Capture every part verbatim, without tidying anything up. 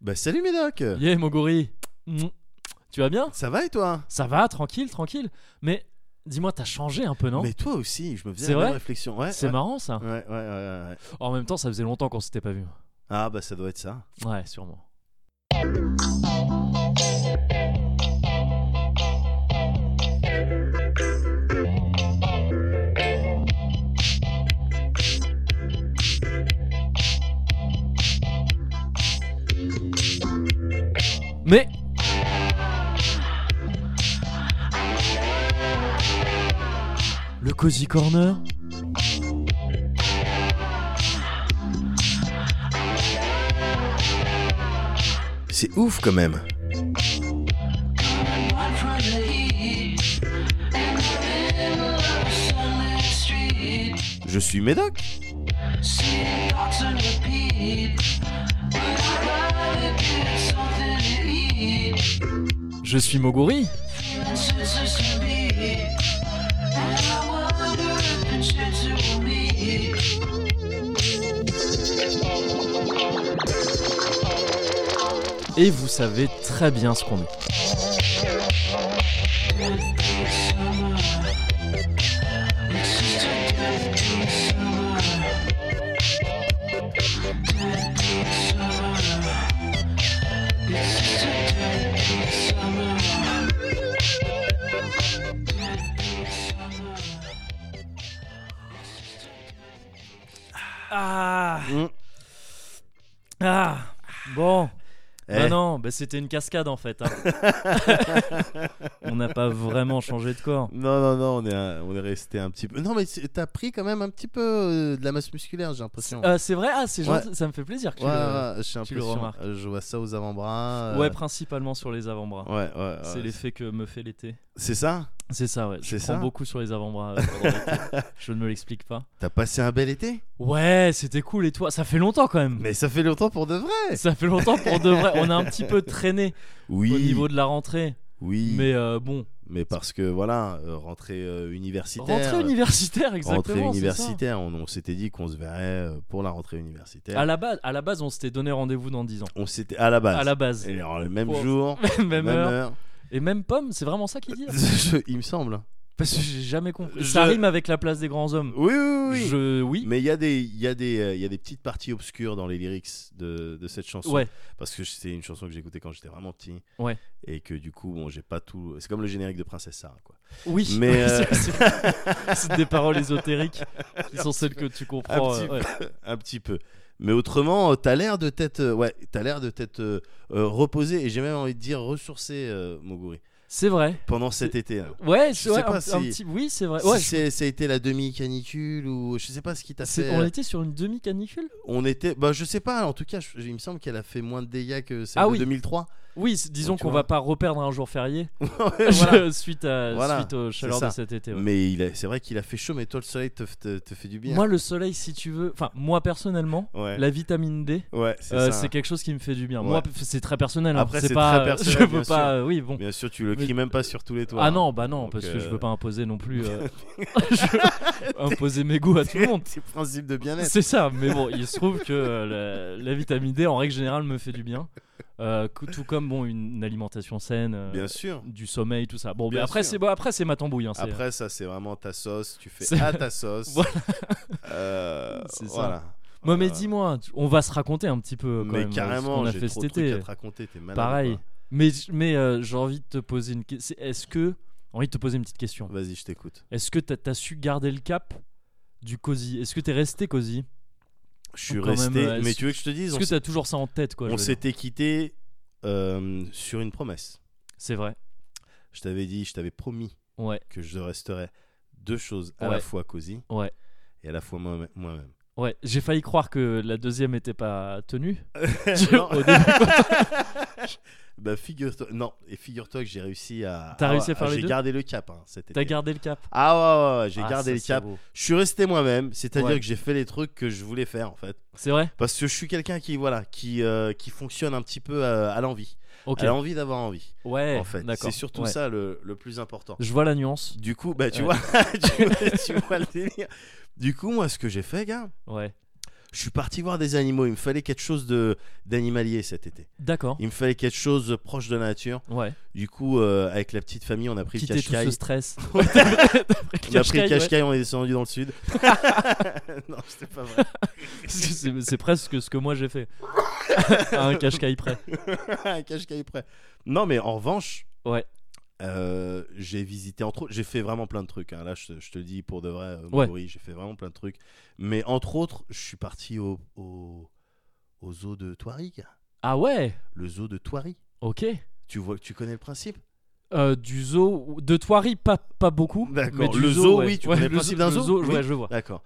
Bah salut Médoc. Yeah Moguri. Tu vas bien? Ça va et toi? Ça va, tranquille, tranquille. Mais dis-moi, t'as changé un peu, non? Mais toi aussi, je me faisais C'est la vrai même réflexion. Ouais, C'est ouais. marrant ça. Ouais, ouais, ouais, ouais. En même temps, ça faisait longtemps qu'on s'était pas vu. Ah bah ça doit être ça. Ouais, sûrement. Mais le Cozy Corner. C'est ouf quand même. Je suis Médoc. Je suis Moguri. Et vous savez très bien ce qu'on est. Ah, Mmh. ah, bon. Eh. Bah non, bah c'était une cascade en fait. Hein. On n'a pas vraiment changé de corps. Non, non, non, on est, un- on est resté un petit peu. Non, mais c'est- t'as pris quand même un petit peu euh, de la masse musculaire, j'ai l'impression. Euh, c'est vrai, ah, c'est Ouais. gentil, ça me fait plaisir que ouais, tu le... ouais, j'ai tu le l'impression. remarques. euh, Je vois ça aux avant-bras. euh, Ouais, principalement sur les avant-bras. Ouais, ouais, ouais, C'est l'effet que me fait l'été. C'est ça? C'est ça, ouais. Je C'est prends ça beaucoup sur les avant-bras. euh, pendant l'été. Je ne me l'explique pas. T'as passé un bel été? Ouais, c'était cool. Et toi? Ça fait longtemps quand même. Mais ça fait longtemps pour de vrai. Ça fait longtemps pour de vrai. On a un petit peu traîné Oui. au niveau de la rentrée. Oui. Mais euh, bon. Mais parce que voilà, euh, rentrée euh, universitaire. Rentrée universitaire, exactement. Rentrée c'est ça. universitaire, on, on s'était dit qu'on se verrait euh, pour la rentrée universitaire. À la base, à la base, on s'était donné rendez-vous dans dix ans. On s'était à la base. À la base. Et alors, le même Pour- jour, même, même heure. heure. Et même pomme, c'est vraiment ça qu'il dit. Je- il me semble. Parce que j'ai jamais compris. Je- Ça rime avec la place des grands hommes. Oui, oui, oui. Je, oui. Mais il y a des, il y a des, euh, il y a des petites parties obscures dans les lyrics de, de cette chanson. Ouais. Parce que c'est une chanson que j'écoutais quand j'étais vraiment petit. Ouais. Et que du coup, bon, j'ai pas tout. C'est comme le générique de Princesse Sarah, quoi. Oui. Mais, Oui, euh, c'est, c'est- c'est des paroles ésotériques qui sont celles que tu Un comprends. petit euh, ouais. peu. Un petit peu. Mais autrement, euh, t'as l'air de t'être, euh, ouais, t'as l'air de t'être euh, euh, reposé et j'ai même envie de dire ressourcé, euh, Moguri, C'est vrai. pendant cet été. Là. Ouais, Je c'est sais ouais, pas un, un si- petit. Oui, c'est vrai. Si Ouais, je- c'est, ça a été la demi canicule ou je sais pas ce qui t'a c'est- fait. on était sur une demi canicule. On était, bah je sais pas. En tout cas, je- il me semble qu'elle a fait moins de dégâts que celle Ah de oui. deux mille trois. Oui, c'est- disons Donc, tu qu'on vois. va pas reperdre un jour férié Ouais, voilà. suite à Voilà, suite aux chaleurs c'est ça. de cet été. ouais. Mais il a- c'est vrai qu'il a fait chaud, mais toi le soleil te, te, te fait du bien. Moi, le soleil, si tu veux, enfin moi personnellement, ouais. la vitamine D, Ouais, c'est euh, ça. c'est quelque chose qui me fait du bien. Ouais. Moi, p- c'est très personnel. hein. Après, c'est c'est pas, très personnel, je bien veux sûr. pas. euh, oui, bon. Bien sûr, tu le Mais- cries même pas sur tous les toits. Ah hein. non, bah non, Donc, parce que je euh, veux pas imposer non plus. euh, je- imposer mes goûts à tout le monde. C'est le principe de bien-être. C'est ça, mais bon, il se trouve que euh, la, la vitamine D, en règle générale, me fait du bien. Euh, cou- tout comme bon, une, une alimentation saine, euh, Bien sûr. du sommeil, tout ça. Bon, mais Bien après, sûr. c'est bon, après, c'est ma tambouille. Hein, c'est- Après, ça, c'est vraiment ta sauce. Tu fais C'est- à ta sauce. Voilà. Euh, C'est ça. voilà. Moi, mais Voilà. dis-moi, tu- on va se raconter un petit peu quand Mais même, euh, carrément, ce qu'on a j'ai fait trop cet de trucs été. à te raconter. T'es malade. Pareil. ou quoi Mais, mais euh, j'ai envie de te poser une question. Est-ce que. Envie de te poser une petite question. Vas-y, je t'écoute. Est-ce que t'as as su garder le cap du cosy? Est-ce que t'es resté cosy? Je suis Quand resté. même, euh, mais est-ce- tu veux que je te dise Est-ce On que s'est- t'as toujours ça en tête, quoi? je on veux dire. s'était quitté euh, sur une promesse. C'est vrai. Je t'avais dit, je t'avais promis Ouais, que je resterais deux choses à Ouais. la fois cosy ouais. et à la fois moi- moi-même. Ouais, j'ai failli croire que la deuxième était pas tenue. Non. Au début, Bah figure-toi, non, et figure-toi que j'ai réussi à. T'as ah, réussi à faire ah, les J'ai deux gardé le cap, hein, cet été. T'as gardé le cap. Ah ouais, ouais, ouais, j'ai Ah, gardé ça, le c'est cap. beau. Je suis resté moi-même, c'est-à-dire Ouais. que j'ai fait les trucs que je voulais faire en fait, C'est vrai? parce que je suis quelqu'un qui voilà, qui euh, qui fonctionne un petit peu à, à l'envie, Ok. à l'envie d'avoir envie. Ouais, en fait, d'accord. c'est surtout Ouais. ça le, le plus important. Je vois la nuance. Du coup, bah tu Ouais. vois, tu, tu vois le délire. Du coup, moi, ce que j'ai fait, gars, Ouais. Je suis parti voir des animaux. Il me fallait quelque chose de d'animalier cet été. D'accord. Il me fallait quelque chose proche de la nature. Ouais. Du coup, euh, avec la petite famille, on a pris Quitter le tout cache-caille. ce stress. On a pris le ouais. cache-caille, on est descendu dans le sud. Non, c'était pas vrai. c'est, c'est presque ce que moi j'ai fait. À un cache-caille près. Un cache-caille près. Non, mais en revanche. Ouais. Euh, j'ai visité entre autres, j'ai fait vraiment plein de trucs hein. Là je, je te le dis pour de vrai euh, Ouais. Moguri, j'ai fait vraiment plein de trucs, mais entre autres je suis parti au, au, au zoo de Thoiry, Ah ouais. le zoo de Thoiry. Ok. Tu vois, tu connais le principe? Euh, du zoo de Thoiry, pas, pas beaucoup. D'accord. Mais du Le zoo, zoo, ouais. oui, tu Ouais, connais le le principe zoo- d'un le zoo, zoo, oui. ouais, je vois. D'accord.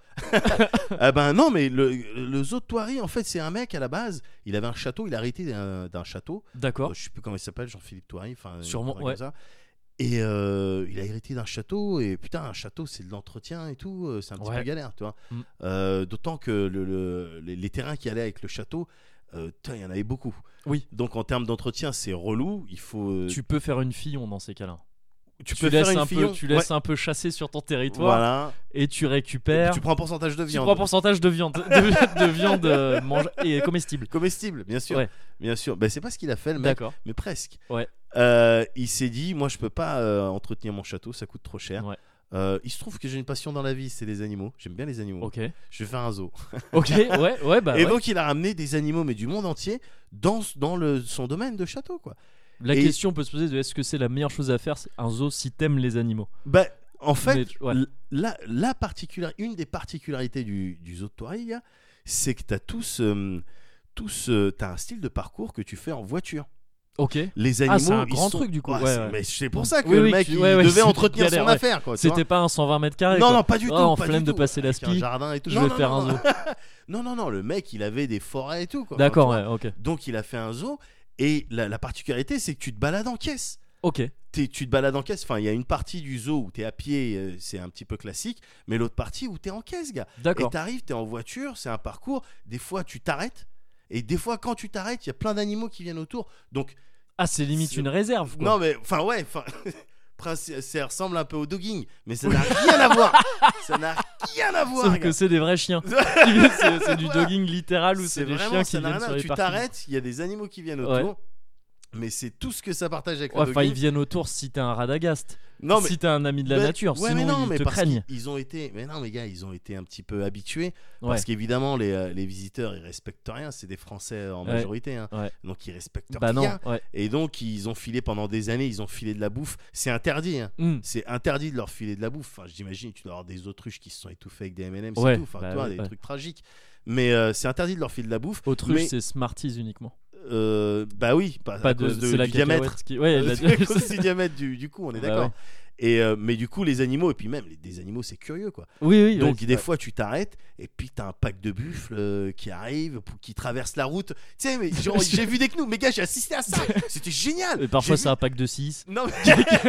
Ah ben non, mais le, le zoo de Thoiry, en fait, c'est un mec à la base. Il avait un château, il a hérité d'un, d'un château. D'accord. Euh, je sais plus comment il s'appelle, Jean-Philippe Thoiry. Enfin, Sûrement, un truc ouais. comme ça. Et euh, il a hérité d'un château. Et putain, un château, c'est de l'entretien et tout. euh, C'est un petit Ouais. peu galère, tu vois. Mm. Euh, d'autant que le, le- les, les terrains qui allaient avec le château, euh, putain, il y en avait beaucoup. Oui. Donc en termes d'entretien, c'est relou. Il faut. euh, Tu peux faire une fillon dans ces cas-là. tu Tu peux faire laisses une un fillon. peu, tu laisses Ouais. un peu chasser sur ton territoire Voilà. et tu Et récupères. puis tu prends un pourcentage de Tu viande. prends un pourcentage de viande, de, de viande euh, mange et comestible. Comestible, bien sûr. Ouais. Bien sûr. Ben, c'est pas ce qu'il a fait, le mec, D'accord. mais presque. Ouais. Euh, il s'est dit, moi, je peux pas euh, entretenir mon château, ça coûte trop cher. Ouais. Euh, il se trouve que j'ai une passion dans la vie, c'est les animaux. J'aime bien les animaux. Ok. Je vais faire un zoo. Ok. Ouais. Ouais. Bah. Et ouais. donc, il a ramené des animaux, mais du monde entier, dans, dans le, son domaine de château, quoi. La et- question peut se poser de est-ce que c'est la meilleure chose à faire, c'est un zoo si t'aimes les animaux. Ben, en fait, Mais, ouais. l- la, la particular- une des particularités du, du zoo de Thoiry, gars, c'est que t'as tous, euh, tous, euh, t'as un style de parcours que tu fais en voiture. Ok. Les animaux, Ah, c'est un ils grand sont- truc, du coup. Ouais, Ouais, c'est- ouais. Mais c'est pour ça que Oui, le oui, mec tu- il ouais, ouais, devait c'est entretenir galère, son ouais. affaire, quoi. tu C'était vois. pas un cent vingt mètres carrés. Non, quoi. non, pas du tout. Oh, pas flemme du de tout. passer la Avec un spi. jardin et tout. Je Non, vais non, faire non, un non. zoo. Non, non, non, le mec, il avait des forêts et tout, quoi. D'accord. Enfin, tu Ouais. vois. Ok. Donc, il a fait un zoo. Et la, la particularité, c'est que tu te balades en caisse. Ok. T'es- tu te balades en caisse. Enfin, il y a une partie du zoo où t'es à pied, euh, c'est un petit peu classique. Mais l'autre partie où t'es en caisse, gars. Et D'accord. t'arrives, t'es en voiture, c'est un parcours. Des fois, tu t'arrêtes. Et des fois, quand tu t'arrêtes, il y a plein d'animaux qui viennent autour. Donc, Ah, c'est limite C'est- une réserve. Quoi. non, mais enfin, ouais, enfin. princi- Ça ressemble un peu au dogging, mais ça n'a rien à voir. Ça n'a rien à voir. Sauf gars. que c'est des vrais chiens. c'est, c'est du Voilà. dogging littéral où c'est, des vraiment, chiens ça qui n'a viennent rien à- sur les Tu parkings. t'arrêtes, il y a des animaux qui viennent Ouais. autour. Mais c'est tout ce que ça partage avec Ouais, le enfin, ils dogging. viennent autour si t'es un radagast. Non, mais Si t'es un ami de la bah, nature. ouais, Sinon, mais non, ils mais te parce craignent. qu'ils ils ont été, mais non, mais gars, ils ont été un petit peu habitués Ouais. parce qu'évidemment les, euh, les visiteurs ils respectent rien, c'est des Français en Ouais. majorité, hein. Ouais. Donc ils respectent Bah non. rien. Ouais. Et donc ils ont filé pendant des années, ils ont filé de la bouffe. C'est interdit, hein. Hmm. C'est interdit de leur filer de la bouffe. Enfin, j'imagine tu dois avoir des autruches qui se sont étouffées avec des M and M's Ouais, et tout. Enfin, bah toi, ouais, des ouais. trucs tragiques. Mais euh, c'est interdit de leur filer de la bouffe. Autruche, mais- c'est Smarties uniquement. Euh, bah oui, pas, Pas à de, cause de, c'est la du diamètre. cacahuète qui. Ouais, la- C'est à cause du diamètre du, du coup, on est Bah d'accord. ouais. Et euh, mais du coup, les animaux, et puis même les, des animaux, c'est curieux, quoi. Oui, oui. Donc ouais, des ouais. fois, tu t'arrêtes, et puis t'as un pack de buffles euh, qui arrive, pour- qui traverse la route. Tu sais, mais genre, j'ai vu des gnous, mais gars, j'ai assisté à ça. C'était génial. Et parfois, J'ai c'est vu- un pack de six. Non, mais...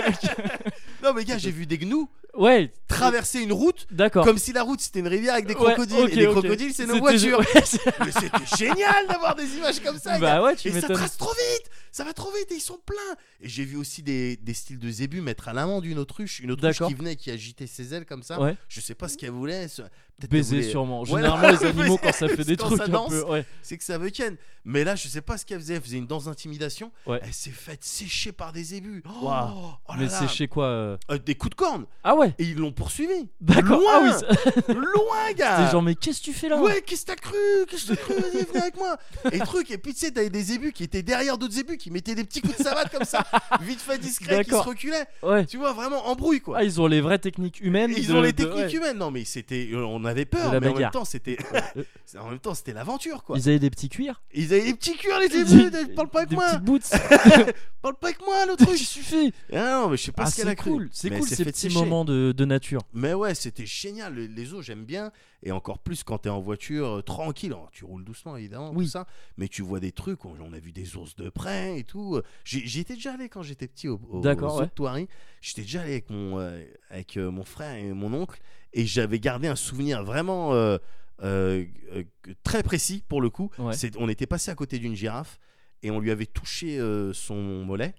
non, mais gars, j'ai vu des gnous Ouais. traverser une route D'accord. comme si la route c'était une rivière avec des Ouais, crocodiles. ok, et les ok. crocodiles, c'est nos C'était- voitures. ouais, c'est- Mais c'était génial d'avoir des images comme ça. gars. Bah ouais, tu Et ça m'étonnes. trace trop vite, ça va trop vite et ils sont pleins. Et j'ai vu aussi des, des styles de zébus mettre à l'amende une autruche, une autruche D'accord. qui venait, qui agitait ses ailes comme ça. Ouais. Je sais pas ce qu'elle voulait. ce- Peut-être qu'elle Baiser voulait- sûrement. Ouais, Généralement, non, les animaux, quand ça fait des quand trucs ça un danse, peu. Ouais. c'est que ça veut ken. Mais là, je sais pas ce qu'elle faisait. Elle faisait une danse d'intimidation. Ouais. Elle s'est faite sécher par des zébus. Oh, Waouh. oh là Mais là. c'est chez quoi euh Euh, des coups de corne. Ah ouais. Et ils l'ont poursuivi. D'accord. Loin. Ah oui. ça- Loin, gars. C'était genre, mais qu'est-ce que tu fais là Ouais, qu'est-ce que t'as cru Qu'est-ce que t'as cru Vas-y, viens avec moi. Et truc, et puis tu sais, t'avais des zébus qui étaient derrière d'autres zébus qui mettaient des petits coups de savate comme ça, vite fait discret, qui se D'accord. reculaient. Ouais. Tu vois, vraiment embrouille quoi. Ah, ils ont les vraies techniques humaines. Ils de- ont les de- techniques ouais. humaines. Non, mais c'était. euh, On avait De peur, la mais en même bagarre. temps, c'était. en même temps, c'était l'aventure quoi. Ils avaient des petits cuirs. Ils avaient des petits cuirs, les zébus. Parle pas avec Des moi. petites boots. Parle pas avec moi, l'autre truc. Qu'est-ce que tu fais Ah non, mais je sais pas Ah, ce qu'elle a c'est cru. cool. C'est Mais cool elle s'est ces fait petits sécher. moments de, de nature. Mais ouais, c'était génial. Les, les zoos, j'aime bien. Et encore plus quand t'es en voiture, euh, tranquille. Alors, tu roules doucement, évidemment, Oui. tout ça. Mais tu vois des trucs. On, on a vu des ours de près et tout. J'y j'y étais déjà allé quand j'étais petit au, au, D'accord, au zoo ouais. de Thoiry. J'étais déjà allé avec, mon, euh, avec euh, mon frère et mon oncle. Et j'avais gardé un souvenir vraiment euh, euh, euh, très précis pour le coup. Ouais. C'est- On était passé à côté d'une girafe et on lui avait touché euh, son mollet.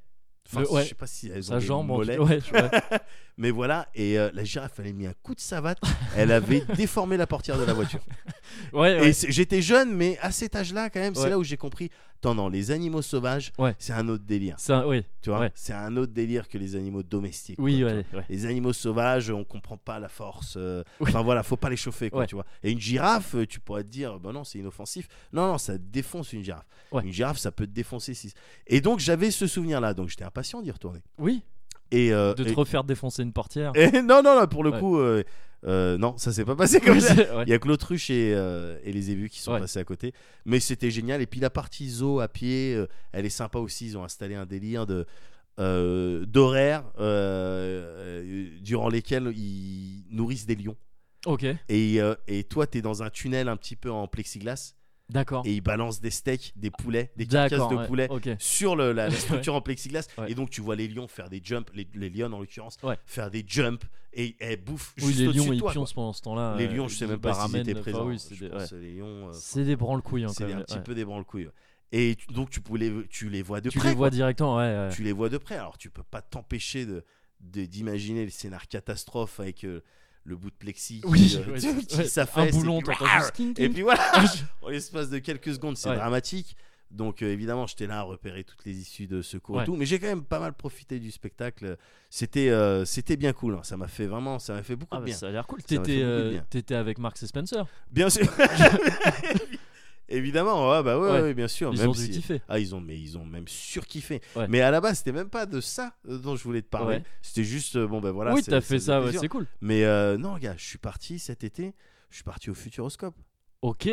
Enfin, Le- ouais. je sais pas si elles ont Sa des jambe, en tout mollets. cas, ouais, ouais. Mais voilà, et euh, la girafe, elle a mis un coup de savate. Elle avait déformé la portière de la voiture. Ouais, Et ouais. c'est- j'étais jeune, mais à cet âge-là, quand même, Ouais. c'est là où j'ai compris. Attends, non, les animaux sauvages, Ouais. c'est un autre délire. C'est un- oui, Tu vois, Ouais. c'est un autre délire que les animaux domestiques. oui, quoi, tu ouais, vois. ouais. Les animaux sauvages, on comprend pas la force. euh, Oui. Enfin voilà, faut pas les chauffer, quoi, Ouais. tu vois. Et une girafe, euh, tu pourrais te dire, bah non, c'est inoffensif. Non, non, ça défonce une girafe. Ouais. Une girafe, ça peut te défoncer. Si... Et donc j'avais ce souvenir-là, donc j'étais impatient d'y retourner. Oui, Et, euh, de te et- refaire défoncer une portière. et non, non, non, pour le Ouais. coup, euh, euh, non, ça s'est pas passé comme Oui, ça. c'est- ouais. Il y a que l'autruche et, euh, et les ébus qui sont Ouais. passés à côté. Mais c'était génial. Et puis la partie zoo à pied, euh, elle est sympa aussi. Ils ont installé un délire de, euh, d'horaires euh, euh, durant lesquels ils nourrissent des lions. Ok, Et, euh, et toi, tu es dans un tunnel un petit peu en plexiglas. d'accord. Et ils balancent des steaks, des poulets, des carcasses D'accord, de ouais, poulet. ok. Sur le- la, la structure en plexiglas. Ouais. Et donc tu vois les lions faire des jumps, les, les lions en l'occurrence, Ouais. faire des jumps et elles bouffent Oui, juste les au-dessus lions de ils toi, pioncent pendant ce temps-là. les euh, lions, je sais ils même pas s'ils ramènent, étaient enfin, présents. oui, c'est Je des, pense ouais. que les lions, euh, C'est des branle-couilles, hein, c'est quand un même. petit ouais. peu des branle-couilles. Et tu- donc tu, pouvais les, tu les vois de Tu près. les vois quoi. directement, ouais. ouais. Tu les vois de près. Alors tu peux pas t'empêcher de, de- d'imaginer le scénar catastrophe avec euh, le bout de plexi Oui, qui, euh, ouais, qui ouais. s'affaisse. Un boulon, et puis, t'entends juste king, et king. puis voilà, en l'espace de quelques secondes, c'est Ouais. dramatique. Donc euh, évidemment, j'étais là à repérer toutes les issues de secours Ouais. et tout, mais j'ai quand même pas mal profité du spectacle. C'était euh, c'était bien cool. hein. Ça m'a fait vraiment, ça m'a fait beaucoup Ah de bah, bien. ça a l'air cool. Ça m'a fait T'étais, beaucoup de euh, bien. t'étais avec Marks et Spencer. Bien sûr. Évidemment, ouais, bah ouais, Ouais. ouais, bien sûr. Ils même ont dû si- kiffer. Ah, ils ont, mais ils ont même surkiffé. Ouais. Mais à la base, c'était même pas de ça euh, dont je voulais te parler. Ouais. C'était juste, euh, bon ben voilà. oui, c'est- t'as ça fait faisait ça, ouais, plaisir. c'est cool. Mais euh, non, gars, je suis parti cet été. Je suis parti au Futuroscope. Ok.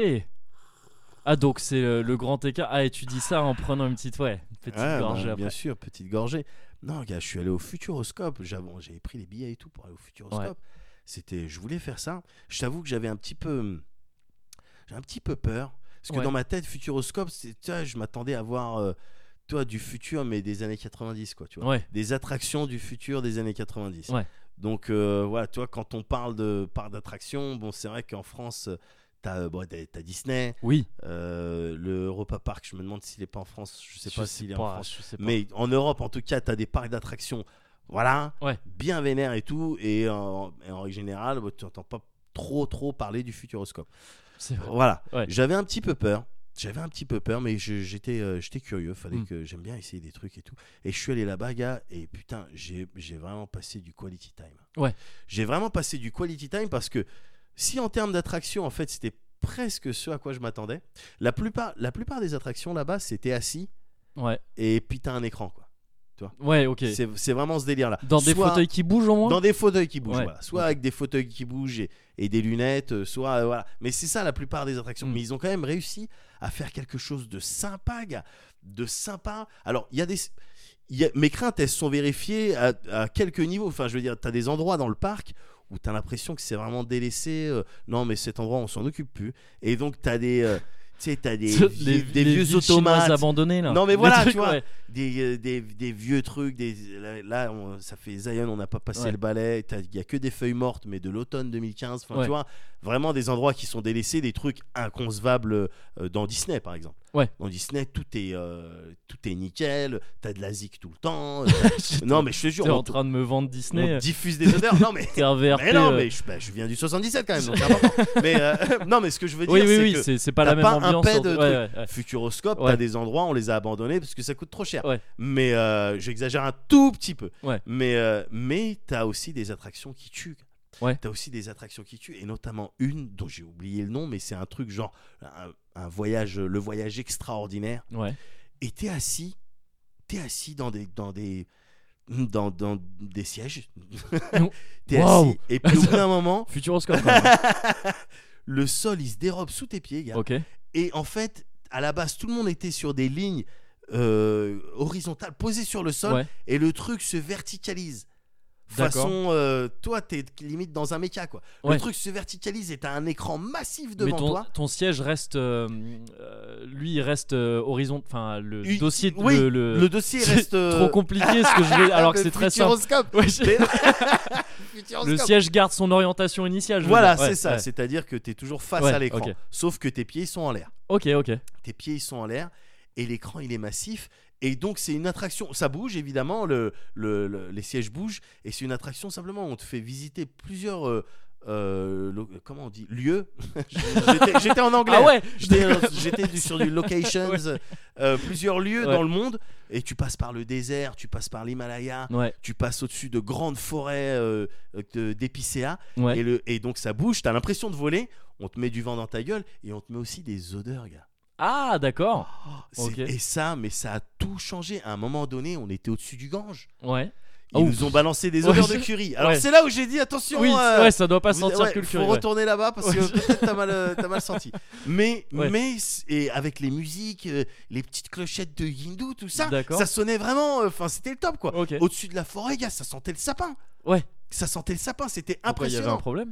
Ah, donc c'est le, le grand écart. Ah, et tu dis ça en prenant une petite, ouais, une petite Ouais, gorgée bah, après. bien sûr, petite gorgée. Non, gars, je suis allé au Futuroscope. J'avais, j'avais pris les billets et tout pour aller au Futuroscope. Ouais. C'était, je voulais faire ça. Je t'avoue que j'avais un petit peu, j'ai un petit peu peur parce que Ouais. dans ma tête, Futuroscope, c'est, tu vois, je m'attendais à voir, euh, toi, du futur mais des années quatre-vingt-dix, quoi, tu vois. Ouais, Des attractions du futur des années quatre-vingt-dix. Ouais. Donc euh, voilà, tu vois, quand on parle de parcs d'attractions, bon, c'est vrai qu'en France, euh, t'as, euh, bon, t'as, t'as Disney, oui. euh, le Europa Park. Je me demande s'il est pas en France. Je sais Je pas sais s'il est pas, en France. je sais pas. Mais en Europe, en tout cas, t'as des parcs d'attractions, voilà, Ouais. bien vénères et tout. Et en, et en règle générale, bah, tu n'entends pas trop, trop parler du Futuroscope. C'est vrai. Voilà. Ouais. J'avais un petit peu peur. J'avais un petit peu peur, mais je- j'étais, euh, j'étais curieux. Fallait Mm. que j'aime bien essayer des trucs et tout. Et je suis allé là-bas, gars, et putain, j'ai, j'ai vraiment passé du quality time. Ouais. J'ai vraiment passé du quality time parce que si en termes d'attractions, en fait, c'était presque ce à quoi je m'attendais. La plupart, la plupart des attractions là-bas, c'était assis Ouais. et puis t'as un écran, quoi. Ouais, ok. C'est, c'est vraiment ce délire-là. Dans des Soit- fauteuils qui bougent au moins. dans des fauteuils qui bougent, Ouais. voilà. Soit Ok. avec des fauteuils qui bougent et, et des lunettes, euh, soit euh, voilà. Mais c'est ça la plupart des attractions. Mm. Mais ils ont quand même réussi à faire quelque chose de sympa, gars, de sympa. Alors il y a des, il y a- mes craintes, elles se sont vérifiées à, à quelques niveaux. Enfin, je veux dire, t'as des endroits dans le parc où t'as l'impression que c'est vraiment délaissé. euh, non, mais cet endroit, on s'en occupe plus. Et donc t'as des, euh, tu sais, t'as des, Les- vieux- des les vieux villes chinoises automates. abandonnées là. Non, mais Les voilà, trucs, tu vois. ouais. Des, euh, des, des vieux trucs, des, là, là, on- ça fait Zion, on n'a pas passé Ouais. le balai, il n'y a que des feuilles mortes, mais de l'automne deux mille quinze, enfin Ouais. tu vois, vraiment des endroits qui sont délaissés, des trucs inconcevables euh, dans Disney par exemple. Ouais. Dans Disney, tout est, euh, tout est nickel, t'as de la zik tout le temps. euh, t'as- non mais je te jure, T'es on, en train de me vendre on Disney. diffuse des odeurs, non mais... T'es un V R P. Mais non, euh. mais je, bah, je viens du soixante-dix-sept quand même, donc c'est important. mais euh, non, mais ce que je veux dire, Oui, oui, c'est oui, que c'est, c'est pas t'as la même pas un ambiance. paix en- de ouais, trucs. ouais, ouais. Futuroscope, Ouais. t'as des endroits, on les a abandonnés parce que ça coûte trop cher. Ouais. Mais euh, j'exagère un tout petit peu. Ouais. Mais, euh, mais t'as aussi des attractions qui tuent. Ouais. T'as aussi des attractions qui tuent, et notamment une dont j'ai oublié le nom, mais c'est un truc genre un, un voyage, le voyage extraordinaire. Ouais. Et t'es assis, t'es assis dans des, dans des, dans, dans des sièges. T'es Wow. assis, et puis au bout d'un moment, Futuroscope. quand même. le sol il se dérobe sous tes pieds, gars. Ok. Et en fait, à la base, tout le monde était sur des lignes euh, horizontales posées sur le sol, Ouais. et le truc se verticalise. D'accord. Façon, euh, toi, t'es limite dans un méca, quoi. Ouais. Le truc se verticalise et t'as un écran massif Mais devant ton, toi. ton siège reste, euh, euh, lui, il reste euh, horizon. Enfin, le Oui, dossier, oui, le, le- Le dossier c'est reste euh, trop compliqué, ce que je vais, alors que le c'est très simple. Futuroscope. Ouais, je- Mais- le Futuroscope. siège garde son orientation initiale. je veux Voilà, dire. Ouais, c'est ça. ouais. C'est-à-dire que t'es toujours face Ouais, à l'écran, ok. sauf que tes pieds sont en l'air. Ok, ok. Tes pieds ils sont en l'air. et l'écran il est massif. Et donc c'est une attraction, ça bouge évidemment, le, le, le- les sièges bougent, et c'est une attraction simplement, on te fait visiter plusieurs, euh, euh, lo- comment on dit, lieux. j'étais, j'étais en anglais, Ah ouais. j'étais, euh, j'étais du- sur du locations, Ouais. euh, plusieurs lieux Ouais. dans le monde, et tu passes par le désert, tu passes par l'Himalaya, Ouais. tu passes au-dessus de grandes forêts euh, de- d'épicéas, Ouais. et, le, et donc ça bouge, t'as l'impression de voler, on te met du vent dans ta gueule, et on te met aussi des odeurs, gars. Ah d'accord. C'est- Ok. Et ça, mais ça a tout changé. À un moment donné, on était au-dessus du Gange. Ouais. Ils Oh. nous ont balancé des Ouais, odeurs je- de curry. Alors ouais. c'est là où j'ai dit attention. Oui, euh, ouais, ça doit pas vous- sentir ouais, que le faut curry. ouais. retourner là-bas parce que Ouais. peut-être t'as mal, euh, t'as mal senti. Mais, Ouais. mais et avec les musiques, euh, les petites clochettes de hindou, tout ça, D'accord. ça sonnait vraiment. Enfin, c'était le top quoi. Ok. Au-dessus de la forêt, gars, ça sentait le sapin. Ouais. Ça sentait le sapin. C'était Pourquoi, il y avait un impressionnant. problème.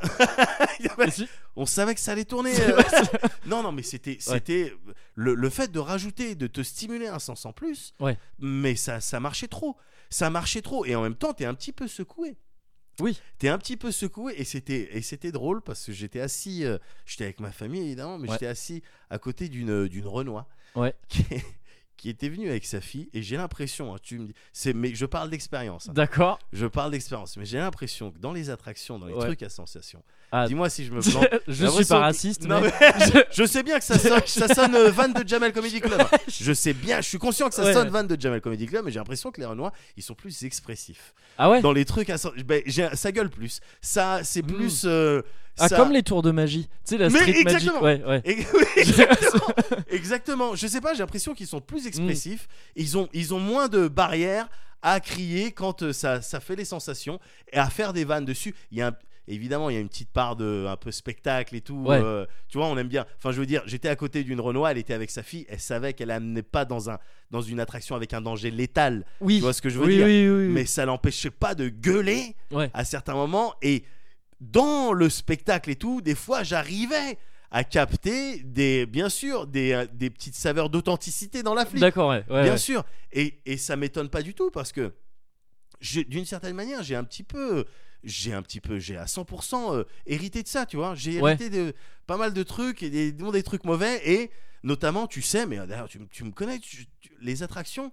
Il y avait- Si. On savait que ça allait tourner. C'est- euh, non, non, mais c'était, c'était le, le fait de rajouter, de te stimuler un sens en plus. Ouais. Mais ça, ça marchait trop. Ça marchait trop. Et en même temps, t'es un petit peu secoué. Oui. T'es un petit peu secoué. Et c'était, et c'était drôle parce que j'étais assis. euh, j'étais avec ma famille évidemment, mais Ouais. j'étais assis à côté d'une, d'une Renoir. Ouais. Qui, est- qui était venue avec sa fille. Et j'ai l'impression, hein, tu me dis, c'est, mais je parle d'expérience. hein. D'accord. Je parle d'expérience. Mais j'ai l'impression que dans les attractions, dans les Ouais. trucs à sensation, Ah. dis-moi si je me je plante. je J'ai suis pas l'impression raciste, que- non, mais. mais je sais bien que ça sonne, ça sonne euh, van de Jamel Comedy Club. Je sais bien, je suis conscient que ça Ouais. sonne van de Jamel Comedy Club, mais j'ai l'impression que les Renois, ils sont plus expressifs. Ah ouais. Dans les trucs à sen- ben, j'ai- ça gueule plus. Ça, c'est Mm. plus. euh, Ah, ça- comme les tours de magie. Tu sais, la Mais street magic. exactement. Ouais, ouais. Et- oui, exactement. Exactement. Je sais pas, j'ai l'impression qu'ils sont plus expressifs. Ils ont, ils ont moins de barrières à crier quand euh, ça, ça fait les sensations et à faire des vannes dessus. Il y a un- Évidemment, il y a une petite part de un peu spectacle et tout. Ouais. euh, tu vois, on aime bien. Enfin, je veux dire, j'étais à côté d'une Renoir, elle était avec sa fille, elle savait qu'elle n'amenait pas dans un dans une attraction avec un danger létal. Oui. Tu vois ce que je veux oui, dire oui, oui, oui. Mais ça l'empêchait pas de gueuler Ouais. à certains moments. Et dans le spectacle et tout, des fois, j'arrivais à capter des, bien sûr, des, euh, des petites saveurs d'authenticité dans la flip. D'accord, ouais. ouais, Bien ouais. sûr. Et, et ça m'étonne pas du tout parce que j'ai- d'une certaine manière, j'ai un petit peu, j'ai un petit peu, j'ai à cent pour cent euh, hérité de ça, tu vois. J'ai Ouais. hérité de pas mal de trucs et des, dont des trucs mauvais et notamment, tu sais, mais euh, d'ailleurs, tu, tu me connais, tu- tu- les attractions.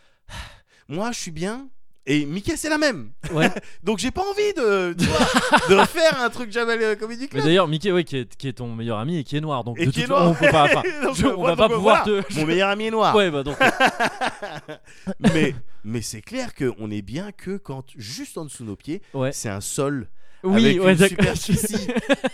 Moi, je suis bien. Et Mickey, c'est la même. Ouais. Donc, j'ai pas envie de, tu vois, de refaire un truc Jamel euh, Comedy Mais Club. d'ailleurs, Mickey, ouais, qui est, qui est ton meilleur ami et qui est noir. Donc, Et de qui est toute noir. façon, on peut pas. enfin, Donc, je- on voilà, va pas donc, pouvoir voilà. te. Mon meilleur ami est noir. Ouais, bah donc. mais mais c'est clair qu'on est bien que quand juste en dessous de nos pieds, Ouais. c'est un sol Oui, avec ouais, une d'accord. superficie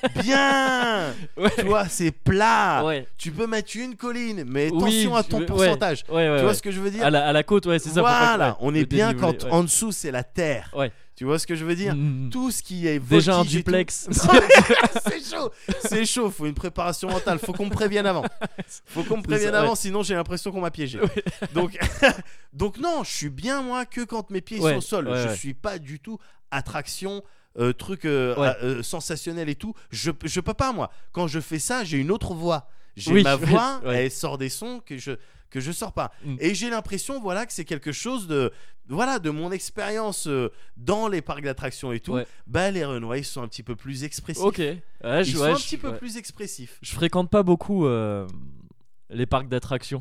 bien. Ouais. Tu vois, c'est plat. Ouais. Tu peux mettre une colline, mais Oui, attention à tu ton veux- ouais. pourcentage. Ouais, ouais, Tu ouais. vois ce que je veux dire À la, à la côte, ouais, c'est ça. faut pas que- Voilà, ouais, on le est bien dénivelé, quand ouais. en dessous c'est la terre. Ouais. Tu vois ce que je veux dire Mm. Tout ce qui est Déjà un voltige et tout- duplex. Non, c'est chaud, c'est chaud. Faut une préparation mentale. Faut qu'on me prévienne avant. Faut qu'on me C'est prévienne ça, avant, ouais. sinon j'ai l'impression qu'on m'a piégé. Donc, donc non, je suis bien moi que quand mes pieds Ouais, sont au sol. ouais, je ouais. suis pas du tout attraction. Euh, truc euh, Ouais. ah, euh, sensationnel et tout. Je je peux pas moi. Quand je fais ça, j'ai une autre voix. J'ai Oui, ma voix, ouais. elle sort des sons que je que je sors pas. Mm. Et j'ai l'impression voilà que c'est quelque chose de voilà de mon expérience euh, dans les parcs d'attractions et tout. Ouais. Bah les Renois ils sont un petit peu plus expressifs. Ok. Ouais, Ils je, sont ouais, un je- petit peu ouais. plus expressifs. Je fréquente pas beaucoup euh, les parcs d'attractions.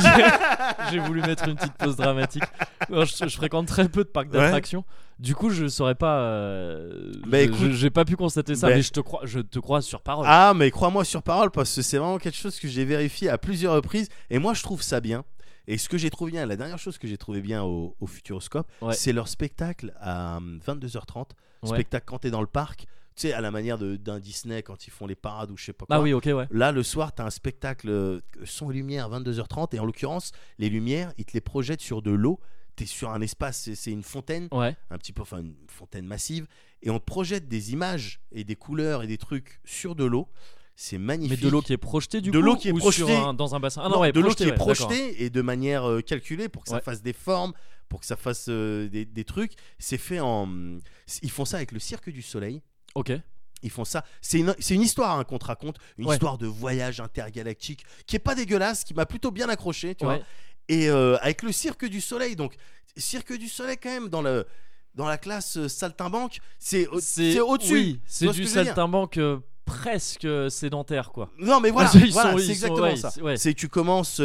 J'ai- J'ai voulu mettre une petite pause dramatique. Non, je, je fréquente très peu de parcs Ouais. d'attractions. Du coup, je saurais pas. euh, Bah, je- écoute- je- j'ai pas pu constater ça, Bah- mais je te crois, je te crois sur parole. Ah mais crois-moi sur parole parce que c'est vraiment quelque chose que j'ai vérifié à plusieurs reprises et moi je trouve ça bien. Et ce que j'ai trouvé bien, la dernière chose que j'ai trouvé bien au, au Futuroscope, Ouais. c'est leur spectacle à hum, vingt-deux heures trente. Ouais. Spectacle quand t'es dans le parc, tu sais, à la manière de- d'un Disney quand ils font les parades ou je sais pas quoi. Ah oui, ok, ouais. Là, le soir, t'as un spectacle euh, son et lumière vingt-deux heures trente et en l'occurrence, les lumières, ils te les projettent sur de l'eau. T'es sur un espace, c'est- c'est une fontaine, Ouais. un petit peu, enfin une fontaine massive, et on te projette des images et des couleurs et des trucs sur de l'eau. C'est Mais magnifique. de l'eau qui est projetée du De coup l'eau qui est ou projetée. sur un- dans un bassin. Ah non, Non, ouais, de l'eau projetée, qui est ouais, d'accord. projetée et de manière euh, calculée pour que ça Ouais. fasse des formes, pour que ça fasse euh, des, des trucs. C'est fait en. Ils font ça avec le Cirque du Soleil. Ok. Ils font ça. C'est une, c'est une histoire hein, qu'on te raconte, une Ouais. histoire de voyage intergalactique qui est pas dégueulasse, qui m'a plutôt bien accroché, tu Ouais. vois. Et euh, avec le Cirque du Soleil, donc Cirque du Soleil quand même dans le dans la classe euh, saltimbanque, c'est au- c'est au-dessus. Oui, c'est vois ce du que je veux dire saltimbanque euh, presque sédentaire, quoi. Non mais voilà, Ils voilà, sont- ils c'est sont- exactement ouais, ça. c'est- ouais. C'est tu commences euh,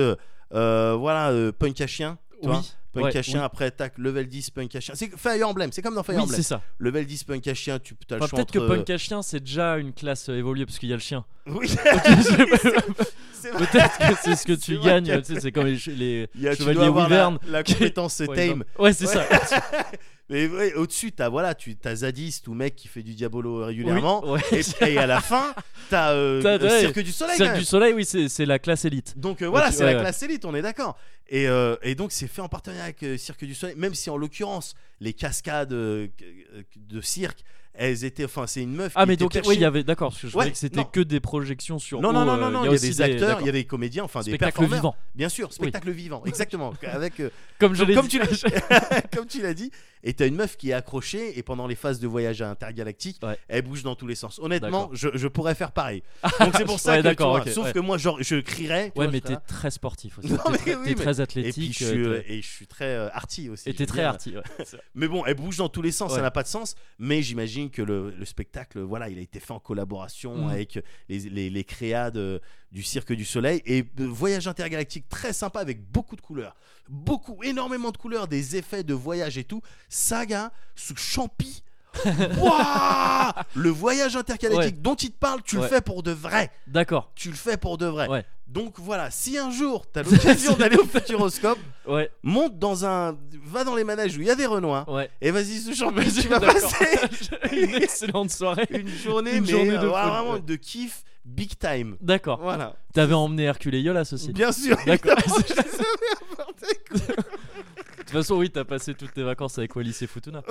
Euh, voilà, euh, punk à chien. Tu vois, Oui. punk Ouais, à chien, oui. après tac, level dix, punk à chien. C'est Fire Emblem, c'est comme dans Fire Oui, Emblem. c'est ça. Level dix, punk à chien, tu as le Enfin, choix peut-être entre... que punk à chien, c'est déjà une classe euh, évoluée parce qu'il y a le chien. Oui, c'est vrai. Peut-être que c'est ce que tu C'est vrai gagnes. qu'il y a- tu sais, c'est comme les, les Il y a, tu chevaliers dois avoir la, Wyvern. la qui- compétence Ouais, tame. Ouais, c'est Ouais. ça. Mais ouais, au-dessus, t'as voilà, tu as Zadiste ou mec qui fait du Diabolo régulièrement. Oui, ouais. Et, et à la fin, t'as euh, T'as- euh, ouais. Cirque du Soleil. quand Cirque même. du Soleil, oui, c'est c'est la classe élite. Donc euh, voilà, Ok, c'est ouais, la ouais. classe élite, on est d'accord. Et, euh, et donc c'est fait en partenariat avec euh, Cirque du Soleil, même si en l'occurrence les cascades euh, de cirque, elles étaient, enfin c'est une meuf. Ah qui mais était donc perchée. oui, il y avait d'accord, parce que je Ouais, croyais que c'était non. que des projections sur Non haut, non non euh, non non, il il y a aussi des acteurs, il y a d'accord. des comédiens, enfin des Spectacle performeurs. vivant. Bien sûr, spectacle vivant, exactement. Avec euh, Comme je comme, l'ai comme dit. tu l'as comme tu l'as dit, et t'as une meuf qui est accrochée et pendant les phases de voyage intergalactique, Ouais. elle bouge dans tous les sens. Honnêtement, D'accord. je, je pourrais faire pareil. Donc c'est pour ça Ouais, que tu d'accord, vois, ok, sauf ouais. que moi genre je crierais. tu Ouais, vois, mais je t'es serais là. très sportif aussi. Non, T'es mais très, oui, t'es mais- très Et puis athlétique. je suis euh, euh, et je suis très euh, arty aussi. Et je t'es veux très dire. arty. Ouais. Mais bon, elle bouge dans tous les sens, ça Ouais. n'a pas de sens. Mais j'imagine que le, le spectacle, voilà, il a été fait en collaboration Mm. avec les, les, les créas de- du Cirque du Soleil. Et euh, voyage intergalactique très sympa avec beaucoup de couleurs. Beaucoup, énormément de couleurs, des effets de voyage et tout. Saga sous champi. Waouh, le voyage intergalactique Ouais. dont il te parle, tu Ouais. le fais pour de vrai. D'accord. Tu le fais pour de vrai. Ouais. Donc voilà, si un jour t'as l'occasion d'aller au Futuroscope, Ouais. monte dans un, va dans les manèges où il y a des Renois. Ouais. Et vas-y, ce champion, Vas-y, tu vas d'accord. passer Une excellente soirée. une journée, Une mais journée de euh, folie, vraiment ouais. de kiff big time. D'accord. Voilà. T'avais emmené Hercule et Yolas aussi. Bien sûr. D'accord. évidemment, je les avais apportés. De toute façon, oui, t'as passé toutes tes vacances avec Wallis et Futuna.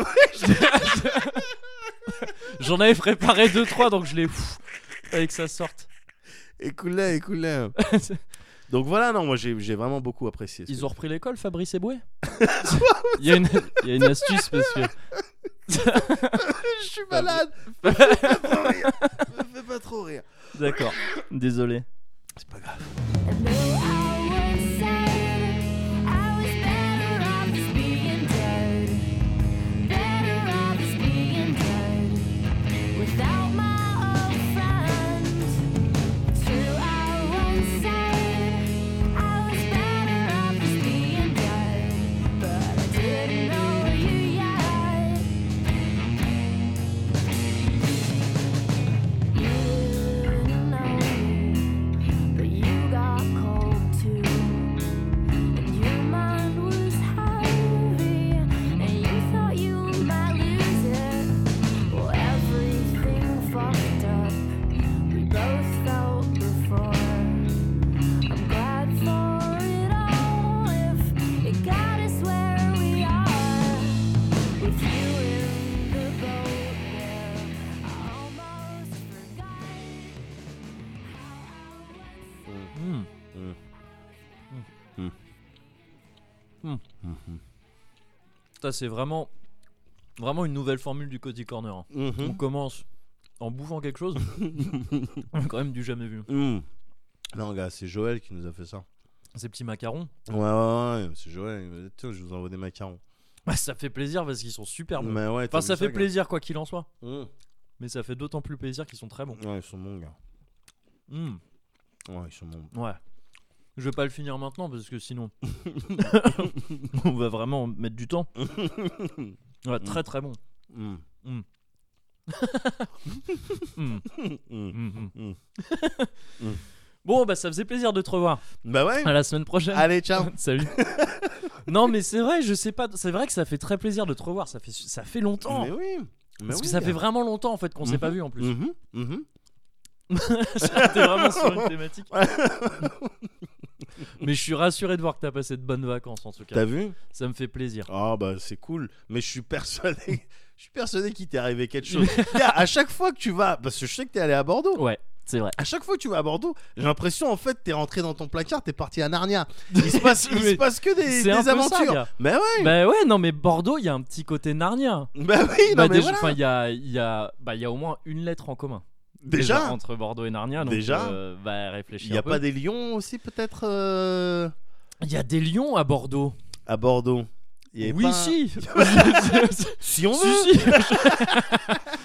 J'en avais préparé deux trois, donc je l'ai pff, fallait que ça sorte. Écoute-les, écoute-les. Donc voilà, non, moi j'ai j'ai vraiment beaucoup apprécié. ce Ils que- ont repris l'école, Fabrice Eboué. Il y a une, il y a une astuce parce que Je suis malade. Me fais pas trop rire. Me fais pas trop rire. d'accord. Désolé. C'est pas grave. And though I was sad, I was better off just being dead. Better off just being dead. Without my old friends. True, I was sad. I was better off just being dead. But I didn't know you yet. You didn't know me. But you got cold too, and your mind was heavy, and you thought you might lose it. Well, everything fucked up. We both felt before. I'm glad for it all. If it got us where we are, with you in the boat there, I almost forgot how I was. Hmm. Ça, c'est vraiment, vraiment une nouvelle formule du Cozy Corner. hein. On Mhm. commence en bouffant quelque chose. On a quand même du jamais vu. Mhm. Non, gars, c'est Joël qui nous a fait ça. Ces petits macarons. Ouais, ouais, ouais, c'est Joël. Il m'a dit, tiens, je vous envoie des macarons. Bah, ça fait plaisir parce qu'ils sont super bons. Mais ouais, t'as Enfin, vu ça fait gars plaisir quoi qu'il en soit. Mhm. Mais ça fait d'autant plus plaisir qu'ils sont très bons. Ouais, ils sont bons, gars. Hmm. Ouais, ils sont bons. Ouais. Je vais pas le finir maintenant parce que sinon on va vraiment mettre du temps. Ouais, très très bon. Mhm. Hmm. Mhm. Hmm, hmm. Mhm. Bon, bah ça faisait plaisir de te revoir. Bah ouais. À la semaine prochaine. Allez, ciao. Salut. Non, mais c'est vrai, je sais pas. C'est vrai que ça fait très plaisir de te revoir. Ça fait, ça fait longtemps. Mais oui. Mais Parce oui, que ça gars. fait vraiment longtemps en fait qu'on s'est Mhm. pas vu en plus. Mhm. Mhm. T'es vraiment sur une thématique. Mais je suis rassuré de voir que t'as passé de bonnes vacances en tout cas. T'as vu? Ça me fait plaisir. Ah bah c'est cool, mais je suis persuadé, je suis persuadé qu'il t'est arrivé quelque chose. Gars, à chaque fois que tu vas, parce que je sais que t'es allé à Bordeaux. Ouais, c'est vrai. À chaque fois que tu vas à Bordeaux, j'ai l'impression en fait t'es rentré dans ton placard, t'es parti à Narnia. Il se passe, il Mais se passe que des, c'est un des peu ça, aventures. gars. Mais ouais. Bah ouais, non mais Bordeaux, il y a un petit côté Narnia. Bah oui, non Bah mais déjà, voilà. enfin il y a, il y a, bah il y a au moins une lettre en commun. Déjà, entre Bordeaux et Narnia. Donc, Déjà euh, bah réfléchis il y un a peu. pas des lions aussi peut-être euh, Il y a des lions à Bordeaux. à Bordeaux. Il y avait Oui, pas- si. Si on veut. Si, si.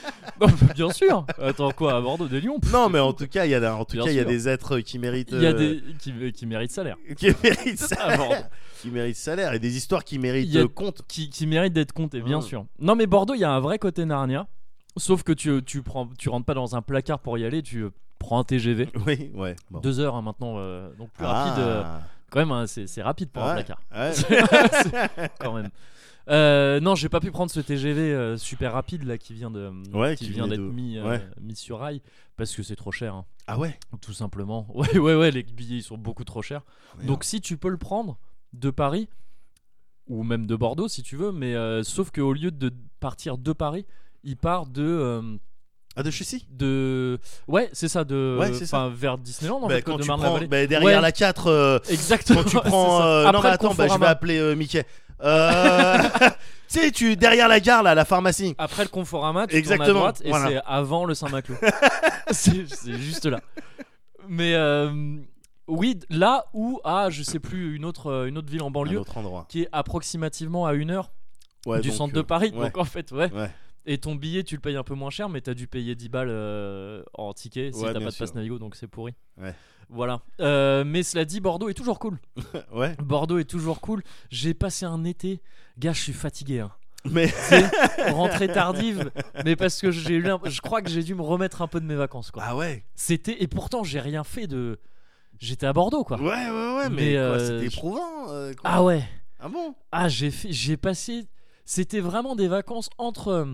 Oh, bien sûr. Attends quoi, à Bordeaux, des lions. Non, mais en tout cas, il y a, en tout Bien cas, il y a sûr. des êtres qui méritent. Il y a euh, des qui, qui méritent salaire. qui méritent À salaire, Bordeaux. qui méritent salaire et des histoires qui méritent Il y a- euh, compte. Qui, qui méritent d'être comptés, bien Ah. sûr. Non, mais Bordeaux, il y a un vrai côté Narnia. Sauf que tu tu prends tu rentres pas dans un placard pour y aller, tu euh, prends un T G V. Oui, ouais. Bon. Deux heures hein, maintenant, euh, donc plus Ah. rapide. euh, quand même, hein, c'est c'est rapide pour un Ouais, placard. ouais. C'est- quand même. Euh, non, j'ai pas pu prendre ce T G V euh, super rapide là qui vient de Ouais, qui qui vient venait d'être de- mis euh, ouais. mis sur rail parce que c'est trop cher, hein, Ah ouais. tout simplement. Ouais, ouais, ouais, les billets ils sont beaucoup trop chers. Merde. Donc si tu peux le prendre de Paris ou même de Bordeaux si tu veux, mais euh, sauf qu'au lieu de partir de Paris, il part de euh, Ah, de Chessy. de ouais c'est ça de Ouais, c'est ça. enfin vers Disneyland en Bah, fait, quand de tu Marne-la-Vallée. prends bah, derrière Ouais. la quatre, euh, Exactement. quand tu c'est prends. ça. euh, non, Après mais le attends, bah, je vais Conforama. appeler euh, Mickey. Euh, tu sais, tu derrière la gare là, la pharmacie. Après le Conforama, tu Exactement, tournes à droite et voilà. c'est avant le Saint-Maclou. c'est c'est juste là. Mais euh, oui, là où à je sais plus une autre euh, une autre ville en Un banlieue autre endroit. qui est approximativement à une heure Ouais, du donc, centre euh, de Paris. ouais. Donc en fait, ouais. Ouais. Et ton billet, tu le payes un peu moins cher, mais t'as dû payer dix balles euh, en ticket si Ouais, t'as bien pas de passe sûr. Navigo, donc c'est pourri. Ouais. Voilà. Euh, mais cela dit, Bordeaux est toujours cool. Ouais. Bordeaux est toujours cool. J'ai passé un été, gars, je suis fatigué. Hein. Mais C'est rentrée tardive, mais parce que j'ai eu, l'imp- je crois que j'ai dû me remettre un peu de mes vacances, quoi. ah ouais. C'était et pourtant j'ai rien fait de. J'étais à Bordeaux, quoi. Ouais, ouais, ouais. Mais, Mais, quoi, euh, c'était je- éprouvant. euh, quoi. Ah ouais. Ah bon. Ah j'ai fait, j'ai passé. C'était vraiment des vacances entre. euh,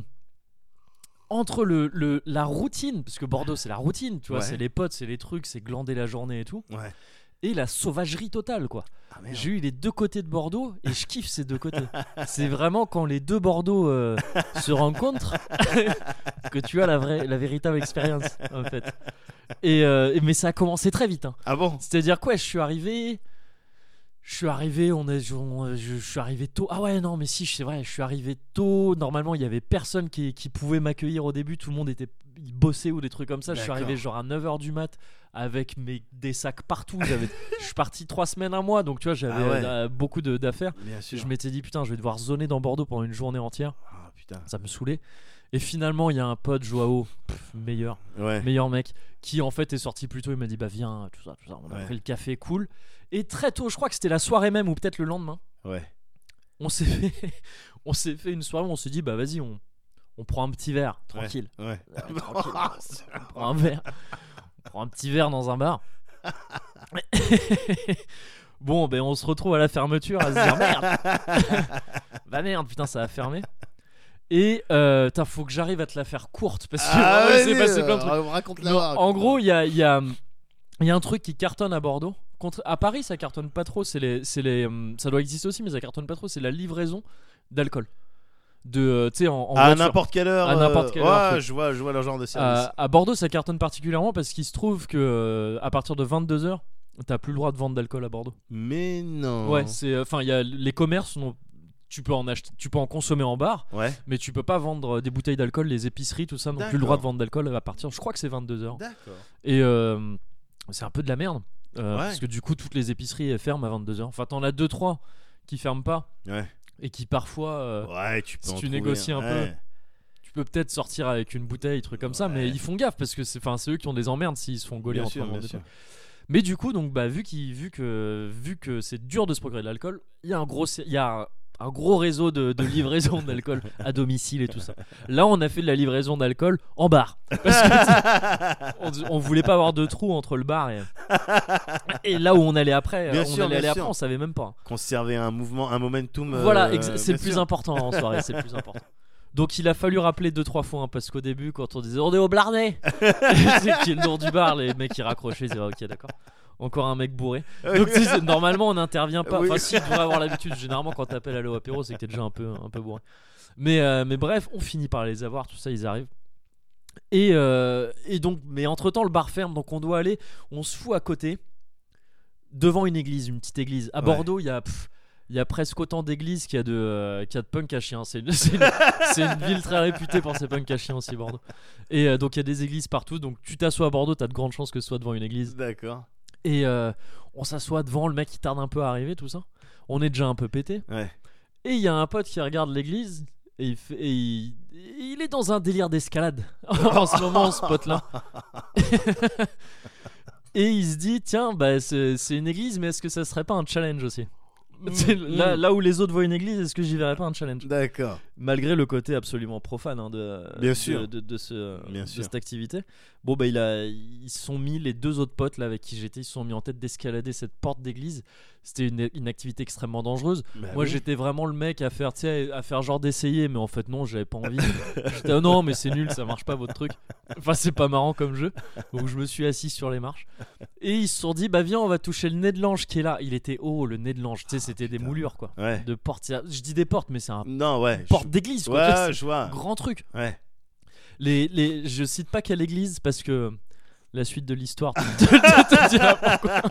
Entre le, le, la routine, parce que Bordeaux c'est la routine, tu vois, Ouais. c'est les potes, c'est les trucs, c'est glander la journée et tout, Ouais. et la sauvagerie totale, quoi. Ah merde. J'ai eu les deux côtés de Bordeaux et je kiffe ces deux côtés. C'est vraiment quand les deux Bordeaux euh, se rencontrent que tu as la vraie, la véritable expérience, en fait. Et euh, mais ça a commencé très vite. Hein. Ah bon. C'est-à-dire quoi, je suis arrivé, je suis arrivé, on est, on- je, je suis arrivé tôt. Ah ouais, non, mais si, c'est vrai, je suis arrivé tôt. Normalement, il y avait personne qui, qui pouvait m'accueillir au début. Tout le monde était, il bossait ou des trucs comme ça. Je suis D'accord. arrivé genre à neuf heures du mat avec mes, des sacs partout. J'avais, je suis parti trois semaines, un mois, donc tu vois, j'avais Ah ouais. euh, beaucoup de- d'affaires. Bien sûr. Je m'étais dit, putain, je vais devoir zoner dans Bordeaux pendant une journée entière. Ah putain. Ça me saoulait. Et finalement, il y a un pote, Joao, pff, meilleur, Ouais. meilleur mec, qui en fait est sorti plus tôt. Il m'a dit, bah viens, tout ça, tout ça. On a Ouais. pris le café, cool. Et très tôt, je crois que c'était la soirée même ou peut-être le lendemain, Ouais. on s'est fait, on s'est fait une soirée où on s'est dit, bah vas-y, on, on prend un petit verre, tranquille. Ouais. Ouais, tranquille. On prend un verre, on prend un petit verre dans un bar. Bon, ben on se retrouve à la fermeture à se dire merde. Bah merde, putain, ça a fermé. Et euh, putain, faut que j'arrive à te la faire courte parce que Ah, vraiment, il s'est vas-y, passé plein de euh, trucs. Raconte-la. Non, raconte-la. en gros, il y a, il y, a, il y a un truc qui cartonne à Bordeaux. Contre, à Paris, ça cartonne pas trop. C'est les, c'est les, hum, ça doit exister aussi, mais ça cartonne pas trop. C'est la livraison d'alcool. De, euh, tu sais, en, en à voiture. n'importe quelle heure. À n'importe euh, quelle heure, Ouais, truc. je vois, je vois le genre de service. À, à Bordeaux, ça cartonne particulièrement parce qu'il se trouve que euh, à partir de vingt-deux heures, t'as plus le droit de vendre d'alcool à Bordeaux. Mais non. Ouais, c'est, enfin, il y a les commerces, n'ont- tu peux en acheter, tu peux en consommer en bar, Ouais. mais tu peux pas vendre euh, des bouteilles d'alcool, les épiceries, tout ça n'ont plus le droit de D'accord. vendre d'alcool à partir. Je crois que c'est vingt-deux heures. D'accord. Et euh, c'est un peu de la merde. euh, Ouais. Parce que du coup, toutes les épiceries elles ferment à vingt-deux heures. Enfin, t'en as deux trois qui ferment pas Ouais. et qui parfois, euh, Ouais, tu peux si en tu trouver négocies un peu, Ouais. tu peux peut-être sortir avec une bouteille, truc comme ça, mais Ouais. ils font gaffe parce que c'est, enfin, c'est eux qui ont des emmerdes s'ils se font gauler Bien en sûr, train de bien vendre des sûr. trucs. Mais du coup, donc, bah, vu, qu'il, vu que, vu que c'est dur de se procurer de l'alcool, il y a un gros, il y a un, un gros réseau de, de livraison d'alcool à domicile et tout ça. Là, on a fait de la livraison d'alcool en bar. Parce que on, on voulait pas avoir de trou entre le bar et, et là où on allait après. Bien on sûr, allait bien aller sûr. après, on savait même pas. Conserver un mouvement, un momentum. euh, Voilà, ex- c'est bien le plus sûr. important en soirée, c'est le plus important. Donc il a fallu rappeler deux trois fois hein, parce qu'au début quand on disait on est au Blarney, c'est qui est le nom du bar, les mecs qui raccrochaient, ils disaient ok d'accord. Encore un mec bourré. Donc tu sais, normalement on n'intervient pas. Oui. Enfin si tu devrais avoir l'habitude. Généralement quand t'appelles à l'eau apéro c'est que t'es déjà un peu un peu bourré. Mais euh, mais bref on finit par les avoir, tout ça ils arrivent. Et euh, et donc mais entre temps le bar ferme donc on doit aller, on se fout à côté devant une église, une petite église. À Ouais. Bordeaux il y a pff, il y a presque autant d'églises qu'il y a de, euh, qu'il y a de punk à chien. C'est une, c'est une- c'est une ville très réputée pour ses punks à chien aussi, Bordeaux. Et euh, donc il y a des églises partout. Donc tu t'assois à Bordeaux, t'as de grandes chances que ce soit devant une église. D'accord. Et euh, on s'assoit devant, le mec qui tarde un peu à arriver, tout ça. On est déjà un peu pété. Ouais. Et il y a un pote qui regarde l'église Et il, fait, et il, il est dans un délire d'escalade en ce moment, ce pote-là. Et il se dit, tiens, bah, c'est, c'est une église, mais est-ce que ça serait pas un challenge aussi? C'est là, là où les autres voient une église, est-ce que j'y verrais pas un challenge? D'accord. Malgré le côté absolument profane hein, de, Bien de, sûr. de, de, de ce, Bien de sûr. cette activité. Bon, bah, il a, ils se sont mis, les deux autres potes là, avec qui j'étais, ils se sont mis en tête d'escalader cette porte d'église. C'était une, une activité extrêmement dangereuse. Bah Moi, oui. j'étais vraiment le mec à faire, tu sais, à faire genre d'essayer, mais en fait, non, j'avais pas envie. J'étais, oh non, mais c'est nul, ça marche pas votre truc. Enfin, c'est pas marrant comme jeu. Donc, je me suis assis sur les marches. Et ils se sont dit, bah, viens, on va toucher le nez de l'ange qui est là. Il était haut, le nez de l'ange. Tu sais, c'était des putain. moulures, quoi. Ouais. De portes. Je dis des portes, mais c'est un Non, ouais. porte je- d'église, quoi. Tu vois, Ouais, c'est je vois. un grand truc. Ouais. Les, les, je cite pas quelle église parce que la suite de l'histoire te, te, te dira pourquoi.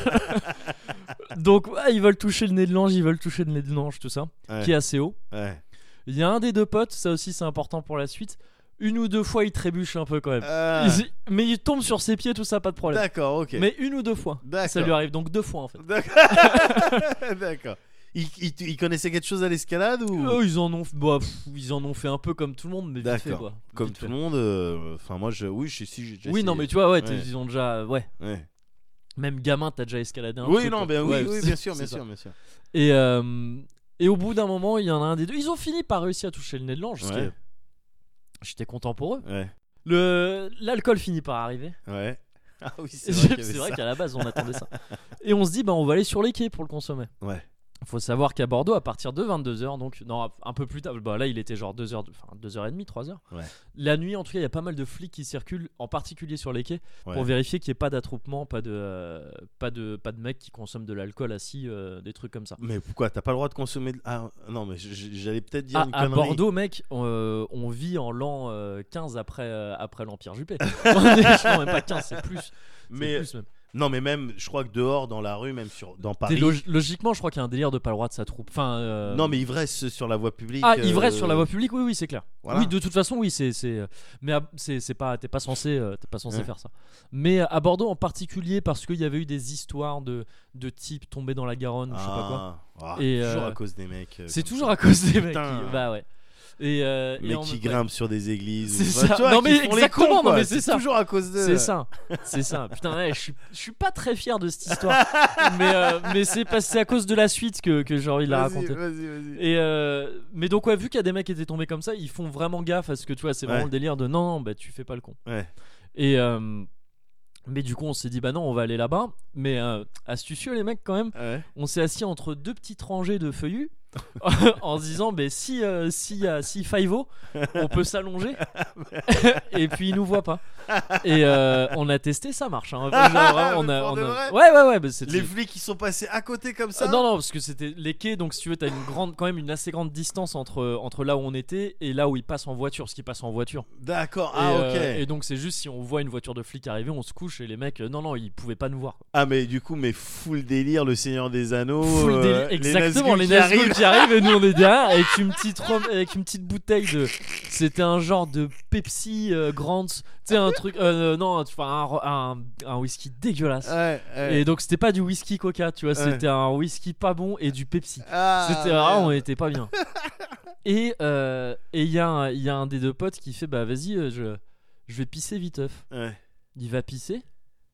Donc, ouais, ils veulent toucher le nez de l'ange, ils veulent toucher le nez de l'ange, tout ça, Ouais. qui est assez haut. Ouais. Il y a un des deux potes, ça aussi c'est important pour la suite. Une ou deux fois, il trébuche un peu quand même. Ah, Il- mais il tombe sur ses pieds, tout ça, pas de problème. D'accord, ok. Mais une ou deux fois, D'accord. ça lui arrive. Donc deux fois en fait. D'accord. D'accord. Ils, ils, ils connaissaient quelque chose à l'escalade ou Eux, ils en ont, bah, pff, ils en ont fait un peu comme tout le monde, mais vite fait D'accord. quoi. Comme Vite tout fait. le monde euh, Enfin, moi, je, oui, je, si j'ai déjà Oui, essayé. non, mais tu vois, ouais, t'es- Ouais. ils ont déjà, ouais. Ouais. Même gamin, t'as déjà escaladé un Oui, truc, non, quoi. ben oui, Ouais, oui, c'est- bien sûr, c'est bien ça. sûr, bien sûr. Et, euh, et au bout d'un moment, il y en a un des deux. Ils ont fini par réussir à toucher le nez de l'ange. ce qui Ouais. est- J'étais content pour eux. Ouais. Le... L'alcool finit par arriver. Ouais. Ah oui, c'est C'est vrai, vrai, qu'il y avait ça. qu'à la base, on attendait ça. Et on se dit, bah, on va aller sur les quais pour le consommer. Ouais. Faut savoir qu'à Bordeaux, à partir de vingt-deux heures, donc non, un peu plus tard, bah là il était genre deux heures, enfin deux heures trente, trois heures. Ouais. La nuit, en tout cas, il y a pas mal de flics qui circulent, en particulier sur les quais, Ouais. pour vérifier qu'il n'y ait pas d'attroupement, pas de, euh, pas de, pas de mecs qui consomment de l'alcool assis, euh, des trucs comme ça. Mais pourquoi t'as pas le droit de consommer de... Ah non, mais j- j- j'allais peut-être dire À, une à connerie. Bordeaux, mec, on, euh, on vit en l'an euh, quinze après, euh, après l'Empire Juppé. On est, je crois même pas quinze, c'est plus. C'est Mais plus même. non, mais même, je crois que dehors, dans la rue, même sur, dans T'es Paris. log- logiquement, je crois qu'il y a un délire de pas le droit de sa troupe. Enfin, euh, Non, mais ivresse sur la voie publique. Ah, euh, ivresse sur la voie publique, oui, oui, c'est clair. voilà. Oui, de toute façon, oui, c'est, c'est, euh, mais à- c'est, c'est pas, t'es pas censé, euh, t'es pas censé Ouais. faire ça. Mais à Bordeaux en particulier, parce qu'il y avait eu des histoires de, de types tombés dans la Garonne, ou je sais pas quoi. Ah, Et, toujours euh, à cause des mecs. euh, C'est comme toujours ça. à cause des mecs. Putain. Qui, bah ouais. Et, euh, Les et mecs en qui même- grimpent sur des églises. C'est ou- ça. tu vois, Non, qui mais font les exactement, cons, non, quoi. mais c'est ça. toujours à cause d'eux. C'est ça, c'est ça. Putain, ouais, je suis, je suis pas très fier de cette histoire, mais, euh, mais c'est, pas, c'est à cause de la suite que, que j'ai envie de la Vas-y, raconter. vas-y, vas-y. Et euh, mais donc ouais, vu qu'il y a des mecs qui étaient tombés comme ça, ils font vraiment gaffe à ce que tu vois, c'est vraiment Ouais. le délire de non, non, bah tu fais pas le con. Ouais. Et euh, mais du coup on s'est dit bah non, on va aller là-bas. Mais euh, astucieux les mecs quand même, Ouais. on s'est assis entre deux petites rangées de feuillus en se disant bah si euh, si euh, si Five-O, on peut s'allonger et puis ils nous voient pas. Et euh, on a testé, ça marche. Hein. Genre, vraiment, on a, Pour on de a- vrai Ouais ouais ouais, bah, c'était- Les flics qui sont passés à côté comme ça. ah, non non parce que c'était les quais, donc si tu veux t'as une grande, quand même une assez grande distance entre entre là où on était et là où ils passent en voiture, ce qui passe en voiture. D'accord. Et, Ah, ok. euh, et donc c'est juste si on voit une voiture de flic arriver, on se couche et les mecs, euh, non non, ils pouvaient pas nous voir. quoi. Ah, mais du coup, mais full délire, le Seigneur des Anneaux. Full euh, délire, les exactement, les Nazgûl qui Nazgûl arrivent. qui arrivent et nous on est derrière avec une petite rom- avec une petite bouteille de, c'était un genre de Pepsi euh, Grant, tu sais un truc, euh, non, enfin un, un, un whisky dégueulasse. Ouais, ouais. Et donc c'était pas du whisky Coca, tu vois, Ouais. c'était un whisky pas bon et du Pepsi. Ah, C'était vraiment, on merde. était pas bien. Et euh, et il y, a un- il y a un des deux potes qui fait bah vas-y, euh, je, je vais pisser viteuf. Ouais. Il va pisser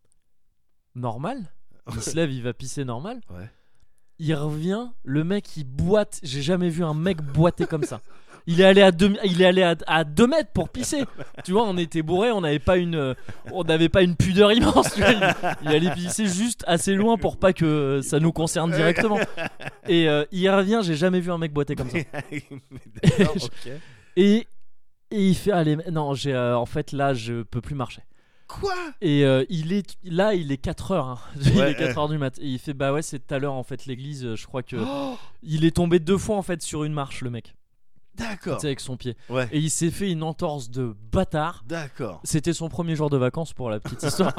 normal. Il se lève, il va pisser normal. Ouais. Il revient, le mec il boite. J'ai jamais vu un mec boiter comme ça. Il est allé à deux, il est allé à, à deux mètres pour pisser. Tu vois, on était bourrés, on n'avait pas une, euh, on n'avait pas une pudeur immense. Tu vois. Il, il allait pisser juste assez loin pour pas que ça nous concerne directement. Et euh, il revient, j'ai jamais vu un mec boiter comme ça. D'accord, ok. Et, et il fait allez, non, j'ai, euh, en fait là je peux plus marcher. Quoi? Et euh, il est là, il est quatre heures. Hein. il Ouais, est quatre ouais. heures du mat. Et il fait bah ouais, c'est tout à l'heure en fait l'église. euh, Je crois que Oh, il est tombé deux fois en fait sur une marche le mec. Tu d'accord. sais avec son pied. Ouais. Et il s'est fait une entorse de bâtard. D'accord. C'était son premier jour de vacances pour la petite histoire.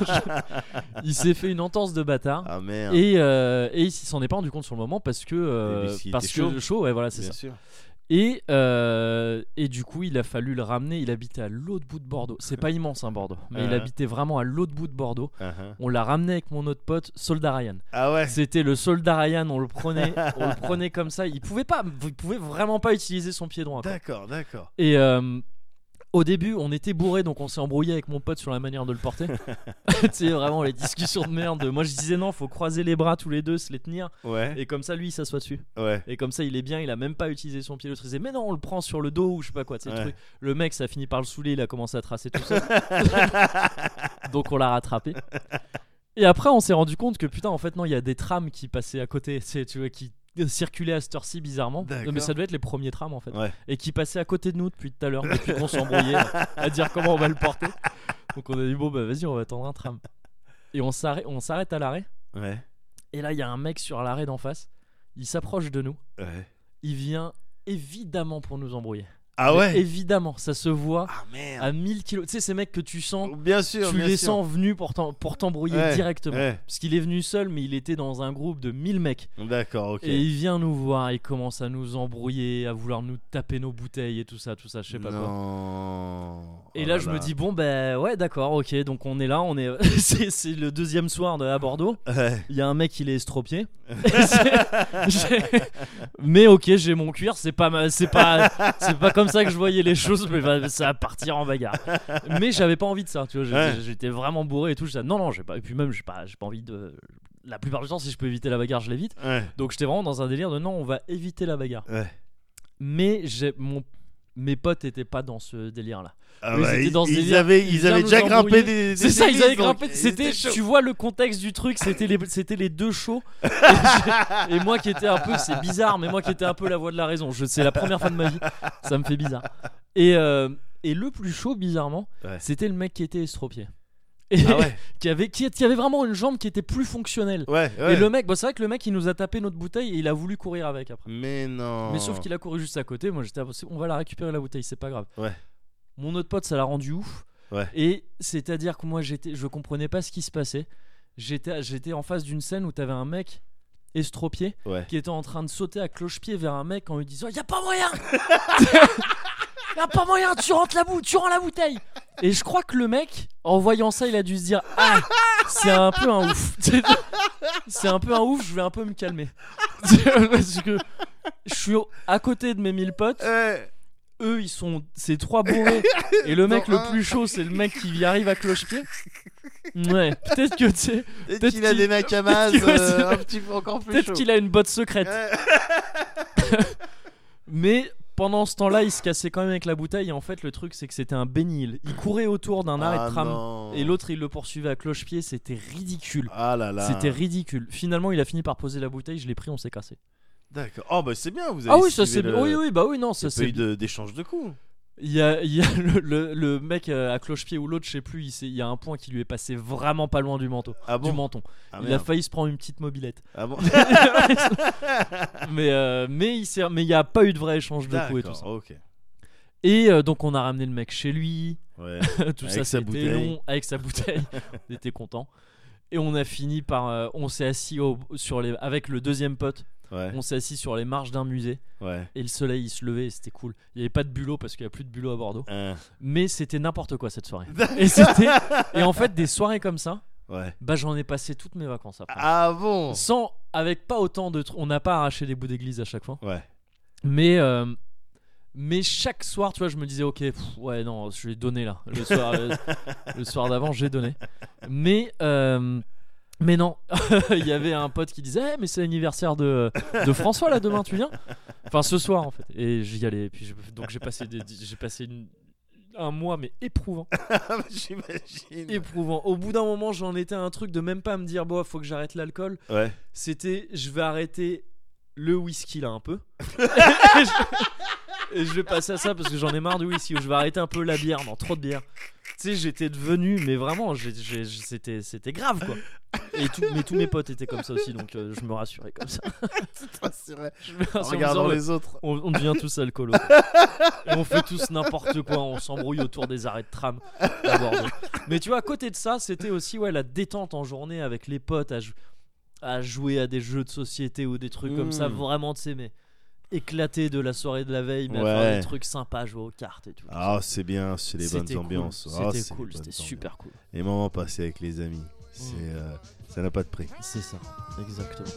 Il s'est fait une entorse de bâtard. Ah merde. Et, euh, et il s'en est pas rendu compte sur le moment parce que euh, Et parce qu'il parce était que chaud. chaud, ouais voilà c'est Bien ça. sûr. Et, euh, et du coup, il a fallu le ramener. Il habitait à l'autre bout de Bordeaux. C'est pas immense, hein, Bordeaux. Mais il Uh-huh. habitait vraiment à l'autre bout de Bordeaux. Uh-huh. On l'a ramené avec mon autre pote, Soldat Ryan. Ah ouais. C'était le Soldat Ryan. On le prenait, on le prenait comme ça. Il pouvait pas, il pouvait vraiment pas utiliser son pied droit, quoi. D'accord, d'accord. Et euh, au début, on était bourrés, donc on s'est embrouillé avec mon pote sur la manière de le porter. Tu sais, vraiment les discussions de merde. Moi, je disais non, faut croiser les bras tous les deux, se les tenir. Ouais. Et comme ça, lui, il s'assoit dessus. Ouais. Et comme ça, il est bien, il a même pas utilisé son pied. L'autre, il disait, mais non, on le prend sur le dos ou je sais pas quoi. Tu sais, le Ouais. truc. Le mec, ça a fini par le saouler, il a commencé à tracer tout seul. Donc, on l'a rattrapé. Et après, on s'est rendu compte que putain, en fait, non, il y a des trams qui passaient à côté, tu sais, tu vois, qui circulaient à cette heure-ci bizarrement. D'accord. Mais ça devait être les premiers trams en fait. Ouais. Et qui passaient à côté de nous depuis tout à l'heure, depuis qu'on s'embrouillait à, à dire comment on va le porter. Donc, on a dit, bon, bah vas-y, on va attendre un tram. Et on s'arrête, on s'arrête à l'arrêt. Ouais. Et là, il y a un mec sur l'arrêt d'en face. Il s'approche de nous. Ouais. Il vient évidemment pour nous embrouiller. Ah Mais ouais. évidemment, ça se voit Ah merde. à mille kilos. Tu sais, ces mecs que tu sens, Bien sûr, tu bien les sûr. sens venus pour, t'en- pour t'embrouiller Ouais, directement. ouais. Parce qu'il est venu seul, mais il était dans un groupe de mille mecs. D'accord, ok. Et il vient nous voir, il commence à nous embrouiller, à vouloir nous taper nos bouteilles et tout ça, tout ça, je sais pas quoi. Non. Et Oh là, je me dis, bon, ben ouais, d'accord, ok, donc on est là, on est. c'est, c'est le deuxième soir de, à Bordeaux. Ouais. Il y a un mec, il est estropié. J'ai- mais ok, j'ai mon cuir, c'est pas, ma- c'est pas, c'est pas comme ça que je voyais les choses, mais va- ça va partir en bagarre. Mais j'avais pas envie de ça, tu vois. J'étais, Ouais. j'étais vraiment bourré et tout. Je disais, non, non, j'ai pas. Et puis même, j'ai pas, j'ai pas envie de. La plupart du temps, si je peux éviter la bagarre, je l'évite. Ouais. Donc j'étais vraiment dans un délire de non, on va éviter la bagarre. Ouais. Mais j'ai, mon, mes potes étaient pas dans ce délire-là. Ah Eux, bah, ils étaient ils, dans ce ils délire, avaient, ils ils viennent avaient nous déjà embrouiller. grimpé des, des C'est ça, ils églises, avaient donc grimpé. ils C'était, étaient chauds. tu vois le contexte du truc, c'était les, c'était les deux chauds. Et, j'ai- et moi qui étais un peu, c'est bizarre, mais moi qui étais un peu la voix de la raison. Je, c'est la première fois de ma vie, ça me fait bizarre. Et, euh, et le plus chaud, bizarrement, Ouais. c'était le mec qui était estropié. Et Ah ouais. qui avait, qui, qui avait vraiment une jambe qui était plus fonctionnelle. Ouais, ouais. Et le mec, bah, c'est vrai que le mec il nous a tapé notre bouteille et il a voulu courir avec après. Mais non. Mais sauf qu'il a couru juste à côté. Moi j'étais, c'est- on va la récupérer la bouteille, c'est pas grave. Ouais. Mon autre pote, ça l'a rendu ouf. Ouais. Et c'est-à-dire que moi j'étais, je comprenais pas ce qui se passait. J'étais, j'étais en face d'une scène où t'avais un mec estropié Ouais. qui était en train de sauter à cloche-pied vers un mec en lui disant y a pas moyen, y a pas moyen, tu rentres la bou- tu rends la bouteille. Et je crois que le mec, en voyant ça, il a dû se dire ah c'est un peu un ouf. C'est un peu un ouf, je vais un peu me calmer. Parce que je suis à côté de mes mille potes. Ouais. Eux ils sont ces trois bourrés et le mec Non, le un. plus chaud c'est le mec qui y arrive à cloche-pied. Ouais, peut-être que tu sais, Peut-être Peut-être qu'il a qu'il- des nakamas peut-être qu'il- ouais, euh, c'est- un petit peu encore plus peut-être chauds. qu'il a une botte secrète. Ouais. Mais pendant ce temps-là, il se cassait quand même avec la bouteille et en fait le truc c'est que c'était un bénil. Il courait autour d'un arrêt Ah de tram non. et l'autre il le poursuivait à cloche-pied, c'était ridicule. Ah là là. C'était ridicule. Finalement, il a fini par poser la bouteille, je l'ai pris, on s'est cassé. D'accord. Oh bah c'est bien, vous avez Ah oui, ça esquivé c'est le... oui oui bah oui non, Il y ça a pas c'est eu de- d'échange de coups. Il y a, il y a le, le- le mec euh, à cloche-pied ou l'autre, je sais plus, il, s'est- il y a un point qui lui est passé vraiment pas loin du manteau. Ah Du bon. menton. Ah, il a merde. failli se prendre une petite mobilette. Ah bon. mais euh, mais il s'est- mais il n'y a pas eu de vrai échange de coups et tout ça. D'accord. Ok. Et euh, donc on a ramené le mec chez lui. Ouais. Tout Avec ça sa c'était bouteille. long avec sa bouteille. On était content. Et on a fini par, euh, on s'est assis au- sur les, avec le deuxième pote. Ouais. On s'est assis sur les marches d'un musée Ouais. et le soleil il se levait et c'était cool. Il n'y avait pas de bulot parce qu'il n'y a plus de bulot à Bordeaux. Hein. Mais c'était n'importe quoi cette soirée. Et c'était et en fait des soirées comme ça, Ouais. bah j'en ai passé toutes mes vacances après. Ah bon. Sans avec pas autant de tr- on n'a pas arraché des bouts d'église à chaque fois. Ouais. Mais euh, mais chaque soir, tu vois, je me disais OK, pff, ouais non, je vais donner là. Le soir le, le soir d'avant, j'ai donné. Mais euh, mais non, il y avait un pote qui disait eh, mais c'est l'anniversaire de, de François là demain, tu viens? Enfin ce soir en fait. Et j'y allais. Et puis je- donc j'ai passé des- j'ai passé une- un mois mais éprouvant. J'imagine. éprouvant. Au bout d'un moment, j'en étais à un truc de même pas me dire bon, faut que j'arrête l'alcool. Ouais. C'était je vais arrêter le whisky là un peu. et, je, et je vais passer à ça parce que j'en ai marre du whisky. Ou je vais arrêter un peu la bière, non trop de bière. Tu sais, j'étais devenu, mais vraiment, j'ai, j'ai- c'était, c'était grave quoi. Et tout, mais tous mes potes étaient comme ça aussi, donc euh, je me rassurais comme ça. C'est vrai. Je me rassurais En en me regardant disant, les autres. on, on devient tous alcoolos. Et on fait tous n'importe quoi, on s'embrouille autour des arrêts de tram à Bordeaux. Mais tu vois, à côté de ça, c'était aussi ouais, la détente en journée avec les potes, à, jou- à jouer à des jeux de société ou des trucs comme ça, Mmh. vraiment de s'aimer. éclater de la soirée de la veille, mais à Ouais. faire des trucs sympas, jouer aux cartes et tout. Ah, c'est bien, c'est les bonnes C'était cool, ambiances. Ah, C'était c'est les cool, bonnes c'était ambiances. super cool. Les moments passés avec les amis, c'est, euh, ça n'a pas de prix. C'est ça, exactement.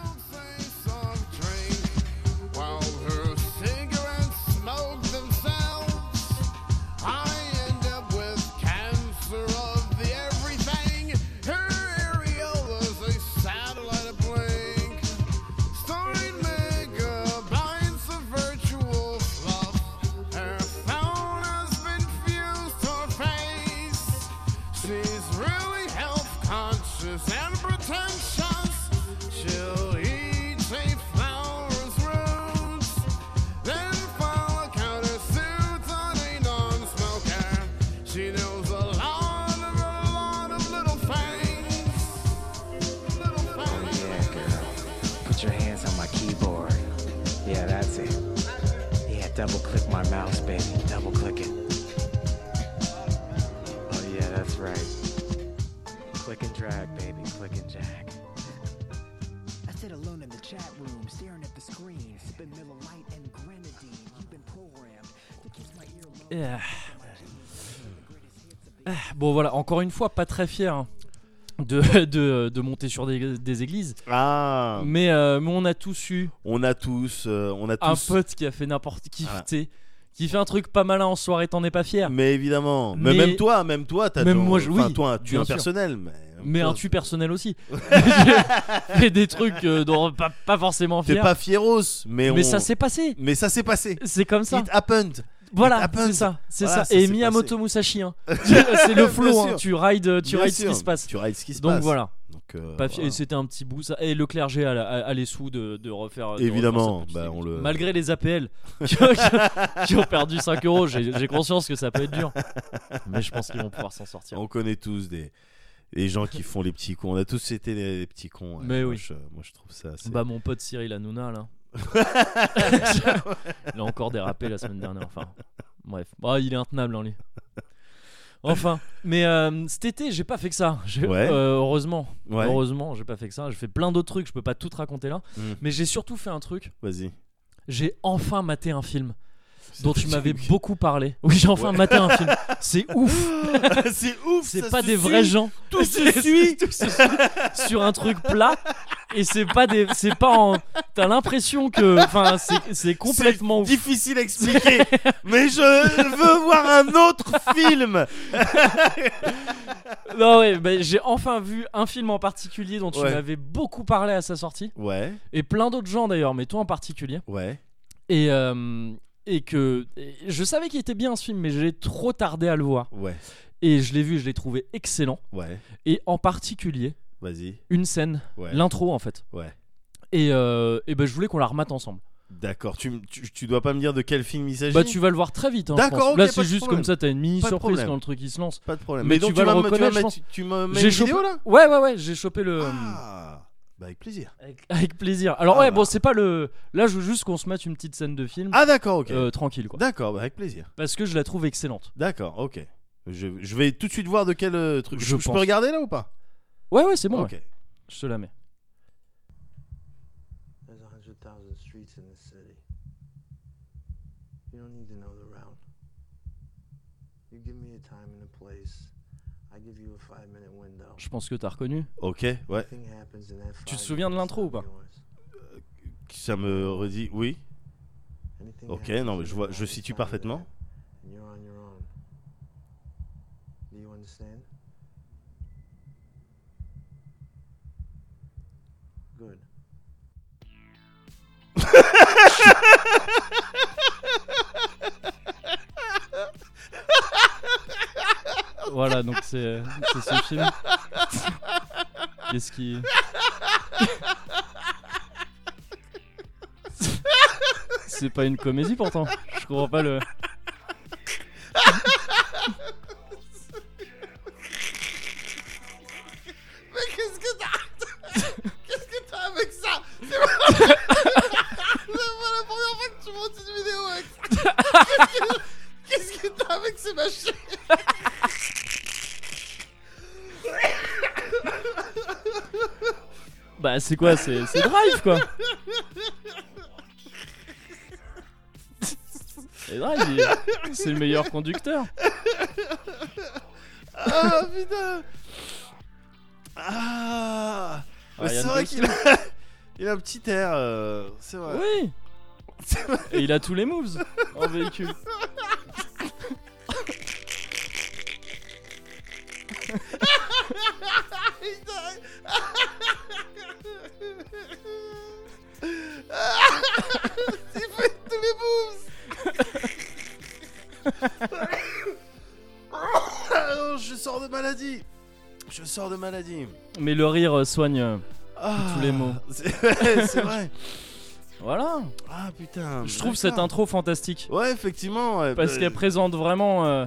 While her cigarettes smoke themselves, I end up with cancer of the everything. Her areola's a satellite blink. Storing megabytes of virtual fluff. Her phone has been fused to her face. She's really health conscious and pretentious. She'll eat safe flowers, roots, then file a countersuit on a non-smoker. She knows a lot of a lot of little things. Little things. Yeah, girl. Put your hands on my keyboard. Yeah, that's it. Yeah, double click my mouse, baby. Double click it. Oh, yeah, that's right. Click and drag, baby. Click and drag. I sit alone in the chat room, staring at the screen, sipping Miller Lite and grenadine. You've been programmed to kiss my earlobe. Yeah. Ah, Bon voilà, encore une fois, pas très fier hein, de, de, de monter sur des, des églises, Ah, mais, euh, mais on a tous eu on a tous, euh, on a un tous. pote qui a fait n'importe qui, Ah. tu sais, qui fait un truc pas malin en soirée, t'en es pas fier. Mais évidemment, mais, Mais- même toi, même toi, t'as Même genre- moi, je- enfin, oui, toi, tu es bien un sûr. personnel, mais, Mais toi, un tu personnel aussi. J'ai fait des trucs euh, dont pas, pas forcément T'es fier. pas fieros, mais, Mais on- ça s'est passé. mais ça s'est passé. C'est comme ça. It happened. Voilà, happens. c'est ça, c'est Voilà, ça. ça Et s'est Miyamoto Musashi, hein. c'est le flow. Bien Hein. sûr. Tu rides, tu Bien rides ce sûr, qui se passe. Tu rides ce qui se Donc passe. voilà. Donc, euh, Pas fi- voilà. Et c'était un petit bout ça. Et le clergé a, a, a les sous de, de refaire. de Évidemment, refaire sa bah, petite on église. le- Malgré les A P L qui, ont- qui ont perdu cinq euros, j'ai j'ai conscience que ça peut être dur. Mais je pense qu'ils vont pouvoir s'en sortir. On connaît tous des, des gens qui font les petits cons. On a tous été des, des petits cons. Mais moi, oui. Je, moi, je trouve ça. assez- Bah, mon pote Cyril Hanouna, là. Il a encore dérapé la semaine dernière. Enfin, bref. Bah, il est intenable, hein, lui. Enfin, mais euh, cet été, j'ai pas fait que ça. J'ai- Ouais. euh, heureusement. Ouais. Heureusement, j'ai pas fait que ça. J'ai fait plein d'autres trucs, je peux pas tout te raconter là. Mm. Mais j'ai surtout fait un truc. Vas-y. J'ai enfin maté un film dont tu m'avais beaucoup parlé. Oui, j'ai enfin maté un film. C'est ouf. C'est ouf. C'est ça pas se des suit. vrais gens. Tout se suit. Tout se suit sur un truc plat. Et c'est pas des. C'est pas en. T'as l'impression que. Enfin, c'est, c'est complètement ouf. Difficile à expliquer, mais je veux voir un autre film. Non, ouais, bah, j'ai enfin vu un film en particulier dont tu Ouais. m'avais beaucoup parlé à sa sortie. Ouais, Et plein d'autres gens d'ailleurs, mais toi en particulier. ouais. Et. euh, Et que et je savais qu'il était bien ce film, mais j'ai trop tardé à le voir. Ouais, Et je l'ai vu, je l'ai trouvé excellent. ouais. Et en particulier, Vas-y. une scène, Ouais. l'intro en fait. Ouais. Et, euh, et ben je voulais qu'on la remate ensemble. D'accord. Tu, tu, tu dois pas me dire de quel film il s'agit. Bah tu vas le voir très vite. Hein, je D'accord, pense. ok, Là pas c'est de juste problème. comme ça, t'as une mini Pas de surprise problème. quand le truc il se lance. Pas de problème. Mais Mais, tu donc vas tu le vas me- tu vas reconnaître, je mettre- pense. tu me mets J'ai une chopé. vidéo là. Ouais ouais ouais, j'ai chopé le. Ah, bah avec plaisir. Avec, avec plaisir. Alors Ah ouais bah. bon c'est pas le. Là je veux juste qu'on se mette une petite scène de film. Ah d'accord, ok. euh, tranquille quoi. D'accord, bah avec plaisir. Parce que je la trouve excellente. D'accord, ok. Je, je vais tout de suite voir de quel euh, truc. Je Je, je pense. peux regarder là ou pas? Ouais ouais c'est bon. Ok. ouais. Je te la mets. There's a hundred thousand streets in this city. You don't need to know the route. You give me a time and a place. I give you a five minute window. Je pense que t'as reconnu. Ok, ouais. Anything happens in that Tu te five souviens de minutes, l'intro ou I'm pas? yours. Ça me redit. Oui. Anything Ok, happens non, mais in je that vois, je five situe minutes, parfaitement. and you're on your own. Do you understand? Good. Voilà donc c'est c'est ce film. Qu'est-ce qui. C'est pas une comédie pourtant. Je comprends pas le. Mais qu'est-ce que t'as Qu'est-ce que t'as avec ça? C'est pas... C'est pas la première fois que tu montes une vidéo avec ça. Qu'est-ce que, qu'est-ce que t'as avec ces machines? Bah c'est quoi? C'est c'est Drive quoi. Et Drive, il- c'est le meilleur conducteur. Ah putain. Ah. Mais Ryan c'est vrai Gosling. qu'il a, il a un petit air. euh, C'est vrai. Oui. C'est vrai. Et il a tous les moves en véhicule. Il fait tous les moves. Oh, je sors de maladie. Je sors de maladie. Mais le rire soigne. euh, Ah, Tous les mots. C'est ouais, c'est vrai. Voilà. Ah putain. Je trouve d'accord. cette intro fantastique. Ouais, effectivement. Ouais, Parce bah, qu'elle présente vraiment. euh,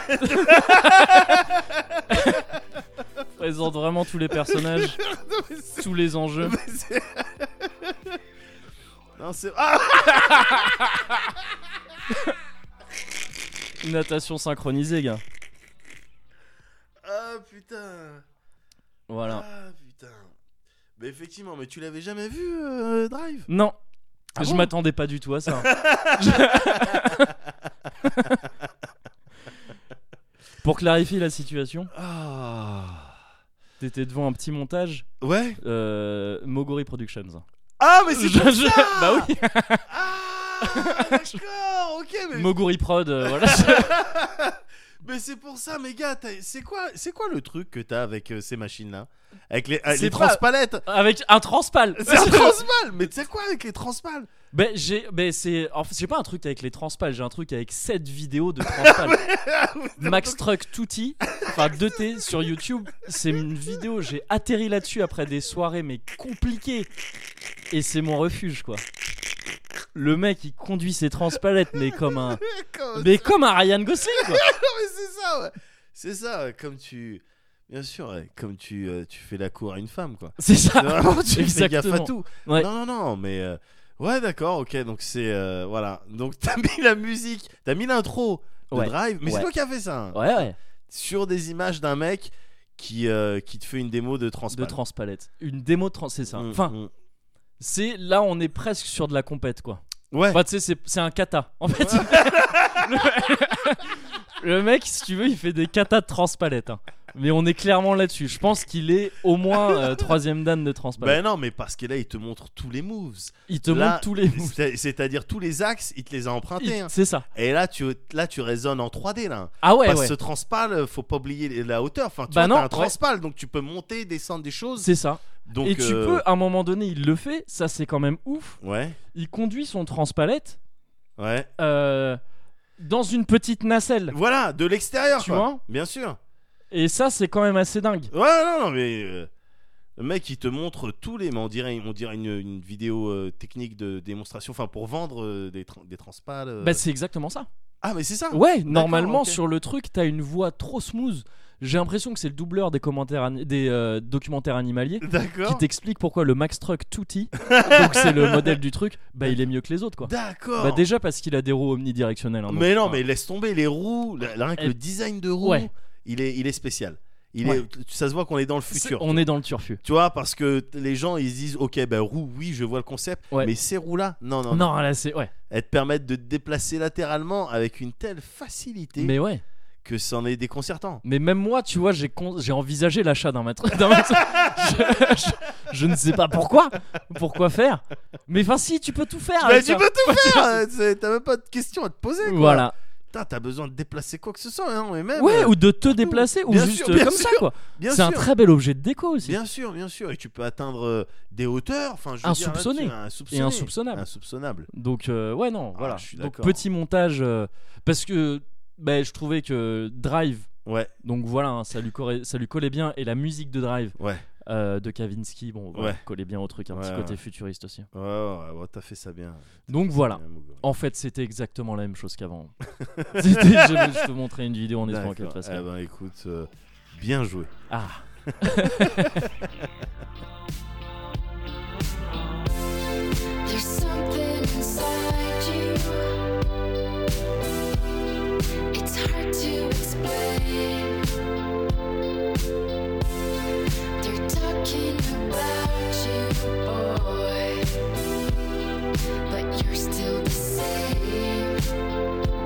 présente vraiment tous les personnages, non, mais c'est- tous les enjeux. mais c'est- Non, c'est. Ah Natation synchronisée, gars. Ah putain. Voilà. Ah putain. Mais effectivement, mais tu l'avais jamais vu, euh, Drive? Non. Ah je bon m'attendais pas du tout à ça. Pour clarifier la situation, Ah. t'étais devant un petit montage Ouais. euh, Mogori Productions. Ah, mais c'est Je- pour je- ça. Bah oui. Ah, d'accord, ok, mais. Mogori Prod, euh, voilà. Mais c'est pour ça, mes gars, t'as- c'est quoi, c'est quoi le truc que t'as avec euh, ces machines-là? Avec les, avec C'est les pas- transpalettes? Avec un transpal. C'est un transpal. Mais tu sais quoi avec les transpales? Ben j'ai, ben c'est, en fait, j'ai pas un truc avec les transpals, j'ai un truc avec sept vidéos de transpal. Max Truck Tutti, enfin deux T sur YouTube, c'est une vidéo, j'ai atterri là-dessus après des soirées mais compliquées, et c'est mon refuge quoi. Le mec il conduit ses transpalettes mais comme un, Comme- mais comme un Ryan Gosling quoi. Non, mais c'est ça, ouais. C'est ça, ouais, comme tu. Bien sûr, ouais, comme tu, euh, tu fais la cour à une femme, quoi. C'est C'est ça. vraiment, tu fais gaffe à Exactement. tout. Ouais. Non, non, non, mais. euh, Ouais, d'accord, ok, donc c'est. euh, voilà. Donc t'as mis la musique, t'as mis l'intro de Ouais. Drive, mais Ouais. c'est toi qui as fait ça. hein. Ouais ouais. Sur des images d'un mec qui, euh, qui te fait une démo de De transpal. transpalette. Une démo de trans, c'est ça. Mm, Enfin, mm. c'est là on est presque sur de la compète quoi. Ouais. Enfin, tu sais, c'est, c'est un kata. En fait, le, le mec, si tu veux, il fait des katas de transpalette. hein. Mais on est clairement là-dessus. Je pense qu'il est au moins euh, troisième dan de transpalette. Ben non, mais parce que là, il te montre tous les moves. il te Là, montre tous les moves. c'est- C'est-à-dire tous les axes, il te les a empruntés. Il- hein. C'est ça. Et là, tu, là, tu résonnes en trois D, là. Ah ouais, Parce ouais. que ce transpal, faut pas oublier la hauteur. Enfin, tu Bah vois, non, t'as un ouais. transpal, donc tu peux monter, descendre des choses. C'est ça. Donc, Et tu euh, peux, à un moment donné, il le fait. Ça, c'est quand même ouf. Ouais, Il conduit son transpalette ouais. euh, dans une petite nacelle. Voilà, de l'extérieur, Tu quoi. vois Bien sûr. Et ça, c'est quand même assez dingue. Ouais, non, non, mais euh, le mec, il te montre tous les. Mais on dirait, on dirait une, une vidéo euh, technique de démonstration, enfin pour vendre euh, des, tra- des transpals. euh. Bah, c'est exactement ça. Ah, mais c'est ça. Ouais, normalement ok. sur le truc, t'as une voix trop smooth. J'ai l'impression que c'est le doubleur des commentaires ani- des euh, documentaires animaliers qui D'accord. t'explique pourquoi le Max Truck Tutti, donc c'est le modèle du truc, bah il est mieux que les autres quoi. D'accord. Bah déjà parce qu'il a des roues omnidirectionnelles. hein, donc, mais non, enfin, mais laisse tomber les roues. Là, rien que Et- le design de roues, Ouais. il est, il est spécial. Il Ouais. est, ça se voit qu'on est dans le c'est- futur. on est dans le turfu. Tu vois, parce que t- les gens ils se disent, ok, ben roue, oui, je vois le concept, Ouais. mais ces roues-là, non, non, non. Non, là c'est ouais. Elles te permettent de te déplacer latéralement avec une telle facilité Mais ouais. que c'en est déconcertant. Mais même moi, tu vois, j'ai con- j'ai envisagé l'achat d'un mètre. d'un mètre- je, je- je ne sais pas pourquoi. Pourquoi faire. Mais enfin si, tu peux tout faire. Bah, avec tu ça. peux tout faire. euh, c'est- T'as même pas de questions à te poser. Quoi. Voilà. Putain, t'as besoin de déplacer quoi que ce soit, hein, mais même. Ouais, euh, ou de te déplacer, ou Bien juste sûr, euh, bien comme ça sûr. quoi. bien C'est un sûr. très bel objet de déco aussi. Bien sûr, bien sûr, et tu peux atteindre euh, des hauteurs, enfin, je veux dire, Insoupçonnées. là-dessus, insoupçonné. Et insoupçonnable. Insoupçonnable. Donc euh, ouais non Ah, voilà. je suis Donc d'accord. petit montage euh, parce que bah, je trouvais que Drive Ouais, donc voilà hein, ça lui corré- ça lui collait bien et la musique de Drive ouais, euh, de Kavinsky bon voilà, Ouais. collait bien au truc un Ouais, petit ouais. côté futuriste aussi. ouais, ouais, ouais, t'as fait ça bien. Donc voilà. Bien, Moguri. En fait c'était exactement la même chose qu'avant. C'était je, je te montrais une vidéo en espérant qu'elle D'accord. fasse Eh bien. ben, écoute, euh, bien joué. Ah There's something inside you. It's hard to explain. They're talking about you, boy, but you're still the same.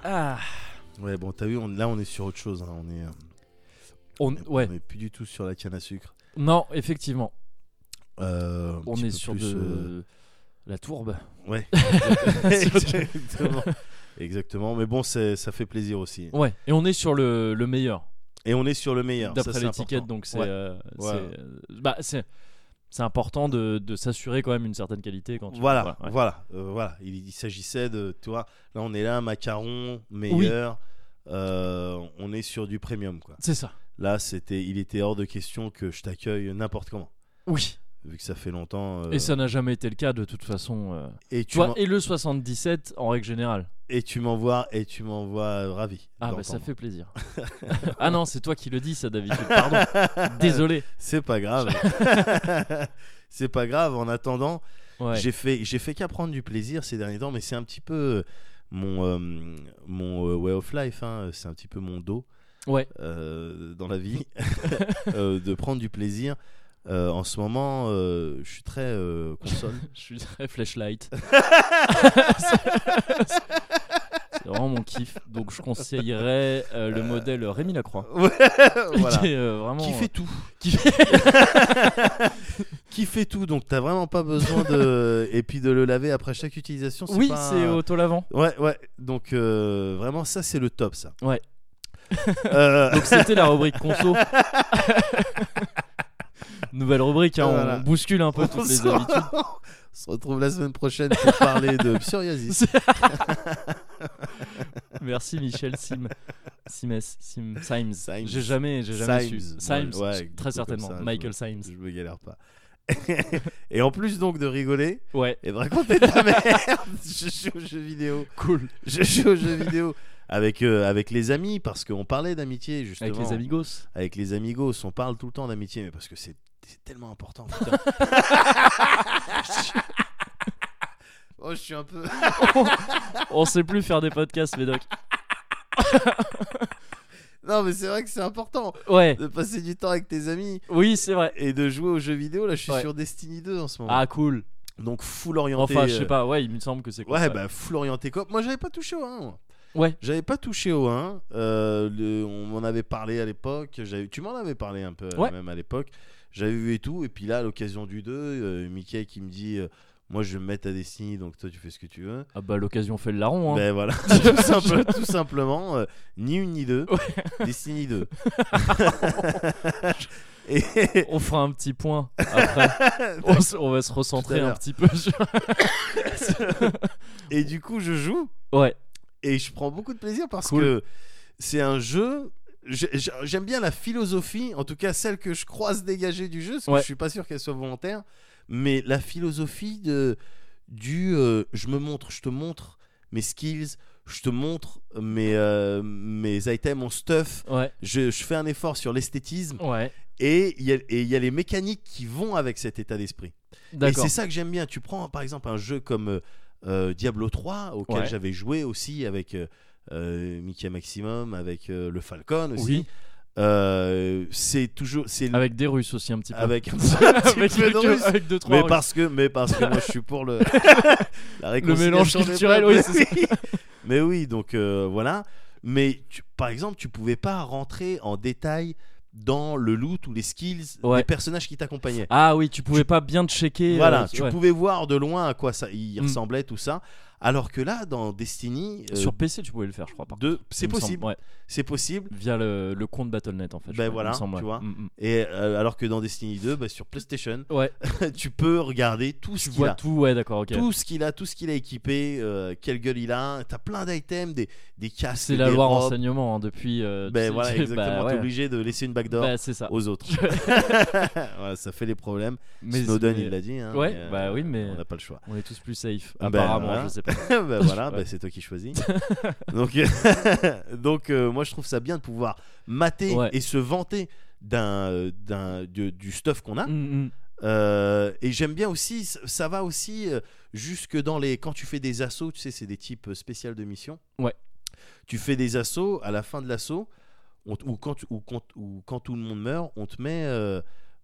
Ah, Ouais, bon, t'as vu, on- là, on est sur autre chose. hein, On est, euh, on, on est- ouais. on est plus du tout sur la canne à sucre. Non, effectivement. Euh, un On petit est peu sur plus, de euh, la tourbe. Ouais. Exactement. Exactement. Mais bon, c'est- ça fait plaisir aussi. Ouais. Et on est sur le, le meilleur. Et on est sur le meilleur. ça, D'après c'est l'étiquette, important. donc c'est. Ouais. euh, Ouais. c'est, euh, bah, c'est. C'est important de, de s'assurer quand même une certaine qualité quand tu Voilà, ouais. voilà, euh, voilà. Il, il s'agissait de, tu vois, là on est là, macaron, meilleur, euh, on est sur du premium, quoi. C'est ça. Là, c'était, il était hors de question que je t'accueille n'importe comment, Oui. vu que ça fait longtemps. euh, Et ça n'a jamais été le cas de toute façon. euh. et Tu tu vois, m'en- et le soixante-dix-sept en règle générale. et tu m'envoies, et tu m'envoies euh, ravi. Ah bah d'entendre. ça fait plaisir. Ah non, c'est toi qui le dis ça d'habitude. Pardon. Désolé. C'est pas grave. C'est pas grave. En attendant, Ouais. j'ai fait, j'ai fait qu'apprendre du plaisir ces derniers temps, mais c'est un petit peu euh, mon, euh, mon euh, way of life. hein. C'est un petit peu mon dos. Ouais. euh, dans la vie euh, de prendre du plaisir. Euh, en ce moment, euh, je suis très euh, console. Je suis très flashlight. C'est vraiment mon kiff. Donc je conseillerais euh, le modèle Rémi Lacroix. Ouais, voilà. Qui est euh, vraiment. Qui euh, fait tout. qui fait- Qui fait tout. Donc t'as vraiment pas besoin de et puis de le laver après chaque utilisation. Oui, pas... c'est auto-lavant. Ouais, ouais. Donc euh, vraiment ça c'est le top ça. Ouais. Euh, Donc c'était la rubrique conso. Nouvelle rubrique, hein, Voilà. on bouscule un peu on toutes les se- habitudes. on se retrouve la semaine prochaine pour parler de psoriasis. Merci Michel Sim. Simes, Sim, Symes. Symes. J'ai jamais, j'ai jamais su. Symes. Symes, Ouais, ouais, très comme certainement. ça, je- Michael Symes. Je me galère pas. Et en plus donc de rigoler Ouais, et de raconter de la merde, je joue aux jeux vidéo. cool. Je joue aux jeux vidéo avec, euh, avec les amis parce qu'on parlait d'amitié justement. Avec les amigos. Avec les amigos, on parle tout le temps d'amitié, mais parce que c'est c'est tellement important. Putain. Oh, je suis un peu. On sait plus faire des podcasts, Médoc. Non, mais c'est vrai que c'est important Ouais. de passer du temps avec tes amis Oui, c'est vrai. et de jouer aux jeux vidéo. Là, je suis Ouais. sur Destiny deux en ce moment. Ah, cool. Donc, full orienté. Enfin, je sais euh, pas. Ouais, il me semble que c'est quoi. Ouais, bah, full orienté coop. Moi, j'avais pas touché au un. moi. Ouais. J'avais pas touché au un. Euh, le- on m'en avait parlé à l'époque. J'avais- Tu m'en avais parlé un peu, Ouais. même à l'époque. J'avais vu et tout. Et puis là, à l'occasion du deux, euh, Mickey qui me dit euh, moi, je vais me mettre à Destiny, donc toi, tu fais ce que tu veux. Ah bah l'occasion fait le larron. Hein. Ben voilà, tout, simple- tout simplement, euh, ni une ni deux, Destiny deux. Et On fera un petit point après. on, s- on va se recentrer Tout à un l'heure. petit peu sur. Et du coup, je joue Ouais. et je prends beaucoup de plaisir parce Cool. que c'est un jeu. j'ai- j'ai- J'aime bien la philosophie, en tout cas celle que je croise dégager du jeu, parce que Ouais. je suis pas sûr qu'elle soit volontaire, mais la philosophie de du euh, je me montre, je te montre mes skills, je te montre mes euh, mes items, mon stuff, Ouais. je, je fais un effort sur l'esthétisme Ouais. et il y a et il y a les mécaniques qui vont avec cet état d'esprit. Et D'accord. c'est ça que j'aime bien. Tu prends par exemple un jeu comme euh, euh, Diablo trois, auquel Ouais. j'avais joué aussi avec euh, euh, Mickey Maximum, avec euh, le Falcon aussi. Oui. Euh, c'est toujours c'est Avec des Russes aussi un petit peu. avec un petit avec, peu de deux, russe. avec deux trois Mais Russes. parce que mais parce que moi je suis pour le la mélange réconciliation des culturel, peuples. oui, c'est Oui. Mais oui, donc euh, voilà. Mais tu- par exemple, tu pouvais pas rentrer en détail dans le loot ou les skills Ouais. des personnages qui t'accompagnaient. Ah oui, tu pouvais pas bien te checker. Voilà, euh, tu ouais. pouvais voir de loin à quoi ça il Mm. ressemblait tout ça. Alors que là, dans Destiny, euh, Sur P C, tu pouvais le faire, je crois. Par deux, contre. c'est Il me semble, possible, ouais. c'est possible. Via le, le compte Battle point net en fait. je Ben crois, il voilà, me semble, tu ouais. vois. Mm, mm. Et euh, alors que dans Destiny deux, bah, sur PlayStation, Ouais. tu peux regarder tout ce Tu qu'il vois a. tout, ouais, d'accord, ok. Tout ce qu'il a, tout ce qu'il a équipé, euh, quelle gueule il a. T'as plein d'items, des, des casques, C'est la des loi robes. renseignement hein, depuis. euh, Ben tu- voilà, tu- exactement. bah, T'es ouais. obligé de laisser une backdoor Bah, c'est ça. aux autres. Voilà, ça fait des problèmes. Mais- Snowden, mais- il l'a dit. Hein, Ouais, mais, bah oui, mais- on n'a pas le choix. On est tous plus safe. Ben, Apparemment, voilà. je sais pas. Ben voilà, Ouais. ben c'est toi qui choisis. donc, donc euh, moi je trouve ça bien de pouvoir mater Ouais. et se vanter d'un, d'un, de- du stuff qu'on a. Mm, mm. Euh, et j'aime bien aussi, ça- ça va aussi euh, jusque dans les. Quand tu fais des assauts, tu sais, c'est des types spéciales de mission. Ouais. Tu fais des assauts, à la fin de l'assaut, on t- ou, quand, tu- ou, quand, ou quand tout le monde meurt, on te met. euh,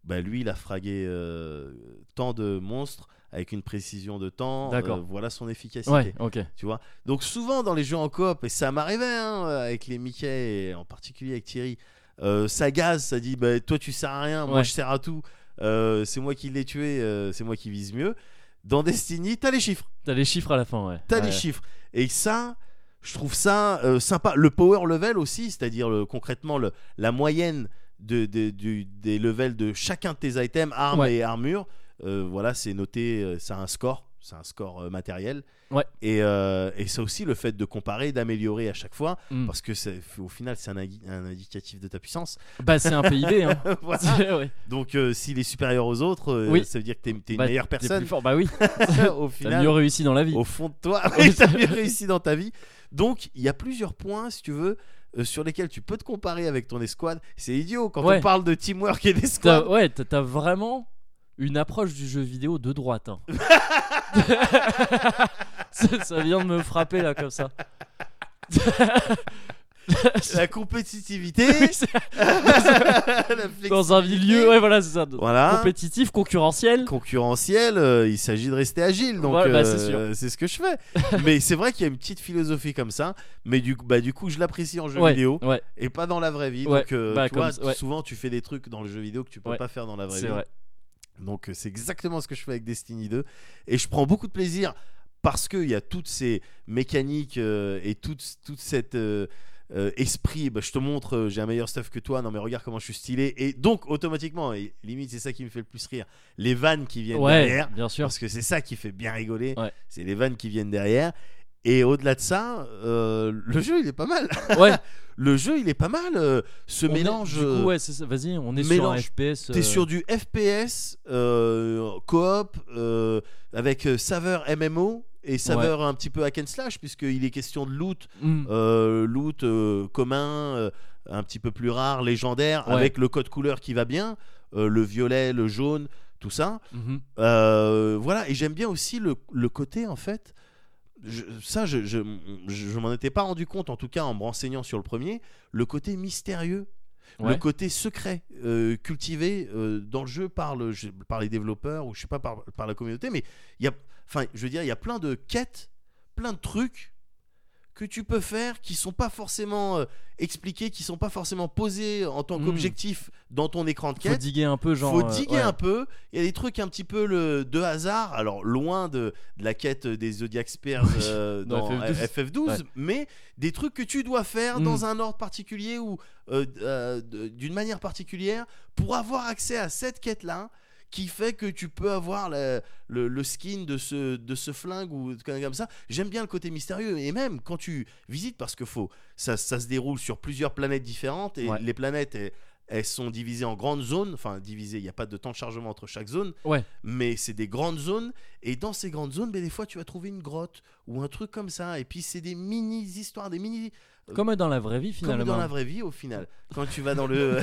bah lui il a fragué euh, tant de monstres avec une précision de temps. D'accord. Euh, voilà son efficacité. Ouais, ok. Tu vois. Donc souvent dans les jeux en coop, et ça m'arrivait hein, avec les Mickey et en particulier avec Thierry, euh, ça gaze, ça dit bah, toi tu sers à rien, moi Ouais. je sers à tout. Euh, c'est moi qui l'ai tué, euh, c'est moi qui vise mieux. Dans Destiny, t'as les chiffres, T'as les chiffres à la fin, ouais. t'as Ouais. les chiffres. Et ça, je trouve ça euh, sympa. Le power level aussi, c'est-à-dire le- concrètement le, la moyenne de, de- du- des levels de chacun de tes items, armes Ouais. et armures. Euh, voilà, c'est noté, euh, ça a un score, c'est un score euh, matériel. Ouais. Et, euh, et c'est aussi le fait de comparer, d'améliorer à chaque fois, Mm. parce que c'est- au final, c'est un, indi- un indicatif de ta puissance. Bah, c'est un P I B, hein. Voilà. C'est- ouais. Donc, euh, s'il est supérieur aux autres, euh, Oui. ça veut dire que t'es, t'es une Bah, meilleure t'es personne. plus fort. Bah oui. Au T'as final, mieux réussi dans la vie. au fond de toi, oui, t'as mieux réussi dans ta vie. Donc, il y a plusieurs points, si tu veux, euh, sur lesquels tu peux te comparer avec ton escouade. C'est idiot quand Ouais. on parle de teamwork et T'as, d'escouade. ouais, t'as, t'as vraiment une approche du jeu vidéo de droite. Hein. ça, ça vient de me frapper là comme ça. La compétitivité, Oui, c'est- la dans un flexibilité. milieu, ouais, voilà, c'est ça. Voilà. Compétitif, concurrentiel. Concurrentiel, euh, il s'agit de rester agile, donc Ouais, bah, euh, c'est sûr. c'est ce que je fais. Mais c'est vrai qu'il y a une petite philosophie comme ça, mais du, coup- bah, du coup je l'apprécie en jeu Ouais, vidéo ouais, et pas dans la vraie vie. Ouais, Donc euh, bah, tu comme vois, ça, ouais. souvent tu fais des trucs dans le jeu vidéo que tu peux Ouais. pas faire dans la vraie c'est vie. vrai. Donc euh, c'est exactement ce que je fais avec Destiny deux et je prends beaucoup de plaisir parce qu'il y a toutes ces mécaniques euh, et toute, toute cette euh, euh, esprit. Bah, je te montre, euh, j'ai un meilleur stuff que toi. Non mais regarde comment je suis stylé. Et donc automatiquement, et limite c'est ça qui me fait le plus rire, les vannes qui viennent Ouais, derrière. bien sûr. Parce que c'est ça qui fait bien rigoler. Ouais. C'est les vannes qui viennent derrière. Et au-delà de ça, euh, le jeu il est pas mal. Ouais. Le jeu il est pas mal. euh, ce On est- mélange. du coup, euh, ouais, c'est ça. Vas-y, on est sur un mélange. F P S. T'es euh, sur du F P S euh, coop euh, avec euh, saveur M M O et saveur un petit peu hack and slash puisqu'il est question de loot, hmm, euh, loot euh, commun, euh, un petit peu plus rare, légendaire, Ouais. avec le code couleur qui va bien, euh, le violet, le jaune, tout ça. mhm. Euh, voilà, et j'aime bien aussi le, le côté en fait. Je- ça, je, je, je, je m'en étais pas rendu compte, en tout cas en me renseignant sur le premier, le côté mystérieux, le Ouais. côté secret, euh, cultivé euh, dans le jeu par, le, je- par les développeurs ou je sais pas par, par la communauté, mais il y a, enfin, je veux dire, il y a plein de quêtes, plein de trucs que tu peux faire qui sont pas forcément euh, expliqués, qui sont pas forcément posés en tant Mm. qu'objectif dans ton écran de Faut quête. diguer un peu, genre. Faut euh, diguer ouais. un peu. Il y a des trucs un petit peu le, de hasard. Alors, loin de, de la quête des Zodiac Spears Oui, euh, dans dans F F douze. F F douze, Ouais. mais des trucs que tu dois faire Mm. dans un ordre particulier ou euh, euh, de- d'une manière particulière pour avoir accès à cette quête-là qui fait que tu peux avoir la- le, le skin de ce, de ce flingue ou de- comme ça. J'aime bien le côté mystérieux et même quand tu visites, parce que faut, ça, ça se déroule sur plusieurs planètes différentes et Ouais. les planètes elles, elles sont divisées en grandes zones, enfin divisées, il n'y a pas de temps de chargement entre chaque zone, Ouais. mais c'est des grandes zones et dans ces grandes zones, ben, des fois tu vas trouver une grotte ou un truc comme ça et puis c'est des mini histoires, des mini Comme dans la vraie vie, comme finalement. dans la vraie vie au final quand tu vas dans le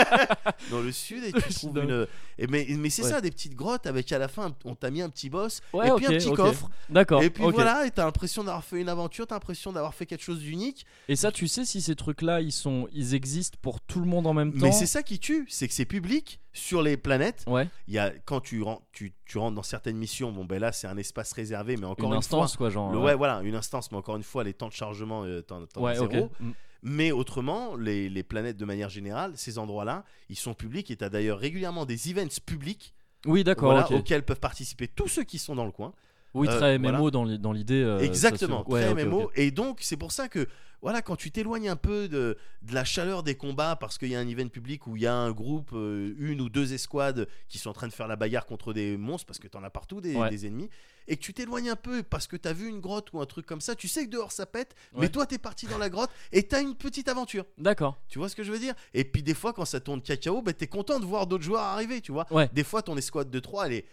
dans le sud et tu trouves Dans- une et mais mais c'est Ouais. ça, des petites grottes avec à la fin on t'a mis un petit boss Ouais, et ok, puis un petit ok. coffre D'accord. et puis ok. voilà et t'as l'impression d'avoir fait une aventure, t'as l'impression d'avoir fait quelque chose d'unique. Et ça, tu sais si ces trucs-là, ils sont, ils existent pour tout le monde en même temps. Mais c'est ça qui tue, c'est que c'est public sur les planètes. Ouais. Il y a quand tu rentres tu, tu rentres dans certaines missions, bon ben là c'est un espace réservé mais encore Une une, instance, fois quoi, genre. le- euh, ouais voilà une instance mais encore une fois les temps de chargement euh, t'en, t'en as Ouais, ok. zéro. Mm. Mais autrement, les, les planètes de manière générale, ces endroits-là, ils sont publics et tu as d'ailleurs régulièrement des events publics Oui, d'accord. voilà, ok. auxquels peuvent participer tous ceux qui sont dans le coin. Oui, Euh, très M M O voilà. dans l'i- dans l'idée. euh, ça Exactement, se- ouais, très ok, M M O. ok. Et donc, c'est pour ça que, voilà, quand tu t'éloignes un peu de, de la chaleur des combats, parce qu'il y a un event public où il y a un groupe, euh, une ou deux escouades qui sont en train de faire la bagarre contre des monstres, parce que t'en as partout des, Ouais. des ennemis, et que tu t'éloignes un peu parce que t'as vu une grotte ou un truc comme ça, tu sais que dehors ça pète, Ouais. mais toi t'es parti dans la grotte et t'as une petite aventure. D'accord. Tu vois ce que je veux dire? Et puis des fois quand ça tourne cacao, bah, t'es content de voir d'autres joueurs arriver, tu vois. Ouais. Des fois ton escouade de trois elle est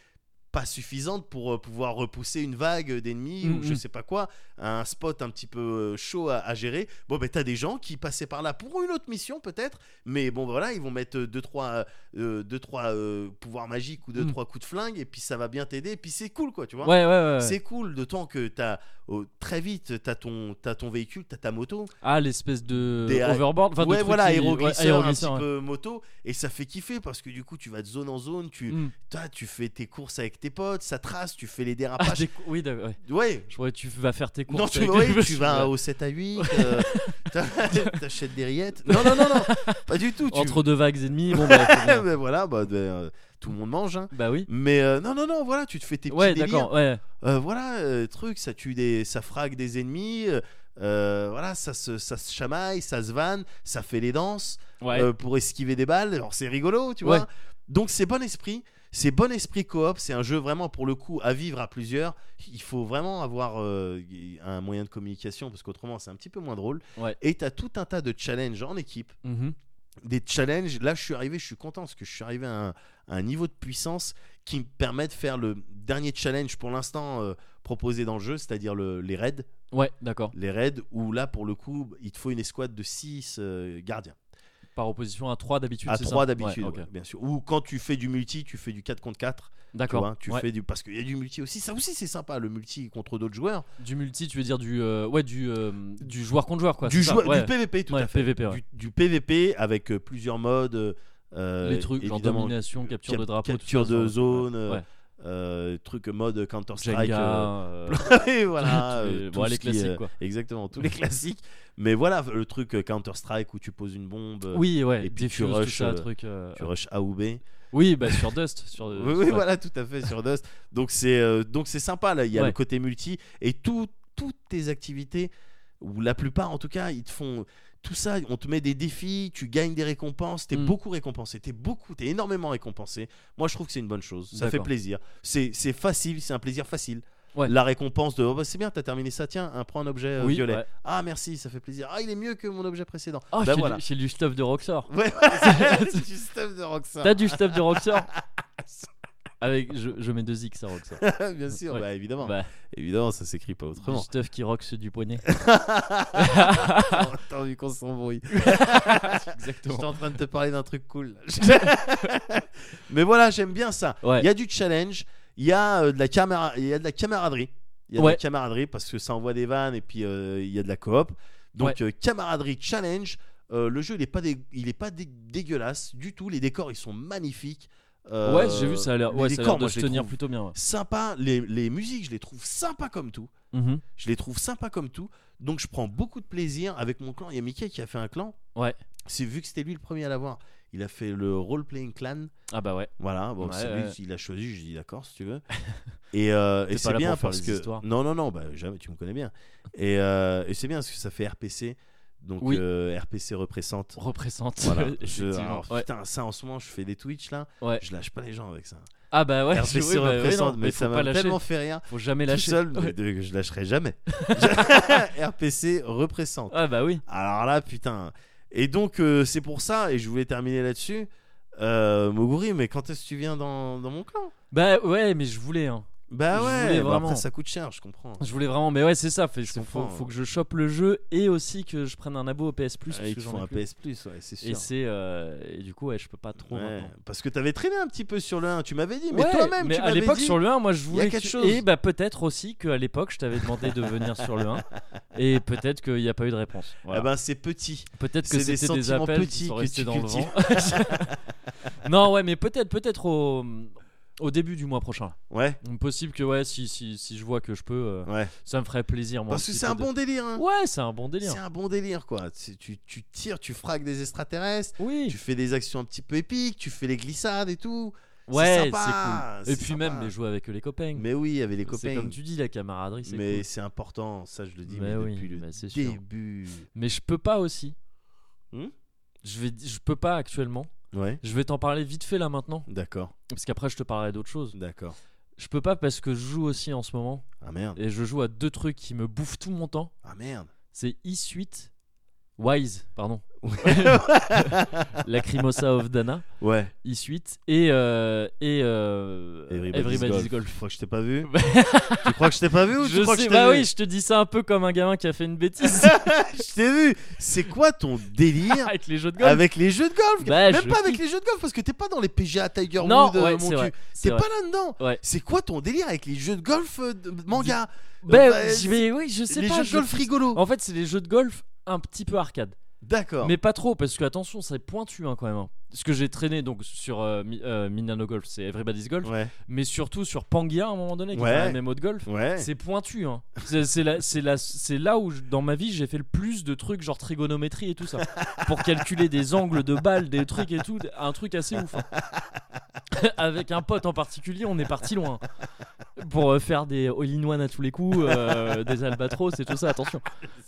pas suffisante pour euh, pouvoir repousser une vague d'ennemis Mm, ou je mm. sais pas quoi, un spot un petit peu euh, chaud à, à gérer. Bon, ben t'as des gens qui passaient par là pour une autre mission peut-être, mais bon voilà, ils vont mettre deux trois, euh, deux, trois euh, pouvoirs magiques ou deux Mm. trois coups de flingue et puis ça va bien t'aider et puis c'est cool quoi, tu vois. Ouais, ouais, ouais. ouais. C'est cool, d'autant que t'as oh, très vite t'as ton t'as ton véhicule, t'as ta moto. Ah, l'espèce de Des- overboard. Enfin, de ouais, truc voilà, qui- aéroglisseur, ouais, un aéroglisseur, petit ouais. peu moto, et ça fait kiffer parce que du coup, tu vas de zone en zone, tu, Mm. toi, tu fais tes courses avec tes potes, ça trace, tu fais les Ah, dérapages. des cou- oui, d'accord, ouais. Ouais. Je croyais que tu vas faire tes courses. Non, tu, avec- ouais, je tu me vas suis- au sept à huit, euh, t'a- t'achètes des rillettes. Non, non, non, non, pas du tout. Tu... Entre deux vagues ennemies, bon bah. faut bien. Ben voilà, bah, ben, euh, tout le monde mange. Hein. Bah oui. Mais euh, non, non, non, voilà, tu te fais tes petits Ouais, délires. d'accord, ouais. Euh, voilà, euh, truc, ça tue des, ça frague des ennemis. euh, euh, voilà, ça se, ça se chamaille, ça se vanne, ça fait les danses. Ouais. euh, pour esquiver des balles. Alors c'est rigolo, tu Ouais. vois. Donc c'est bon esprit. C'est bon esprit coop. C'est un jeu vraiment pour le coup à vivre à plusieurs. Il faut vraiment avoir euh, un moyen de communication parce qu'autrement c'est un petit peu moins drôle. Ouais. Et t'as tout un tas de challenges en équipe. Mhm. Des challenges. Là je suis arrivé, je suis content parce que je suis arrivé à un, à un niveau de puissance qui me permet de faire le dernier challenge pour l'instant euh, proposé dans le jeu, c'est-à-dire le- les raids. Ouais, d'accord. Les raids où là pour le coup il te faut une escouade de six gardiens. Par opposition à trois d'habitude. À c'est trois ça d'habitude, Ouais, ok. ouais, bien sûr. Ou quand tu fais du multi, tu fais du quatre contre quatre. Tu D'accord. vois, tu Ouais. fais du parce qu'il y a du multi aussi. Ça aussi c'est sympa le multi contre d'autres joueurs. Du multi, tu veux dire du euh, ouais du euh, du joueur contre joueur quoi. du c'est ça joueur, Ouais. du P V P tout Ouais, à fait. P V P, ouais. Du, du P V P avec euh, plusieurs modes. euh, Les trucs genre évidemment, domination, capture cap- de drapeau, tout capture ça, de ça, zone, ouais. euh, Ouais. euh, truc mode Counter Strike. Jenga. euh, et voilà. tous les- euh, bon, tout les ce qui, classiques, euh, quoi. Exactement, tous les classiques. Mais voilà le truc euh, Counter Strike où tu poses une bombe. euh, Oui, ouais. et puis tu Defuse, tout rush, ça, euh, truc. euh, Tu rush A ou B. Oui, bah sur Dust, sur. Oui, sur- oui, ouais. voilà, tout à fait sur Dust. Donc c'est euh, donc c'est sympa là. Il y a Ouais. le côté multi et tout, toutes tes activités ou la plupart en tout cas, ils te font tout ça. On te met des défis, tu gagnes des récompenses. T'es Mm. beaucoup récompensé. T'es beaucoup, t'es énormément récompensé. Moi, je trouve que c'est une bonne chose. Ça fait D'accord. plaisir. C'est c'est facile, c'est un plaisir facile. Ouais. La récompense de oh, bah, c'est bien, t'as terminé ça. Tiens, un, prends un objet euh, Oui, violet. ouais. Ah merci, ça fait plaisir. Ah il est mieux que mon objet précédent. Ah, Bah, j'ai voilà. du- j'ai du stuff de Rockstar. Ouais, c'est du stuff de Rockstar. T'as du stuff de Rockstar Avec, je, je mets deux X à Rockstar. Bien sûr, Ouais. bah évidemment. Bah, Évidemment, ça s'écrit pas du autrement. stuff qui rocks du poignet. T'as envie qu'on s'embrouille. J'étais Exactement. en train de te parler d'un truc cool. Mais voilà, j'aime bien ça. Il Ouais. y a du challenge, il y a euh, de la caméra, il y a de la camaraderie. Il y a de Ouais. la camaraderie parce que ça envoie des vannes et puis euh, il y a de la coop. Donc euh, camaraderie challenge. Euh, le jeu il est pas dé- il est pas dé- dégueulasse du tout. Les décors ils sont magnifiques. Euh, Ouais, j'ai vu, ça a l'air les ouais, ça a l'air décors, de moi, se je les tenir trouve plutôt bien. Ouais. sympa. Les, les musiques je les trouve sympas comme tout. Mhm. Je les trouve sympas comme tout. Donc je prends beaucoup de plaisir avec mon clan. Il y a Mickey qui a fait un clan. Ouais. C'est vu que c'était lui le premier à l'avoir. Il a fait le role-playing clan. Ah bah ouais. Voilà, bon, Ouais, c'est ouais. lui, il a choisi. Je dis d'accord si tu veux. Et, euh, T'es et pas c'est là bien pour faire parce les que histoires. non non non, bah jamais. Tu me connais bien. Et, euh, et c'est bien parce que ça fait R P C. Donc Oui. euh, R P C représente. Représente. Voilà. Je, Effectivement. alors, Ouais. Putain, ça en ce moment, je fais des Twitch là. Ouais. Je lâche pas les gens avec ça. Ah bah ouais. R P C oui, bah, ouais, représente, non, mais faut ça pas m'a lâcher. tellement fait rire. Faut jamais Tout lâcher. seul, Ouais. de- je lâcherai jamais. R P C représente. Ah bah oui. Alors là, putain. Et donc, euh, c'est pour ça, et je voulais terminer là-dessus. Euh, Moguri, mais quand est-ce que tu viens dans, dans mon clan? Bah ouais, mais je voulais. Hein. Bah Je ouais, voulais bah vraiment. après ça coûte cher, je comprends. Je voulais vraiment, mais ouais, c'est ça. Fait, Je faut, faut, comprends. faut que je chope le jeu et aussi que je prenne un abo au P S Plus. Ah, parce il que te j'en faut ai un plus. P S Plus, ouais, c'est sûr. Et c'est euh, et du coup, ouais, je peux pas trop. Ouais, maintenant. parce que t'avais traîné un petit peu sur le un, tu m'avais dit, mais Ouais, toi-même, mais tu à m'avais l'époque dit. sur le un, moi je y a voulais quelque que- chose. et bah peut-être aussi qu'à l'époque je t'avais demandé de venir sur le un et peut-être qu'il n'y a pas eu de réponse. Voilà. Eh ben, c'est petit. Peut-être que c'est des c'était des, sentiments appels petits qui sont que restés tu dans le cultives. vent. Non, ouais, mais peut-être, peut-être au, au début du mois prochain. Ouais, Possible que ouais, si, si, si je vois que je peux, euh, ouais. ça me ferait plaisir. Moi, Parce que petit c'est peu un de- bon délire, hein. Ouais, c'est un bon délire. C'est un bon délire, quoi. C'est- Tu, tu tires, tu fragues des extraterrestres, Oui. tu fais des actions un petit peu épiques, tu fais les glissades et tout. Ouais, c'est sympa, cool. c'est Et puis sympa. même les jouer avec les copains. Mais oui, avec les C'est copains. comme tu dis, la camaraderie, c'est mais cool. c'est important, ça je le dis Mais mais oui, depuis le mais c'est sûr. début. Mais je peux pas aussi. Hmm je vais, je peux pas actuellement. Ouais, Je vais t'en parler vite fait là maintenant, d'accord, parce qu'après je te parlerai d'autres choses. d'accord. Je peux pas parce que je joue aussi en ce moment Ah merde, et je joue à deux trucs qui me bouffent tout mon temps. ah merde. C'est eSuite Wise, pardon. Lacrimosa of Dana, Ouais. E-Suite et euh, et euh, Everybody's, Everybody's Golf. Golf. Tu crois que je t'ai pas vu Tu crois que je t'ai pas vu ou tu Je crois que sais, je t'ai bah vu oui, je te dis ça un peu comme un gamin qui a fait une bêtise Je t'ai vu. C'est quoi ton délire avec les jeux de golf. avec les jeux de golf? Bah, Même je pas avec kiffe. les jeux de golf parce que t'es pas dans les P G A Tiger Non, Woods, euh, ouais, mon c'est cul. vrai, c'est T'es vrai. pas là-dedans. Ouais. C'est quoi ton délire avec les jeux de golf euh, de manga? Bah, Euh, bah, je vais- oui, je sais les pas. jeux de je- golf rigolos. En fait, c'est les jeux de golf un petit peu arcade. D'accord. Mais pas trop, parce que attention, c'est pointu hein, quand même. hein. Ce que j'ai traîné donc sur euh, Mi- euh, Minano Golf, c'est Everybody's Golf, Ouais. mais surtout sur Pangia à un moment donné, qui Ouais. est un M M O de golf. Ouais. C'est pointu, hein. c'est, c'est, là, c'est, là, c'est là où je- dans ma vie j'ai fait le plus de trucs genre trigonométrie et tout ça pour calculer des angles de balles, des trucs et tout, un truc assez ouf. hein. Avec un pote en particulier, on est parti loin pour euh, faire des all-in-one à tous les coups, euh, des albatros et tout ça. Attention,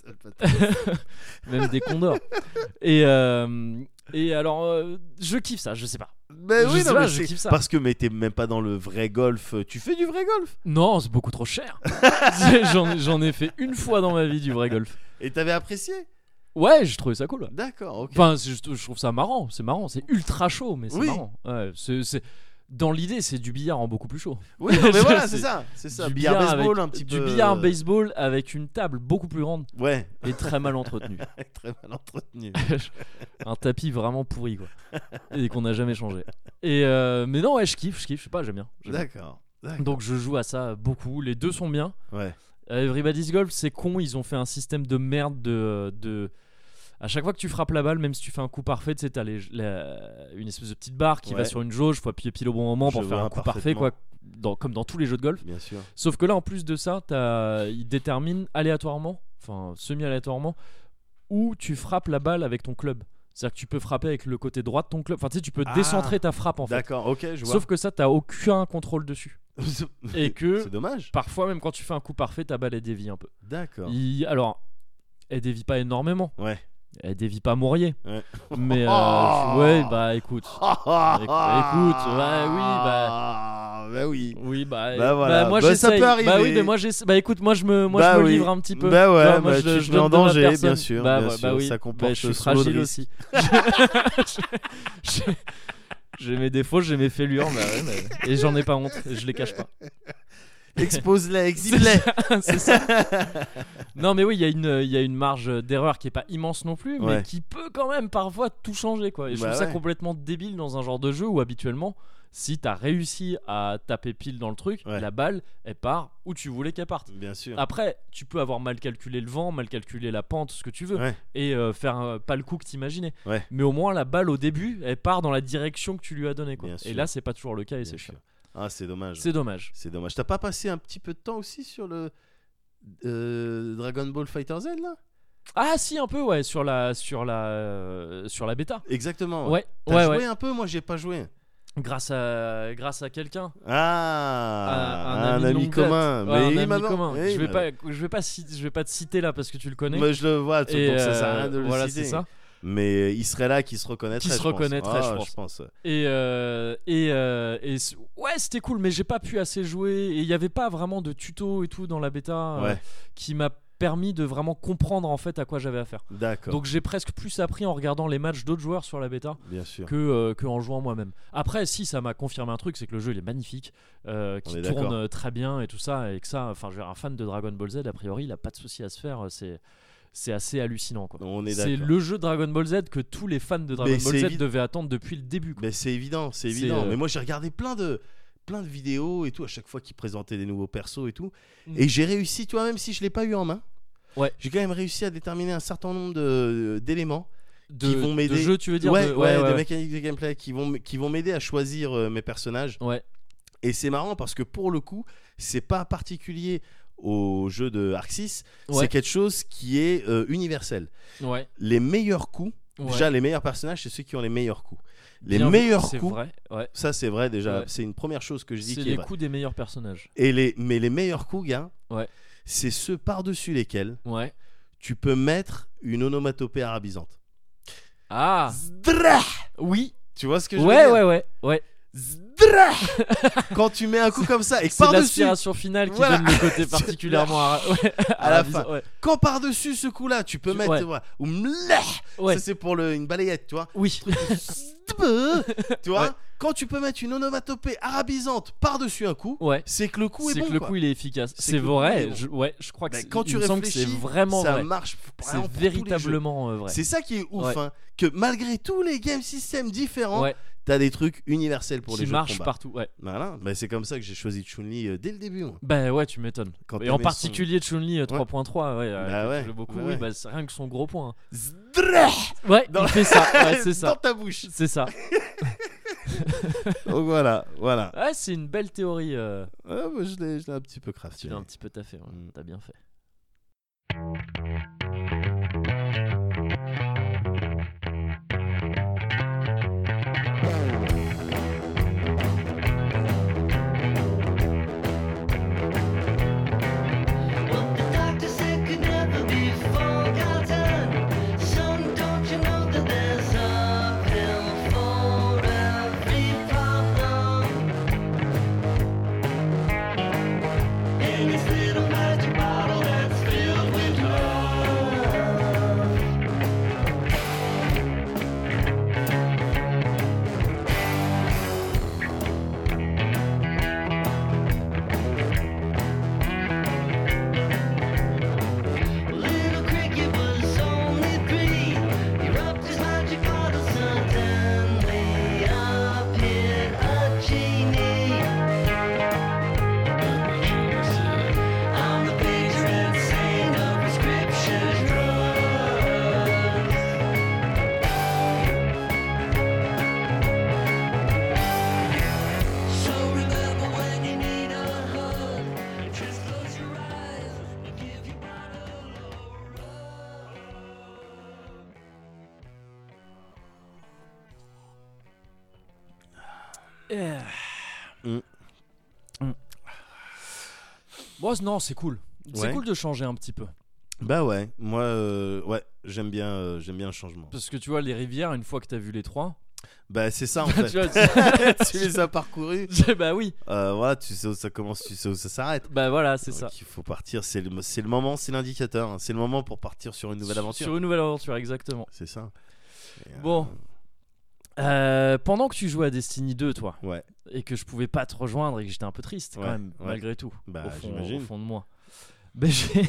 même des condors. Et euh, et alors, euh, je kiffe ça. Je sais pas. Ben Je oui, sais non, pas, mais je c'est kiffe ça. parce que mais t'es même pas dans le vrai golf. Tu fais du vrai golf Non, c'est beaucoup trop cher. j'en, j'en ai fait une fois dans ma vie du vrai golf. et t'avais apprécié? Ouais, j'ai trouvé ça cool. ouais. D'accord. Ok. Enfin, c'est- je, je trouve ça marrant, c'est marrant, c'est ultra chaud, mais c'est Oui. marrant. Ouais, c'est, c'est- Dans l'idée, c'est du billard en beaucoup plus chaud. Oui, non, mais Je- voilà, c'est c'est ça, c'est ça. Du Billard baseball avec- un petit du peu. billard euh, baseball avec une table beaucoup plus grande Ouais. et très mal entretenue. Très mal entretenu. Un tapis vraiment pourri, quoi. Et qu'on n'a jamais changé. Et euh, mais non, ouais, je kiffe, je kiffe, je sais pas, j'aime bien. j'aime bien. D'accord. D'accord. Donc je joue à ça beaucoup. Les deux sont bien. Ouais. Euh, Everybody's Golf, c'est con, ils ont fait un système de merde de, de... À chaque fois que tu frappes la balle, même si tu fais un coup parfait, tu sais, t'as les- la- une espèce de petite barre qui Ouais. va sur une jauge, faut appuyer pile au bon moment pour Je faire vois un coup parfait, parfaitement. quoi, dans- comme dans tous les jeux de golf. Bien sûr. Sauf que là, en plus de ça, t'as- ils déterminent aléatoirement, enfin semi-aléatoirement, où tu frappes la balle avec ton club. C'est-à-dire que tu peux frapper avec le côté droit de ton club. Enfin, tu sais, tu peux Ah. décentrer ta frappe en fait. D'accord. Ok, je vois. Sauf que ça, t'as aucun contrôle dessus. Et que c'est dommage. parfois, même quand tu fais un coup parfait, ta balle elle dévie un peu. D'accord. Il- Alors, elle dévie pas énormément. Ouais. Elle dévie pas Mourier. Ouais. Mais euh, Oh. ouais, bah écoute. Ah, écoute, ouais, oui, bah. Ah, bah oui. Oui, bah, Bah voilà. moi Bah, ça j'essaye. peut arriver. Bah oui, mais moi j'essaie. Bah écoute, moi je me, moi Bah je me oui. livre un petit peu. Bah ouais, Genre, moi, bah, je, tu te je mets en donne de ma danger, personne. bien sûr, Bah, bien ouais, sûr, bah oui. ça comporte Bah, je suis ce lot de fragile risques. aussi. J'ai- J'ai mes défauts, j'ai mes fêlures, bah ouais, mais- et j'en ai pas honte, je les cache pas. Expose-les, exhibe-les. C'est ça. Non mais oui, il y a une il y a une marge d'erreur qui est pas immense non plus, mais Ouais. qui peut quand même parfois tout changer quoi. Et je Bah trouve ça ouais. complètement débile dans un genre de jeu où habituellement si t'as réussi à taper pile dans le truc, Ouais. la balle elle part où tu voulais qu'elle parte. Bien sûr. Après, tu peux avoir mal calculé le vent, mal calculé la pente, ce que tu veux, Ouais. et euh, faire euh, pas le coup que t'imaginais. Ouais. Mais au moins la balle au début, elle part dans la direction que tu lui as donné quoi. Bien Et sûr. là, c'est pas toujours le cas et Bien c'est sûr. chiant. Ah, c'est dommage. C'est dommage. C'est dommage. T'as pas passé un petit peu de temps aussi sur le euh, Dragon Ball Fighter Z là? Ah si un peu ouais sur la sur la euh, sur la bêta. Exactement. Ouais, T'as ouais, joué ouais. un peu, moi j'ai pas joué. Grâce à grâce à quelqu'un. Ah, un, un, de ami longue commun. date. Ouais, mais un il ami m'avait- commun. oui, je vais il pas je vais pas citer- je vais pas te citer là parce que tu le connais. Mais je le vois, donc Et, ça sert à euh, rien de le voilà, citer. c'est ça. Mais il serait là qui se reconnaîtrait. Qui se je pense. reconnaîtrait, Ah, je pense. ouais. Et euh, et euh, et c- ouais, c'était cool mais j'ai pas pu assez jouer et il y avait pas vraiment de tuto et tout dans la bêta euh, Ouais. qui m'a permis de vraiment comprendre en fait à quoi j'avais affaire. D'accord. Donc j'ai presque plus appris en regardant les matchs d'autres joueurs sur la bêta Bien sûr. que, euh, que en jouant moi-même. Après, si ça m'a confirmé un truc, c'est que le jeu il est magnifique, euh, On qui est tourne d'accord. euh, très bien et tout ça, et que ça, enfin, je veux dire, un fan de Dragon Ball Z, a priori, il a pas de souci à se faire. euh, C'est c'est assez hallucinant quoi. On est C'est d'accord. le jeu Dragon Ball Z que tous les fans de Dragon Mais Ball c'est Z évi- devaient attendre depuis le début. quoi. Mais c'est évident, c'est C'est, évident. euh, Mais moi j'ai regardé plein de plein de vidéos et tout à chaque fois qu'ils présentaient des nouveaux persos et tout. Mm. Et j'ai réussi, toi même si je l'ai pas eu en main. Ouais. J'ai quand même réussi à déterminer un certain nombre de d'éléments De, qui vont m'aider. de jeu, tu veux dire ouais, de- ouais, ouais, de ouais. mécaniques de gameplay qui vont m- qui vont m'aider à choisir euh, mes personnages. Ouais. Et c'est marrant parce que pour le coup, c'est pas particulier au jeu de Arc six, Ouais. c'est quelque chose qui est euh, universel. Ouais. Les meilleurs coups, Ouais. déjà les meilleurs personnages, c'est ceux qui ont les meilleurs coups. Les Bien vu, meilleurs c'est coups, vrai. Ouais. ça c'est vrai déjà, Ouais. c'est une première chose que je dis C'est qui est les vraie. coups des meilleurs personnages. Et les mais les meilleurs coups, gars, Ouais. c'est ceux par-dessus lesquels Ouais. tu peux mettre une onomatopée arabisante. Ah. Zdra Oui. Tu vois ce que je veux Ouais, dire ouais, ouais, ouais. Zdra Quand tu mets un coup comme ça et que C'est par-dessus, l'aspiration finale qui Voilà. donne le côté particulièrement ara- ouais, À la arabisant, fin. ouais. quand par-dessus ce coup-là, tu peux Tu- mettre ouais. voilà, ou mleh, Ouais. ça c'est pour le, une balayette, tu vois. Oui. Tu vois, Ouais. quand tu peux mettre une onomatopée arabisante par-dessus un coup, Ouais. c'est que le coup est, C'est bon. que le quoi. coup il est efficace. C'est C'est que le coup, il est vrai. bon. Je, ouais, je crois que Bah, c'est- quand tu il me semble que réfléchis, c'est vraiment ça vrai. marche C'est vraiment pour tous les jeux. véritablement euh, vrai. C'est ça qui est ouf, Ouais. hein, que malgré tous les game systems différents, Ouais. t'as des trucs universels pour Qui les jeux de marche combat. partout. Ouais. Voilà, bah, c'est comme ça que j'ai choisi Chun-Li euh, dès le début. moi. Bah ouais, tu m'étonnes. Quand Et t'as en mis particulier Chun-Li euh, trois point trois, ouais, euh, Bah que ouais, je joue beaucoup. bah oui, ouais. bah c'est rien que son gros point. hein. Zdrrrr Ouais, Dans- il fait ça. Ouais, c'est Dans ça. ta bouche. C'est ça. Donc voilà, voilà. Ouais, c'est une belle théorie. euh, Ouais, bah, je l'ai je l'ai un petit peu crafté. Tu l'as un petit peu taffé. Ouais. Mm. T'as bien fait. What the doctor said could never be forgotten. Son, don't you know that there's a pill for every problem? In this little magic bottle that's filled with love. Little cricket was only three. He rubbed his magic bottle, suddenly appeared a genie. I'm the patron saint of prescription drugs. So remember when you need a hug, just close your eyes and give your bottle a rub. Mm. Mm. Bon, non, c'est cool. C'est Ouais. cool de changer un petit peu. Bah ouais, moi, euh, ouais, j'aime bien, euh, j'aime bien le changement. Parce que tu vois, les rivières, une fois que t'as vu les trois, Bah c'est ça en tu fait. vois, tu- Tu les as parcourus. bah oui, Euh, voilà, tu sais où ça commence, tu sais où ça s'arrête. bah voilà, c'est Donc, ça. il faut partir, c'est le, c'est le moment, c'est l'indicateur, hein. C'est le moment pour partir sur une nouvelle aventure. Sur une nouvelle aventure, exactement. C'est ça. Et, euh, Bon. Euh, pendant que tu jouais à Destiny deux, toi, Ouais, et que je pouvais pas te rejoindre et que j'étais un peu triste quand Ouais, même, ouais. malgré tout, Bah, au, fond, j'imagine. au fond de moi. Ben, j'ai-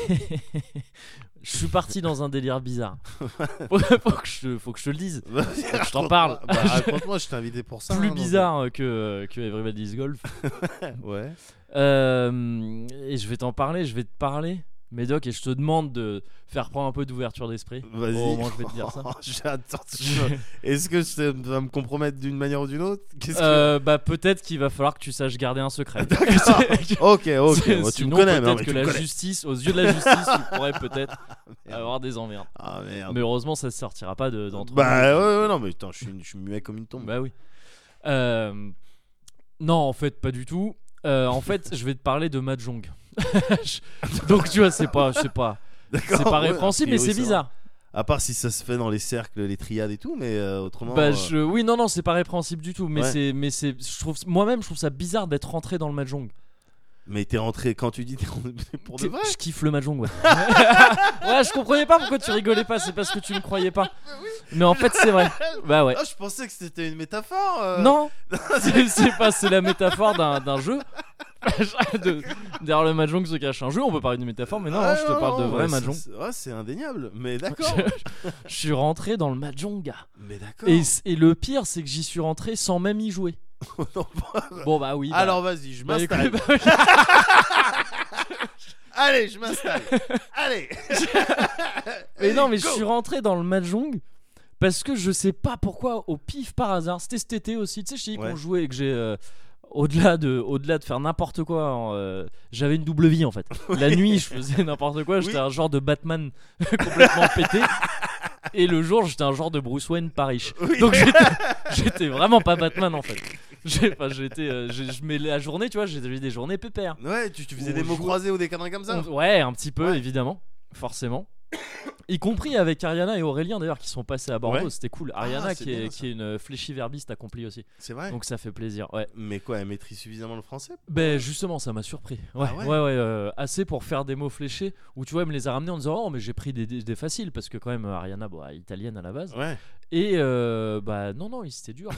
je suis parti dans un délire bizarre. faut, faut que je, faut que je te le dise. je t'en parle. Bah, raconte-moi, je t'ai invité pour ça. Plus hein, donc, bizarre que, que Everybody's Golf. Ouais. Euh, et je vais t'en parler, je vais te parler, Médoc, et je te demande de faire prendre un peu d'ouverture d'esprit. Vas-y. Au moins, je vais te dire ça. J'attends. Est-ce que ça va me compromettre d'une manière ou d'une autre? Qu'est-ce que- Euh, bah peut-être qu'il va falloir que tu saches garder un secret. Ok, ok. C'est- Moi, tu me sinon, connais, non, peut-être mais que tu me la connais. justice, aux yeux de la justice, tu pourrais peut-être avoir des emmerdes. Ah merde. Mais heureusement, ça ne sortira pas de- d'entre Bah nous. ouais, ouais, non, mais putain, je suis, je suis muet comme une tombe. Bah oui. Euh, Non, en fait, pas du tout. Euh, en fait, je vais te parler de Mahjong. Je- Donc tu vois, c'est pas, c'est pas, D'accord. c'est pas ouais, répréhensible, a mais priori, c'est ça va. bizarre. À part si ça se fait dans les cercles, les triades et tout, mais euh, autrement. Bah euh, je, oui, non, non, c'est pas répréhensible du tout. Mais Ouais. c'est, mais c'est, je trouve, moi-même, je trouve ça bizarre d'être rentré dans le Mahjong. Mais t'es rentré quand tu dis t'es rentré pour de C'est- vrai. Je kiffe le Mahjong, ouais. Ouais, je comprenais pas pourquoi tu rigolais pas. C'est parce que tu me croyais pas. Mais en fait, c'est vrai. Bah ouais. Ah, je pensais que c'était une métaphore. euh. Non, c'est c'est pas, c'est la métaphore d'un, d'un jeu. De- derrière le Mahjong se cache un jeu. On peut parler de métaphore, mais non, Ah, non, je te parle de non, vrai ouais, Mahjong. c'est- Ouais, c'est indéniable. Mais d'accord. Je suis rentré dans le Mahjong, gars. mais d'accord. Et, et le pire, c'est que j'y suis rentré sans même y jouer. Non, bah, Bon bah oui. bah- Alors vas-y, je bah, m'installe. écoute, bah, Allez, je m'installe. Allez. mais non, mais je Go. suis rentré dans le Mahjong parce que je sais pas pourquoi, au pif par hasard. C'était cet été aussi. Tu sais, je t'ai dit Ouais. qu'on jouait et que j'ai. euh, Au-delà de, au-delà de faire n'importe quoi, en, euh, j'avais une double vie en fait. La nuit, je faisais n'importe quoi. J'étais Oui. un genre de Batman complètement pété. Et le jour, j'étais un genre de Bruce Wayne pas riche. Oui. Donc j'étais, j'étais vraiment pas Batman en fait. J'ai, enfin, j'étais, euh, j'ai- je mets la journée, tu vois, j'ai eu des journées pépères. Ouais, tu, tu faisais On des mots joue- croisés ou des conneries comme ça. On- ouais, un petit peu Ouais. évidemment, forcément. Y compris avec Ariana et Aurélien d'ailleurs qui sont passés à Bordeaux, Ouais. c'était cool. Ariana Ah, c'est qui, est, bien, ça. qui est une fléchiverbiste accomplie aussi, C'est vrai. donc ça fait plaisir. Ouais. Mais quoi, elle maîtrise suffisamment le français? Ben justement, ça m'a surpris. Ouais, Ah ouais ouais, ouais, euh, assez pour faire des mots fléchés. Où tu vois, elle me les a ramenés en disant oh mais j'ai pris des, des, des faciles parce que quand même Ariana, bon, elle est italienne à la base. Ouais. Et euh, bah non non, c'était dur.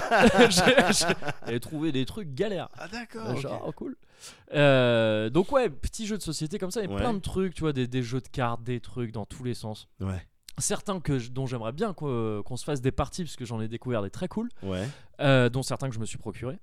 J'ai- j'ai- Elle a trouvé des trucs galères. Ah d'accord. Euh, ok. Genre, oh, cool. Euh, donc ouais, petits jeux de société comme ça, et Ouais. plein de trucs, tu vois, des, des jeux de cartes, des trucs dans tous les sens. Ouais. Certains que je- dont j'aimerais bien qu'on qu'on se fasse des parties parce que j'en ai découvert des très cool, Ouais. euh, dont certains que je me suis procuré.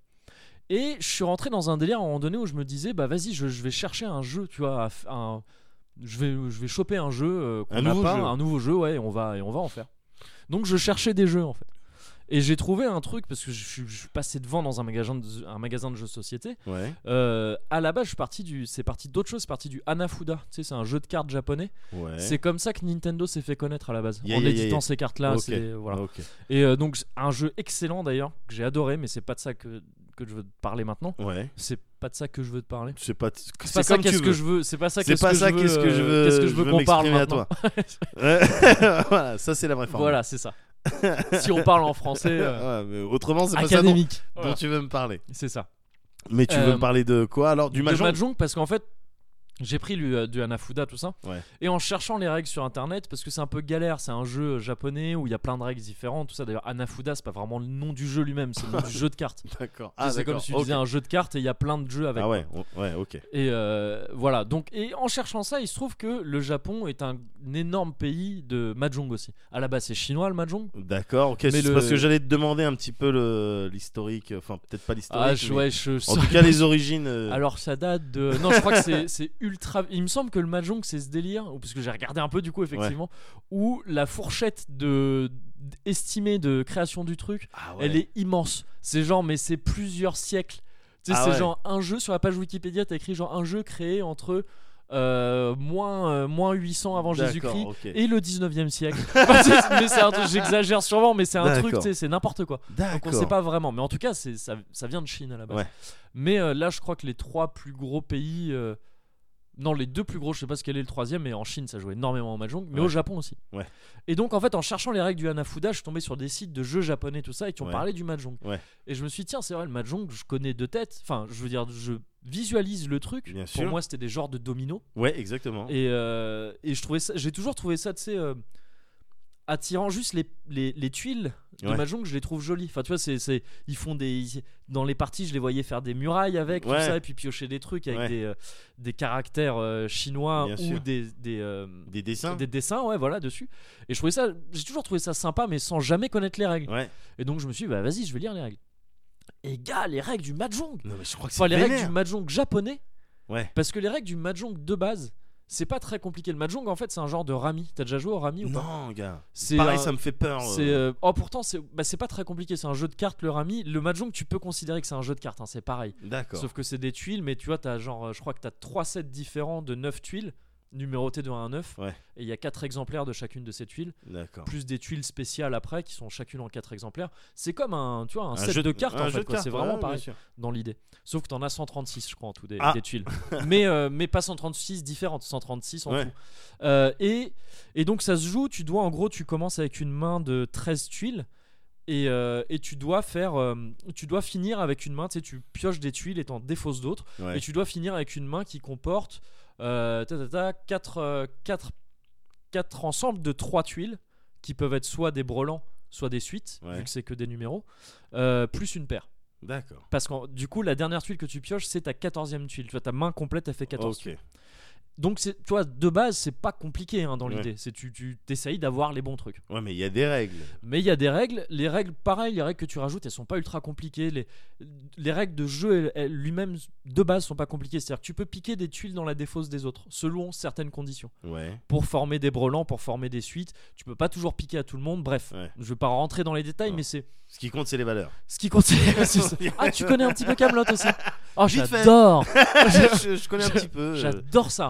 Et je suis rentré dans un délire à un moment donné où je me disais bah vas-y, je, je vais chercher un jeu, tu vois, à f- un- je vais je vais choper un jeu euh, qu'on Un n'a nouveau pas, jeu. un nouveau jeu, ouais, et on va et on va en faire. Donc je cherchais des jeux en fait. Et j'ai trouvé un truc parce que je suis, je suis passé devant dans un magasin de, un magasin de jeux de société. Ouais. Euh, à la base, je suis parti du, c'est parti d'autre chose, c'est parti du Hanafuda. Tu sais, c'est un jeu de cartes japonais. Ouais. C'est comme ça que Nintendo s'est fait connaître à la base, Yeah, en yeah, éditant yeah, yeah. ces cartes-là. Ok. c'est- voilà. Ok. Et euh, donc un jeu excellent d'ailleurs que j'ai adoré, mais c'est pas de ça que que je veux te parler maintenant. Ouais. C'est pas de ça que je veux te parler. C'est pas. C'est pas ça qu'est-ce que je veux. C'est pas ça C'est qu'est-ce pas que ça je veux. qu'est-ce que je euh, veux. Qu'est-ce que je veux qu'on parle m'exprimer à maintenant. toi. Ouais. Voilà, ça c'est la vraie forme. Voilà, c'est ça. Si on parle en français euh, Ouais, mais autrement, c'est pas ça dont, académique. dont Voilà. tu veux me parler. C'est ça. Mais tu veux Euh, me parler de quoi alors? Du de mahjong? mahjong parce qu'en fait j'ai pris du, euh, du Hanafuda tout ça, Ouais. et en cherchant les règles sur internet parce que c'est un peu galère, c'est un jeu japonais où il y a plein de règles différentes tout ça. D'ailleurs Hanafuda c'est pas vraiment le nom du jeu lui-même, c'est le nom du jeu de cartes. D'accord. Tu sais, c'est comme si tu disais un jeu de cartes et il y a plein de jeux avec. Ah ouais, on- ouais, ok. Et euh, voilà, donc, et en cherchant ça, il se trouve que le Japon est un, un énorme pays de mahjong aussi. À la base, c'est chinois le mahjong. D'accord, ok. Mais C'est le- parce que j'allais te demander un petit peu le- l'historique, enfin peut-être pas l'historique. Ah, je, mais ouais, je, en tout cas, les origines. euh, Alors, ça date de. Non, je crois que c'est- c'est ultra. Il me semble que le mahjong, c'est ce délire, ou parce que j'ai regardé un peu du coup, effectivement, où la fourchette de estimée de création du truc, Ah ouais. elle est immense. C'est genre, mais c'est plusieurs siècles. Tu sais, Ah c'est ouais. genre un jeu sur la page Wikipédia, t'as écrit genre un jeu créé entre euh, moins, euh, moins huit cents avant D'accord, Jésus-Christ ok. et le dix-neuvième siècle. Enfin, c'est- mais c'est un truc- j'exagère sûrement, mais c'est un truc, D'accord. tu sais, c'est n'importe quoi. Donc on D'accord. sait pas vraiment, mais en tout cas, c'est, ça, ça vient de Chine à la base. Ouais. Mais euh, là, je crois que les trois plus gros pays. euh, Non, les deux plus gros, je sais pas ce quel est le troisième, mais en Chine ça joue énormément au mahjong, mais Ouais. au Japon aussi. Ouais. Et donc en fait, en cherchant les règles du Hanafuda, je suis tombé sur des sites de jeux japonais, tout ça, et qui ont Ouais. parlé du mahjong. Ouais. Et je me suis dit, tiens, c'est vrai, le mahjong, je connais de tête. Enfin, je veux dire, je visualise le truc. Bien Pour sûr. moi, c'était des genres de dominos. Ouais, exactement. Et, euh, et je trouvais ça, j'ai toujours trouvé ça, tu sais, euh, attirant. Juste les, les, les tuiles de Ouais. mahjong, je les trouve jolies. Enfin, tu vois, c'est, c'est, ils font des. ils- dans les parties, je les voyais faire des murailles avec, Ouais. tout ça, et puis piocher des trucs avec Ouais. des, euh, des caractères euh, chinois Bien ou sûr. des. des euh, Des dessins. des dessins, ouais, voilà, dessus. Et je trouvais ça, j'ai toujours trouvé ça sympa, mais sans jamais connaître les règles. Ouais. Et donc je me suis dit, bah vas-y, je vais lire les règles. Et gars, les règles du mahjong. Non, mais je crois que Enfin, c'est les règles vénère. du mahjong japonais. Ouais. Parce que les règles du mahjong de base, c'est pas très compliqué. Le mahjong, en fait, c'est un genre de rami. T'as déjà joué au rami ou pas? Non, gars. C'est Pareil, un- ça me fait peur. euh. C'est euh, oh pourtant c'est bah, c'est pas très compliqué. C'est un jeu de cartes le rami. Le mahjong, tu peux considérer que c'est un jeu de cartes. Hein, c'est pareil. D'accord. Sauf que c'est des tuiles, mais tu vois, t'as genre, euh, je crois que t'as trois sets différents de neuf tuiles numérotées de un à neuf. Ouais. Et il y a quatre exemplaires de chacune de ces tuiles, D'accord. plus des tuiles spéciales après qui sont chacune en quatre exemplaires. C'est comme un, tu vois, un, Un set jeu de cartes un en jeu fait. de quoi. cartes, C'est ouais, vraiment bien pareil sûr. dans l'idée. Sauf que t'en as cent trente-six, je crois, en tout des, Ah. des tuiles. mais, euh, mais pas cent trente-six différentes, cent trente-six en Ouais. tout. Euh, et, et donc ça se joue, tu dois en gros, tu commences avec une main de treize tuiles. Et, euh, et tu dois faire euh, tu dois finir avec une main, tu sais, tu pioches des tuiles et t'en défausses d'autres. Ouais. Et tu dois finir avec une main qui comporte euh, ta, ta, ta, quatre, euh, quatre, quatre ensembles de trois tuiles qui peuvent être soit des brelans, soit des suites, Ouais. vu que c'est que des numéros, euh, plus une paire. D'accord. Parce que du coup, la dernière tuile que tu pioches, c'est ta quatorzième tuile. Tu vois, ta main complète, elle fait quatorze Ok. tuiles. Donc, c'est, tu vois, de base, c'est pas compliqué hein, dans Ouais. l'idée. C'est tu, tu essayes d'avoir les bons trucs. Ouais, mais il y a des règles. Mais il y a des règles. Les règles, pareil, les règles que tu rajoutes, elles sont pas ultra compliquées. Les, les règles de jeu elles- elles, lui-même, de base, sont pas compliquées. C'est-à-dire que tu peux piquer des tuiles dans la défausse des autres, selon certaines conditions. Ouais. Pour former des brelans, pour former des suites. Tu peux pas toujours piquer à tout le monde. Bref, Ouais. je vais pas rentrer dans les détails, Non. mais c'est Ce qui compte, c'est les valeurs. ce qui compte. c'est- c'est ça. Ah, tu connais un petit peu Kaamelott aussi? Oh, Vite fait. j'adore! je, je connais un petit peu. euh. J'adore ça.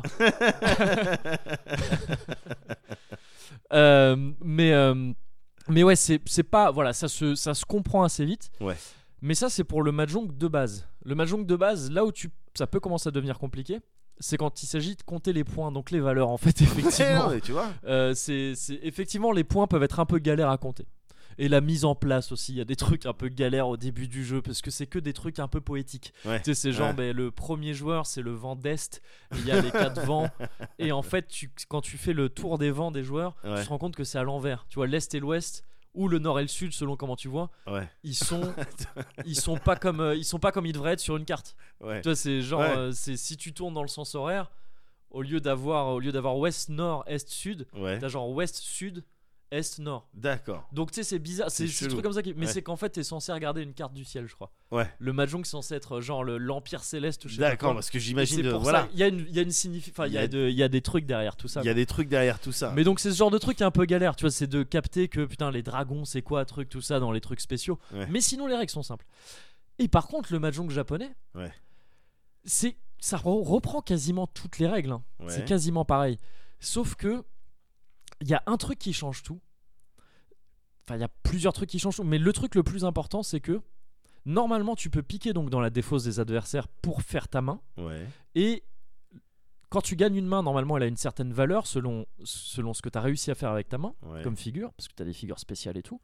Euh, mais euh, mais ouais, c'est c'est pas voilà, ça se ça se comprend assez vite. Ouais. Mais ça c'est pour le mahjong de base. Le mahjong de base, là où tu ça peut commencer à devenir compliqué, c'est quand il s'agit de compter les points, donc les valeurs en fait, Ouais, effectivement. non, mais tu vois. Euh, c'est, c'est- effectivement, les points peuvent être un peu galères à compter. Et la mise en place aussi, il y a des trucs un peu galères au début du jeu parce que c'est que des trucs un peu poétiques. Ouais. Tu sais, c'est genre Ouais. ben, le premier joueur, c'est le vent d'Est, et il y a les quatre vents. Et en fait, tu, quand tu fais le tour des vents des joueurs, Ouais. tu te rends compte que c'est à l'envers. Tu vois, l'Est et l'Ouest, ou le Nord et le Sud, selon comment tu vois, Ouais. ils sont, ils sont pas comme, euh, ils sont pas comme ils devraient être sur une carte. Ouais. Tu vois, c'est genre, Ouais. euh, c'est si tu tournes dans le sens horaire, au lieu d'avoir, au lieu d'avoir Ouest, Nord, Est, Sud, Ouais. t'as genre Ouest, Sud, Est, Nord. D'accord. Donc tu sais, c'est bizarre, c'est C'est juste des chelou. trucs comme ça. Qui... Mais Ouais. c'est qu'en fait, t'es censé regarder une carte du ciel, je crois. Ouais. Le Mahjong, c'est censé être genre le- l'Empire Céleste ou je sais pas D'accord, quoi. parce que Et j'imagine. c'est de- pour Voilà. ça, il y a une, il y a une signifi- enfin, il y Il y a a- de- il y a des trucs derrière tout ça. Il y a des trucs derrière tout ça. Mais donc c'est ce genre de truc qui est un peu galère, tu vois, c'est de capter que putain les dragons c'est quoi, truc tout ça dans les trucs spéciaux. Ouais. Mais sinon les règles sont simples. Et par contre le mahjong japonais, Ouais. c'est ça re- reprend quasiment toutes les règles. hein. Ouais. C'est quasiment pareil. Sauf que il y a un truc qui change tout. Enfin il y a plusieurs trucs qui changent tout, mais le truc le plus important c'est que normalement tu peux piquer donc dans la défausse des adversaires pour faire ta main. Ouais. Et quand tu gagnes une main, normalement, elle a une certaine valeur selon, selon ce que tu as réussi à faire avec ta main, Ouais. comme figure, parce que tu as des figures spéciales et tout.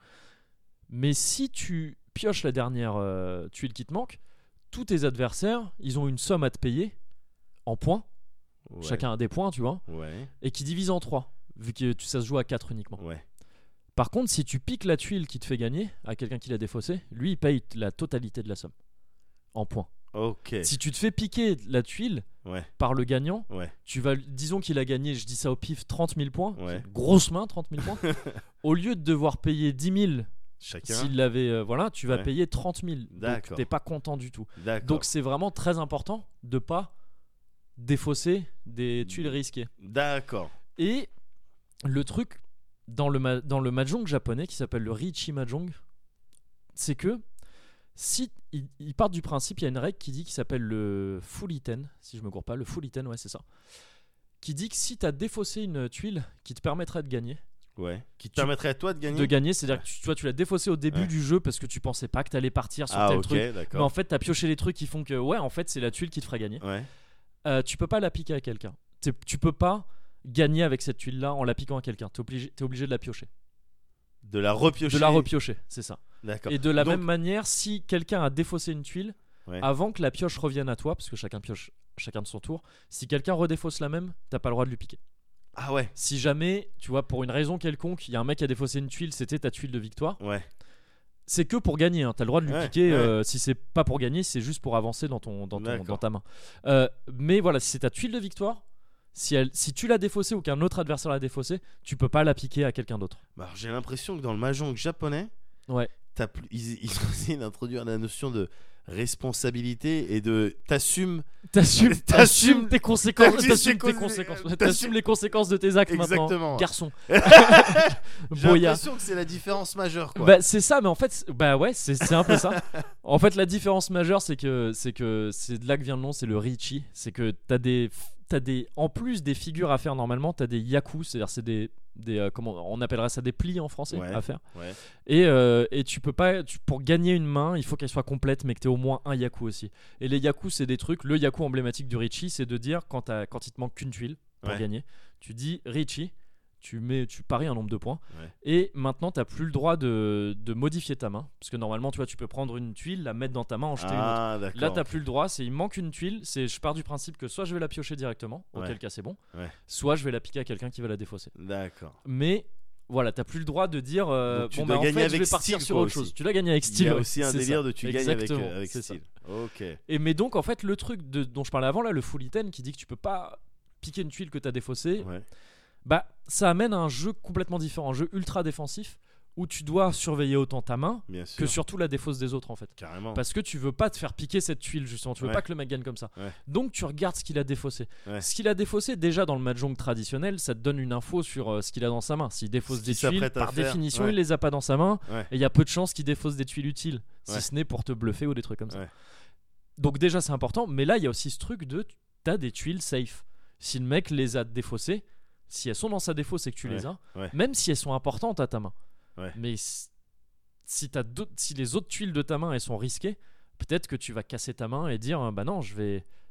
Mais si tu pioches la dernière euh, tuile qui te manque, tous tes adversaires, ils ont une somme à te payer en points. Ouais. Chacun a des points, tu vois, Ouais. et qui divise en trois, vu que tu- ça se joue à quatre uniquement. Ouais. Par contre, si tu piques la tuile qui te fait gagner à quelqu'un qui l'a défaussé, lui, il paye la totalité de la somme en points. Ok. Si tu te fais piquer la tuile Ouais. par le gagnant, Ouais. tu vas, disons qu'il a gagné, je dis ça au pif, trente mille points, Ouais. grosse main, trente mille points. Au lieu de devoir payer dix mille, Chacun. s'il l'avait, euh, voilà, tu vas Ouais. payer trente mille. Donc D'accord. t'es pas content du tout. D'accord. Donc c'est vraiment très important de pas défausser des tuiles risquées. D'accord. Et le truc dans le, ma- dans le mahjong japonais qui s'appelle le Riichi Mahjong, c'est que si ils, ils partent du principe, il y a une règle qui dit qui s'appelle le Fulliten, si je me gourre pas, le Fulliten, ouais c'est ça, qui dit que si tu as défaussé une tuile qui te permettrait de gagner, Ouais. Qui te Tu- permettrait à toi de gagner. de gagner, c'est-à-dire que tu, tu vois, tu l'as défaussé au début Ouais. du jeu parce que tu pensais pas que t'allais partir sur Ah tel ok, truc, mais d'accord. en fait t'as pioché les trucs qui font que ouais en fait c'est la tuile qui te fera gagner. Ouais. Euh, tu peux pas la piquer à quelqu'un. T'es- Tu peux pas gagner avec cette tuile là en la piquant à quelqu'un. T'es obligé, t'es obligé de la piocher. De la repiocher. De la repiocher, c'est ça. D'accord. Et de la Donc- même manière, si quelqu'un a défaussé une tuile, Ouais. avant que la pioche revienne à toi, parce que chacun pioche chacun de son tour, si quelqu'un redéfausse la même, t'as pas le droit de lui piquer. Ah ouais. Si jamais, tu vois, pour une raison quelconque, il y a un mec qui a défaussé une tuile, c'était ta tuile de victoire, Ouais. c'est que pour gagner. Hein. T'as le droit de lui Ouais, piquer. ouais. euh, si c'est pas pour gagner, c'est juste pour avancer dans, ton, dans, ton, D'accord. dans ta main. Euh, mais voilà, si c'est ta tuile de victoire, si, elle, si tu l'as défaussée ou qu'un autre adversaire l'a défaussée, tu peux pas la piquer à quelqu'un d'autre. Bah, alors, j'ai l'impression que dans le mahjong japonais, Ouais. t'as plus- ils, ils ont essayé d'introduire la notion de responsabilité et de t'assumes. T'assumes, T'assumes- t'assumes tes conséquences. t'assumes T'assumes tes tes cons- conséquences. t'assumes- T'assumes les conséquences de tes actes Exactement. maintenant, garçon. J'ai Boya. l'impression que c'est la différence majeure quoi. Bah c'est ça, mais en fait, c'est- bah ouais, c'est c'est un peu ça. En fait, la différence majeure, c'est que c'est que c'est de là que vient le nom, c'est le Riichi. C'est que t'as des t'as des en plus des figures à faire normalement, t'as des yaku, c'est-à-dire c'est des des euh, comment on appellerait ça des plis en français Ouais. à faire. Ouais. Et euh, et tu peux pas tu- pour gagner une main, il faut qu'elle soit complète, mais que t'aies au moins un yaku aussi. Et les yaku, c'est des trucs. Le yaku emblématique du Riichi, c'est de dire quand t'as- quand il te manque qu'une tuile pour Ouais. gagner, tu dis Riichi. Tu, mets, tu paries un nombre de points Ouais. et maintenant tu n'as plus le droit de, de modifier ta main parce que normalement tu vois tu peux prendre une tuile, la mettre dans ta main, en jeter une autre. Ah d'accord. Là tu n'as plus le droit, c'est il manque une tuile, c'est je pars du principe que soit je vais la piocher directement, auquel Ouais. cas c'est bon, Ouais. soit je vais la piquer à quelqu'un qui va la défausser. D'accord. Mais voilà, t'as plus le droit de dire euh, Donc, tu bon dois bah en gagner fait je avec vais partir style, sur quoi, autre chose. aussi. Tu l'as gagné avec Il y style. a ouais, aussi un c'est délire ça. de tu gagnes avec, Exactement, euh, avec c'est ça. style. Ok. Et mais donc en fait le truc de, dont je parlais avant là, le full item qui dit que tu peux pas piquer une tuile que t'as défaussée, Ouais. bah ça amène à un jeu complètement différent, un jeu ultra défensif où tu dois surveiller autant ta main Bien sûr. que surtout la défausse des autres en fait. Carrément. Parce que tu veux pas te faire piquer cette tuile justement, tu veux Ouais. pas que le mec gagne comme ça. Ouais. Donc tu regardes ce qu'il a défaussé. Ouais. Ce qu'il a défaussé déjà dans le mahjong traditionnel, ça te donne une info sur euh, ce qu'il a dans sa main. S'il défausse Ce des qu'il tuiles, s'apprête à par faire, définition, ouais. il les a pas dans sa main Ouais. et il y a peu de chances qu'il défausse des tuiles utiles, Ouais. si ce n'est pour te bluffer ou des trucs comme ça. Ouais. Donc déjà c'est important, mais là il y a aussi ce truc de t'as des tuiles safe. Si le mec les a défaussées, si elles sont dans sa défausse et que tu Ouais. les as, Ouais. même si elles sont importantes à ta main. Ouais. Mais s- si, t'as d'autres- si les autres tuiles de ta main elles sont risquées, peut-être que tu vas casser ta main et dire bah non, je vais,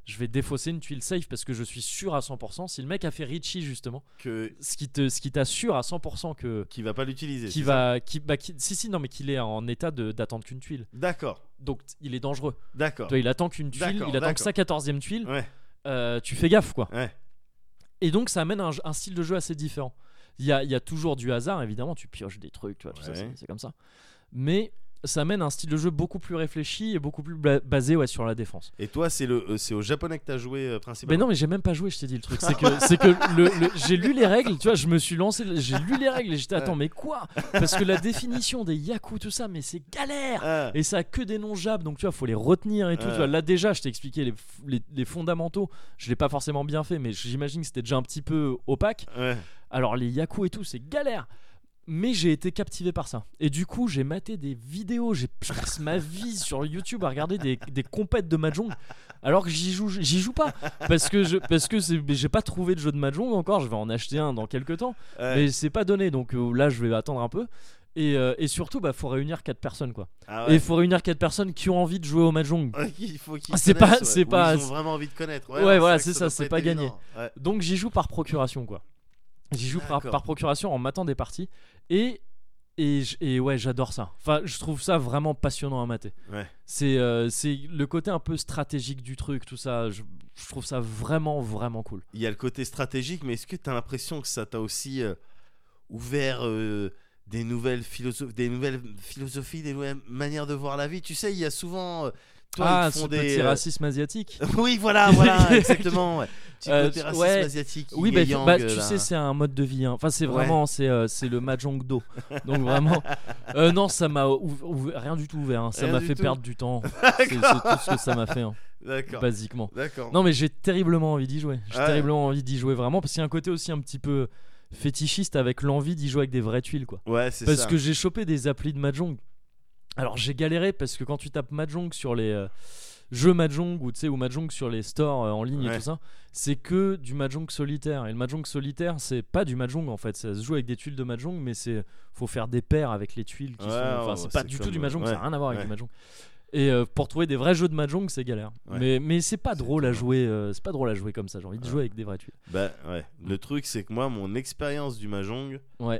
je vais défausser une tuile safe parce que je suis sûr à cent pour cent. Si le mec a fait Richie justement, Que ce qui te, ce qui t'assure à cent pour cent que qui va pas l'utiliser. qui c'est ça va, qui, bah, qui- si si non mais qu'il est en état de, d'attendre qu'une tuile. D'accord, Donc il est dangereux. d'accord. Toi, il attend qu'une tuile, D'accord, il attend que d'accord. sa quatorzième tuile. Ouais, Euh, tu fais gaffe quoi. ouais. Et donc ça amène un, un style de jeu assez différent. Il y a, il y a toujours du hasard évidemment, tu pioches des trucs, tu vois, tout ça, Ouais. c'est, c'est comme ça. Mais ça amène un style de jeu beaucoup plus réfléchi et beaucoup plus bla- basé ouais, sur la défense. Et toi, c'est le, euh, c'est au japonais que t'as joué euh, principalement. Mais non, mais j'ai même pas joué, je t'ai dit le truc. C'est que, c'est que le, le- j'ai lu les règles, tu vois, je me suis lancé, j'ai lu les règles et j'étais attends, mais quoi? Parce que la définition des yaku, tout ça, mais c'est galère! Ah, Et ça a que des noms jab, donc tu vois, faut les retenir et tout. Ouais. Tu vois, là déjà, je t'ai expliqué les, f- les, les fondamentaux. Je l'ai pas forcément bien fait, mais j'imagine que c'était déjà un petit peu opaque. ouais. Alors les yaku et tout, c'est galère. Mais j'ai été captivé par ça. Et du coup, j'ai maté des vidéos. J'ai, je passe ma vie sur YouTube à regarder des, des compètes de mahjong. Alors que j'y joue, j'y joue pas. Parce que, je, parce que c'est, j'ai pas trouvé de jeu de mahjong encore. Je vais en acheter un dans quelques temps. Ouais. Mais c'est pas donné. Donc euh, là, je vais attendre un peu. Et, euh, et surtout, bah, faut réunir quatre personnes quoi. Ah Et ouais. il faut réunir quatre personnes qui ont envie de jouer au mahjong. Ouais, il faut qu'ils C'est connaissent, pas- ouais. c'est Ou pas- Ils ont vraiment envie de connaître. Ouais, non, voilà, vrai que c'est ça, doit c'est être pas gagné. évident. Ouais. Donc j'y joue par procuration quoi. J'y joue par, D'accord. par procuration en matant des parties. Et, et, j- et ouais, j'adore ça. Enfin, je trouve ça vraiment passionnant à mater. Ouais. C'est, euh, c'est le côté un peu stratégique du truc, tout ça. Je, je trouve ça vraiment, vraiment cool. Il y a le côté stratégique, mais est-ce que tu as l'impression que ça t'a aussi euh, ouvert euh, des nouvelles philosophies, des nouvelles philosophies, des nouvelles manières de voir la vie? Tu sais, il y a souvent euh, toi, Ah, ils ce font petit des euh, racisme asiatique. oui, voilà, voilà, exactement. Ouais. Petit Euh, côté racisme ouais. asiatique. Oui, yin bah, et yang, bah, euh, tu là. sais, c'est un mode de vie. hein. Enfin, c'est Ouais. vraiment, c'est, euh, c'est le mahjong do. Donc vraiment, euh, non, ça m'a ouv- ouv- rien du tout ouvert. hein. Ça Rien m'a du fait tout. perdre du temps. c'est, c'est tout ce que ça m'a fait, hein, D'accord. basiquement. D'accord. Non, mais j'ai terriblement envie d'y jouer. J'ai Ouais. terriblement envie d'y jouer vraiment parce qu'il y a un côté aussi un petit peu fétichiste avec l'envie d'y jouer avec des vraies tuiles, quoi. Ouais, c'est Parce ça. que j'ai chopé des applis de mahjong. Alors j'ai galéré parce que quand tu tapes mahjong sur les euh, jeux mahjong ou tu sais ou mahjong sur les stores euh, en ligne et Ouais. tout ça, c'est que du mahjong solitaire. Et le mahjong solitaire, c'est pas du mahjong en fait. Ça se joue avec des tuiles de mahjong, mais c'est faut faire des paires avec les tuiles qui Ouais, sont. Enfin, ouais, c'est ouais, pas c'est du tout comme, du mahjong. ouais, Ça n'a rien à voir avec ouais. du mahjong. Et euh, pour trouver des vrais jeux de mahjong, c'est galère. Ouais. Mais mais c'est pas C'est drôle à étonnant. jouer. euh, c'est pas drôle à jouer comme ça. J'ai envie de Ouais. jouer avec des vraies tuiles. Bah ouais. Le truc, c'est que moi, mon expérience du mahjong, Ouais.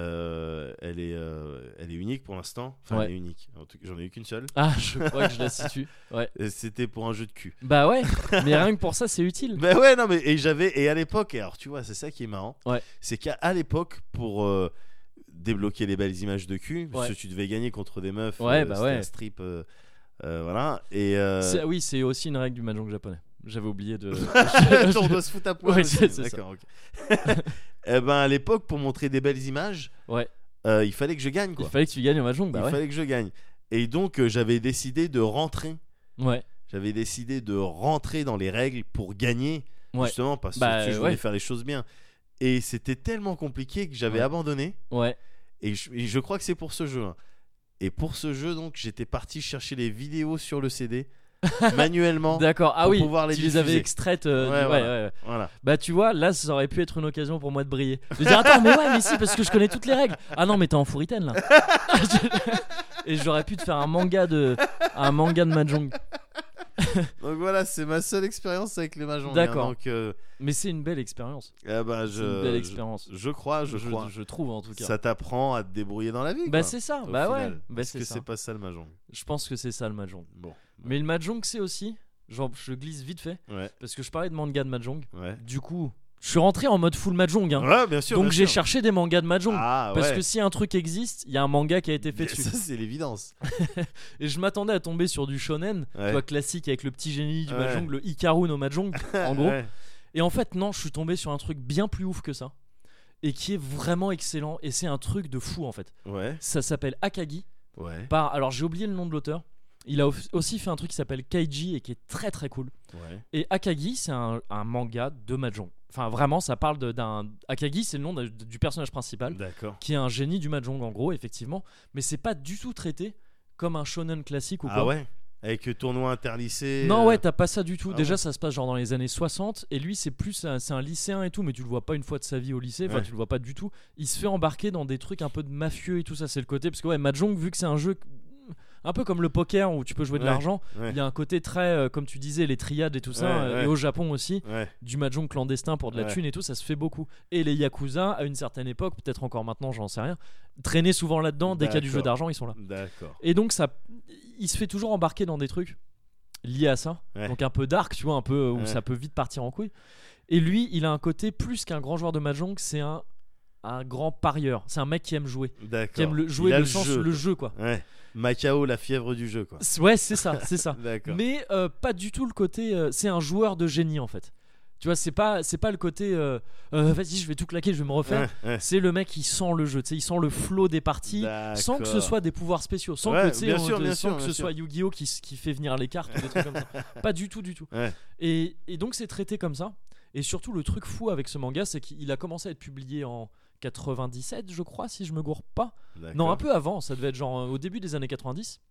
euh, elle est, euh, elle est unique pour l'instant. Enfin, Ouais. elle est unique. En tout cas, j'en ai eu qu'une seule. Ah, je crois que je la situe. Ouais. Et c'était pour un jeu de cul. Bah ouais. Mais rien que pour ça, c'est utile. Bah ouais, non, mais et j'avais et à l'époque, et alors tu vois, c'est ça qui est marrant. Ouais. C'est qu'à à l'époque, pour euh, débloquer les belles images de cul, parce Ouais. que tu devais gagner contre des meufs. Ouais, euh, bah c'était ouais. un strip. euh, euh, voilà. Et. euh, C'est- oui, c'est aussi une règle du mahjong japonais. J'avais oublié de. on doit se foutre à poil Ouais, aussi. c'est- c'est ça. D'accord, ok. Eh ben à l'époque, pour montrer des belles images, Ouais. euh, il fallait que je gagne quoi. Il fallait que tu gagnes au mahjong. Bah il ouais. fallait que je gagne. Et donc euh, j'avais décidé de rentrer. Ouais. J'avais décidé de rentrer dans les règles pour gagner, Ouais. justement parce que Bah, tu sais, je voulais ouais. faire les choses bien. Et c'était tellement compliqué que j'avais Ouais. abandonné. Ouais. Et je, et je crois que c'est pour ce jeu. hein. Et pour ce jeu, donc, j'étais parti chercher les vidéos sur le C D manuellement. D'accord. Ah pour oui. pouvoir les tu les avais diffuser. extraites. euh, Ouais, du- voilà. ouais, ouais. Voilà. Bah tu vois, là, ça aurait pu être une occasion pour moi de briller. De dire attends, mais ouais, mais si, parce que je connais toutes les règles. Ah non, mais t'es en Furiten là. Et j'aurais pu te faire un manga de, un manga de mahjong. Donc voilà, c'est ma seule expérience avec les mahjong. hein. D'accord. Donc, euh, Mais c'est une belle expérience. ah bah, C'est je, une belle je- expérience. Je, crois, je, Je, crois. je trouve en tout cas. Ça t'apprend à te débrouiller dans la vie. Bah quoi, c'est ça. au Bah final. ouais. Bah Est-ce c'est que ça. c'est pas ça le mahjong? Je pense que c'est ça le mahjong. Bon. Mais le mahjong, c'est aussi. Genre, je glisse vite fait Ouais. parce que je parlais de manga de mahjong. Ouais. Du coup, je suis rentré en mode full mahjong. Hein. Ouais, bien sûr. Donc bien j'ai sûr. cherché des mangas de mahjong. Ah, Parce ouais. que si un truc existe, il y a un manga qui a été fait dessus. Ça, c'est l'évidence. Et je m'attendais à tomber sur du shonen, tu Ouais. vois, classique avec le petit génie du Ouais. mahjong, le Hikaru no mahjong, en gros. Ouais. Et en fait, non, je suis tombé sur un truc bien plus ouf que ça. Et qui est vraiment excellent. Et c'est un truc de fou en fait. Ouais. Ça s'appelle Akagi. Ouais. Par... Alors j'ai oublié le nom de l'auteur. Il a au- aussi fait un truc qui s'appelle Kaiji et qui est très très cool. Ouais. Et Akagi, c'est un, un manga de mahjong. Enfin, vraiment, ça parle de- d'un. Akagi, c'est le nom de- du personnage principal, D'accord. qui est un génie du mahjong, en gros, effectivement. Mais c'est pas du tout traité comme un shonen classique ou Ah quoi. ouais. Avec le tournoi interlycée. Non, euh, ouais, t'as pas ça du tout. ah Déjà, ouais. ça se passe genre dans les années soixante. Et lui, c'est plus. un- C'est un lycéen et tout, mais tu le vois pas une fois de sa vie au lycée. Enfin, Ouais. tu le vois pas du tout. Il se fait embarquer dans des trucs un peu de mafieux et tout ça. C'est le côté. Parce que, ouais, mahjong, vu que c'est un jeu un peu comme le poker où tu peux jouer de Ouais, l'argent. ouais. Il y a un côté très, euh, comme tu disais, les triades et tout ça, Ouais, euh, ouais. et au Japon aussi, Ouais. du mahjong clandestin pour de la Ouais. thune et tout, ça se fait beaucoup. Et les yakuza, à une certaine époque, peut-être encore maintenant, j'en sais rien, traînaient souvent là-dedans. Dès qu'il y a du jeu D'accord. d'argent, ils sont là. D'accord. Et donc ça, il se fait toujours embarquer dans des trucs liés à ça, Ouais. donc un peu dark, tu vois, un peu où Ouais. ça peut vite partir en couille. Et lui, il a un côté plus qu'un grand joueur de mahjong, c'est un un grand parieur. C'est un mec qui aime jouer, D'accord. qui aime le, jouer Il a le sens jeu, le quoi. jeu quoi. Ouais. Macao, la fièvre du jeu, quoi. C'est- Ouais, c'est ça, c'est ça. D'accord. Mais euh, pas du tout le côté. euh, c'est un joueur de génie en fait. Tu vois, c'est pas, c'est pas le côté. euh, euh, Vas-y, je vais tout claquer, je vais me refaire. Ouais, ouais. C'est le mec qui sent le jeu, tu sais, il sent le flow des parties, sans que ce D'accord. soit des pouvoirs spéciaux, sans Ouais, que, tu sais, bien on- sûr, de- bien sans sûr, que bien ce sûr. soit Yu-Gi-Oh qui, s- qui fait venir les cartes ou des trucs comme ça. Pas du tout, du tout. Ouais. Et, et donc c'est traité comme ça. Et surtout le truc fou avec ce manga, c'est qu'il a commencé à être publié en quatre-vingt-dix-sept, je crois, si je me gourre pas. D'accord. Non, un peu avant, ça devait être genre euh, au début des années quatre-vingt-dix.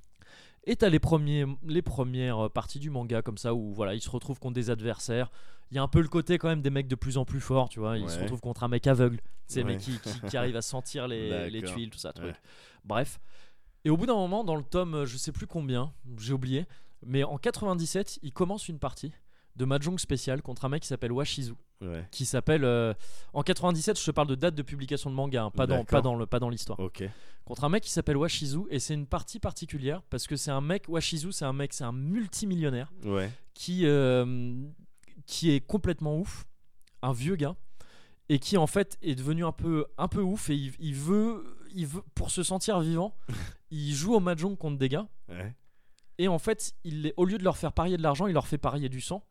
Et t'as les, premiers, les premières euh, parties du manga comme ça où voilà, ils se retrouvent contre des adversaires. Il y a un peu le côté quand même des mecs de plus en plus forts, tu vois. Ils se Ouais. retrouvent contre un mec aveugle, c'est Ouais. mec qui, qui, qui arrive à sentir les, les D'accord. tuiles, tout ça, truc. Ouais. Bref. Et au bout d'un moment, dans le tome, euh, je sais plus combien, j'ai oublié, mais en quatre-vingt-dix-sept, il commence une partie de mahjong spécial contre un mec qui s'appelle Washizu, Ouais. qui s'appelle euh, en quatre-vingt-dix-sept, je te parle de date de publication de manga, hein, pas dans D'accord. pas dans le pas dans l'histoire. Ok. Contre un mec qui s'appelle Washizu, et c'est une partie particulière parce que c'est un mec, Washizu, c'est un mec, c'est un multimillionnaire Ouais. qui euh, qui est complètement ouf, un vieux gars, et qui en fait est devenu un peu un peu ouf, et il, il veut il veut pour se sentir vivant, il joue au mahjong contre des gars, Ouais. et en fait il les- au lieu de leur faire parier de l'argent, il leur fait parier du sang.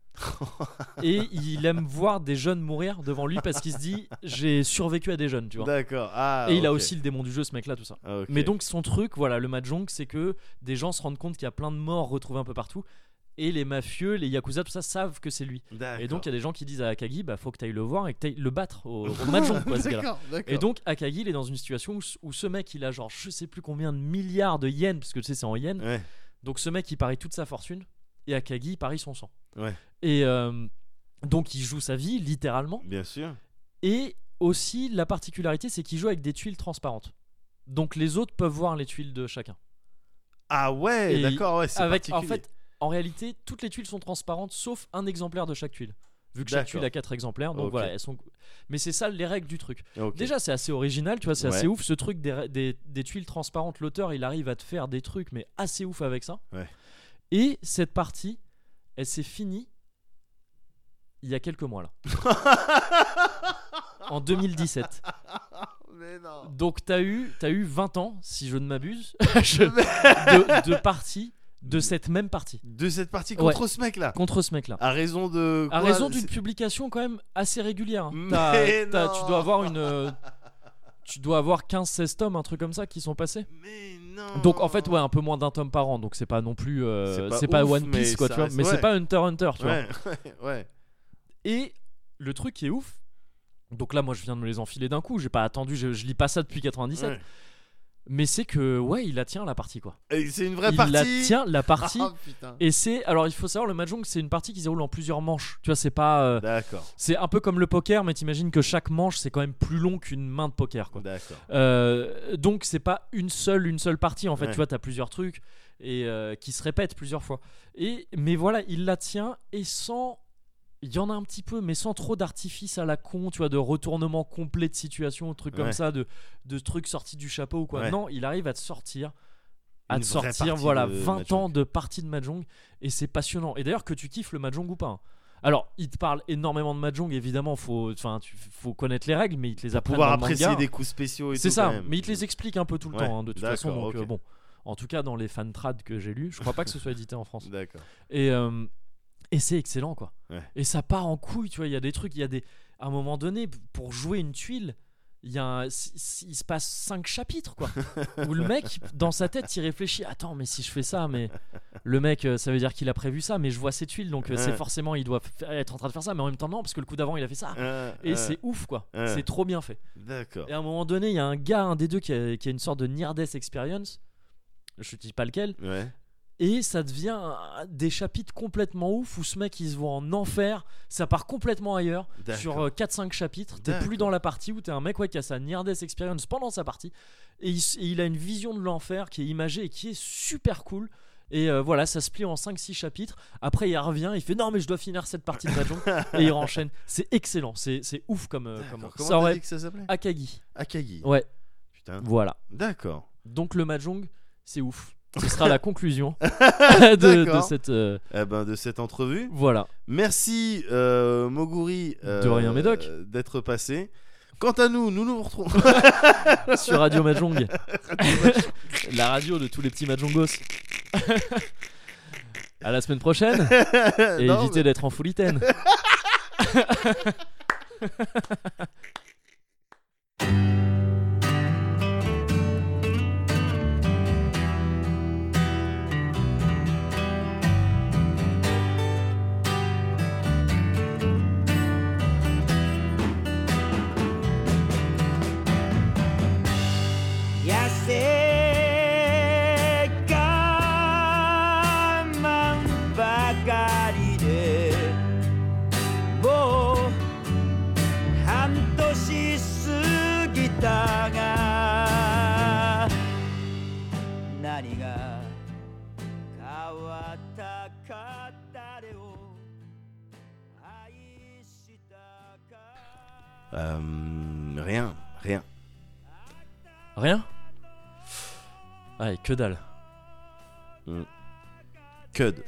Et il aime voir des jeunes mourir devant lui parce qu'il se dit j'ai survécu à des jeunes, tu vois. D'accord. Ah, Et il a ok. aussi le démon du jeu, ce mec là, tout ça. Ah, ok. Mais donc son truc, voilà, le mahjong, c'est que des gens se rendent compte qu'il y a plein de morts retrouvés un peu partout, et les mafieux, les yakuza, tout ça savent que c'est lui. D'accord. Et donc il y a des gens qui disent à Akagi, bah faut que tu ailles le voir et que tu ailles le battre au, au mahjong, quoi, ce gars-là. D'accord, d'accord. Et donc Akagi, il est dans une situation où, où ce mec, il a genre je sais plus combien de milliards de yens, parce que tu sais c'est en yens. Ouais. Donc ce mec, il parie toute sa fortune, et Akagi, il parie son sang. Ouais. Et euh, donc il joue sa vie littéralement. Bien sûr. Et aussi la particularité, c'est qu'il joue avec des tuiles transparentes. Donc les autres peuvent voir les tuiles de chacun. Ah ouais, Et d'accord, ouais, c'est Avec, en particulier. fait, en réalité, toutes les tuiles sont transparentes sauf un exemplaire de chaque tuile. Vu que chaque D'accord. tuile a quatre exemplaires, donc Ok. voilà, elles sont. Mais c'est ça les règles du truc. Ok. Déjà, c'est assez original, tu vois, c'est Ouais. assez ouf ce truc des, des, des tuiles transparentes. L'auteur, il arrive à te faire des trucs, mais assez ouf avec ça. Ouais. Et cette partie, elle s'est finie il y a quelques mois là. En deux mille dix-sept. Mais non. Donc t'as eu, t'as eu vingt ans, si je ne m'abuse, je- de, de partie de cette même partie De cette partie contre Ouais. ce mec-là. contre ce mec-là. À raison de. À quoi, raison d'une c'est- publication quand même assez régulière. hein. Mais T'as- t'as- non. tu dois avoir une, euh, tu dois avoir quinze seize tomes, un truc comme ça, qui sont passés. Mais non. Donc en fait ouais, un peu moins d'un tome par an. Donc c'est pas non plus, euh, C'est pas c'est pas ouf, One mais Piece quoi, ça tu vois. reste- Mais c'est ouais. pas Hunter x Hunter, tu vois. Ouais, ouais, ouais. Et le truc qui est ouf. Donc là, moi, je viens de me les enfiler d'un coup. J'ai pas attendu. Je, je lis pas ça depuis quatre-vingt-dix-sept. Ouais. Mais c'est que ouais, il la tient la partie quoi. Et c'est une vraie Il partie. la tient la partie. Ah, putain. Et c'est alors il faut savoir le mahjong, c'est une partie qui se déroule en plusieurs manches. Tu vois, c'est pas. euh, D'accord. c'est un peu comme le poker, mais t'imagines que chaque manche c'est quand même plus long qu'une main de poker quoi. D'accord. Euh, donc c'est pas une seule une seule partie en fait. Ouais. Tu vois, t'as plusieurs trucs et euh, qui se répètent plusieurs fois. Et mais voilà, il la tient et sans. Il y en a un petit peu, mais sans trop d'artifice à la con, tu vois, de retournement complet de situation, trucs comme Ouais. ça, de, de trucs sortis du chapeau ou quoi. Ouais. Non, il arrive à te sortir, à Une te vraie sortir, partie voilà, de vingt mahjong. ans de parties de mahjong, et c'est passionnant. Et d'ailleurs, que tu kiffes le mahjong ou pas. hein. Alors, il te parle énormément de mahjong, évidemment, faut, enfin, tu- faut connaître les règles, mais il te les apprend Pouvoir dans le apprécier manga. des coups spéciaux et C'est tout. ça, quand même. mais il te les explique un peu tout le Ouais, temps, hein, de toute façon. d'accord, Donc, ok. euh, bon, en tout cas, dans les fan trad que j'ai lus, je crois pas que ce soit édité en France. D'accord. Et, euh, et c'est excellent quoi. Ouais. Et ça part en couille, tu vois. Il y a des trucs, il y a des. À un moment donné, pour jouer une tuile, il y a un- si- si- il se passe cinq chapitres quoi. Où le mec, dans sa tête, il réfléchit. Attends, mais si je fais ça, mais le mec, euh, ça veut dire qu'il a prévu ça, mais je vois ces tuiles, donc euh, c'est Ouais. forcément il doit f- être en train de faire ça, mais en même temps non, parce que le coup d'avant il a fait ça. Euh, Et euh, c'est ouf quoi. ouais. C'est trop bien fait. D'accord. Et à un moment donné, il y a un gars, un des deux, qui a, qui a une sorte de near-death experience. Je te dis pas lequel. Ouais. Et ça devient euh, des chapitres complètement ouf où ce mec il se voit en enfer, ça part complètement ailleurs. D'accord. Sur euh, quatre cinq chapitres, t'es D'accord. plus dans la partie où t'es un mec ouais, qui a sa near-death experience pendant sa partie. Et il, s- et il a une vision de l'enfer qui est imagée et qui est super cool. Et euh, voilà, ça se plie en cinq six chapitres. Après, il revient, il fait non, mais je dois finir cette partie de Mahjong. Et il renchaîne. C'est excellent, c'est, c'est ouf comme. euh, comme... D'accord. Comment Ça t'as aurait. dit que ça s'appelait Akagi. Akagi. Ouais, Putain. voilà. D'accord. Donc le Mahjong, c'est ouf. Ce sera la conclusion de, de D'accord. cette. euh, Eh ben, de cette entrevue. Voilà. Merci euh, Moguri euh, De rien, Médoc. euh, d'être passé. Quant à nous, nous nous retrouvons. Sur Radio Mahjong. La radio de tous les petits Mahjongos. À la semaine prochaine. Et Non, évitez mais- d'être en foulitaine. 痩せ我慢ばかりでもう半年過ぎたが何が変わったか誰を愛したか Euh, rien, rien. Rien. Ah, et que dalle. Cud.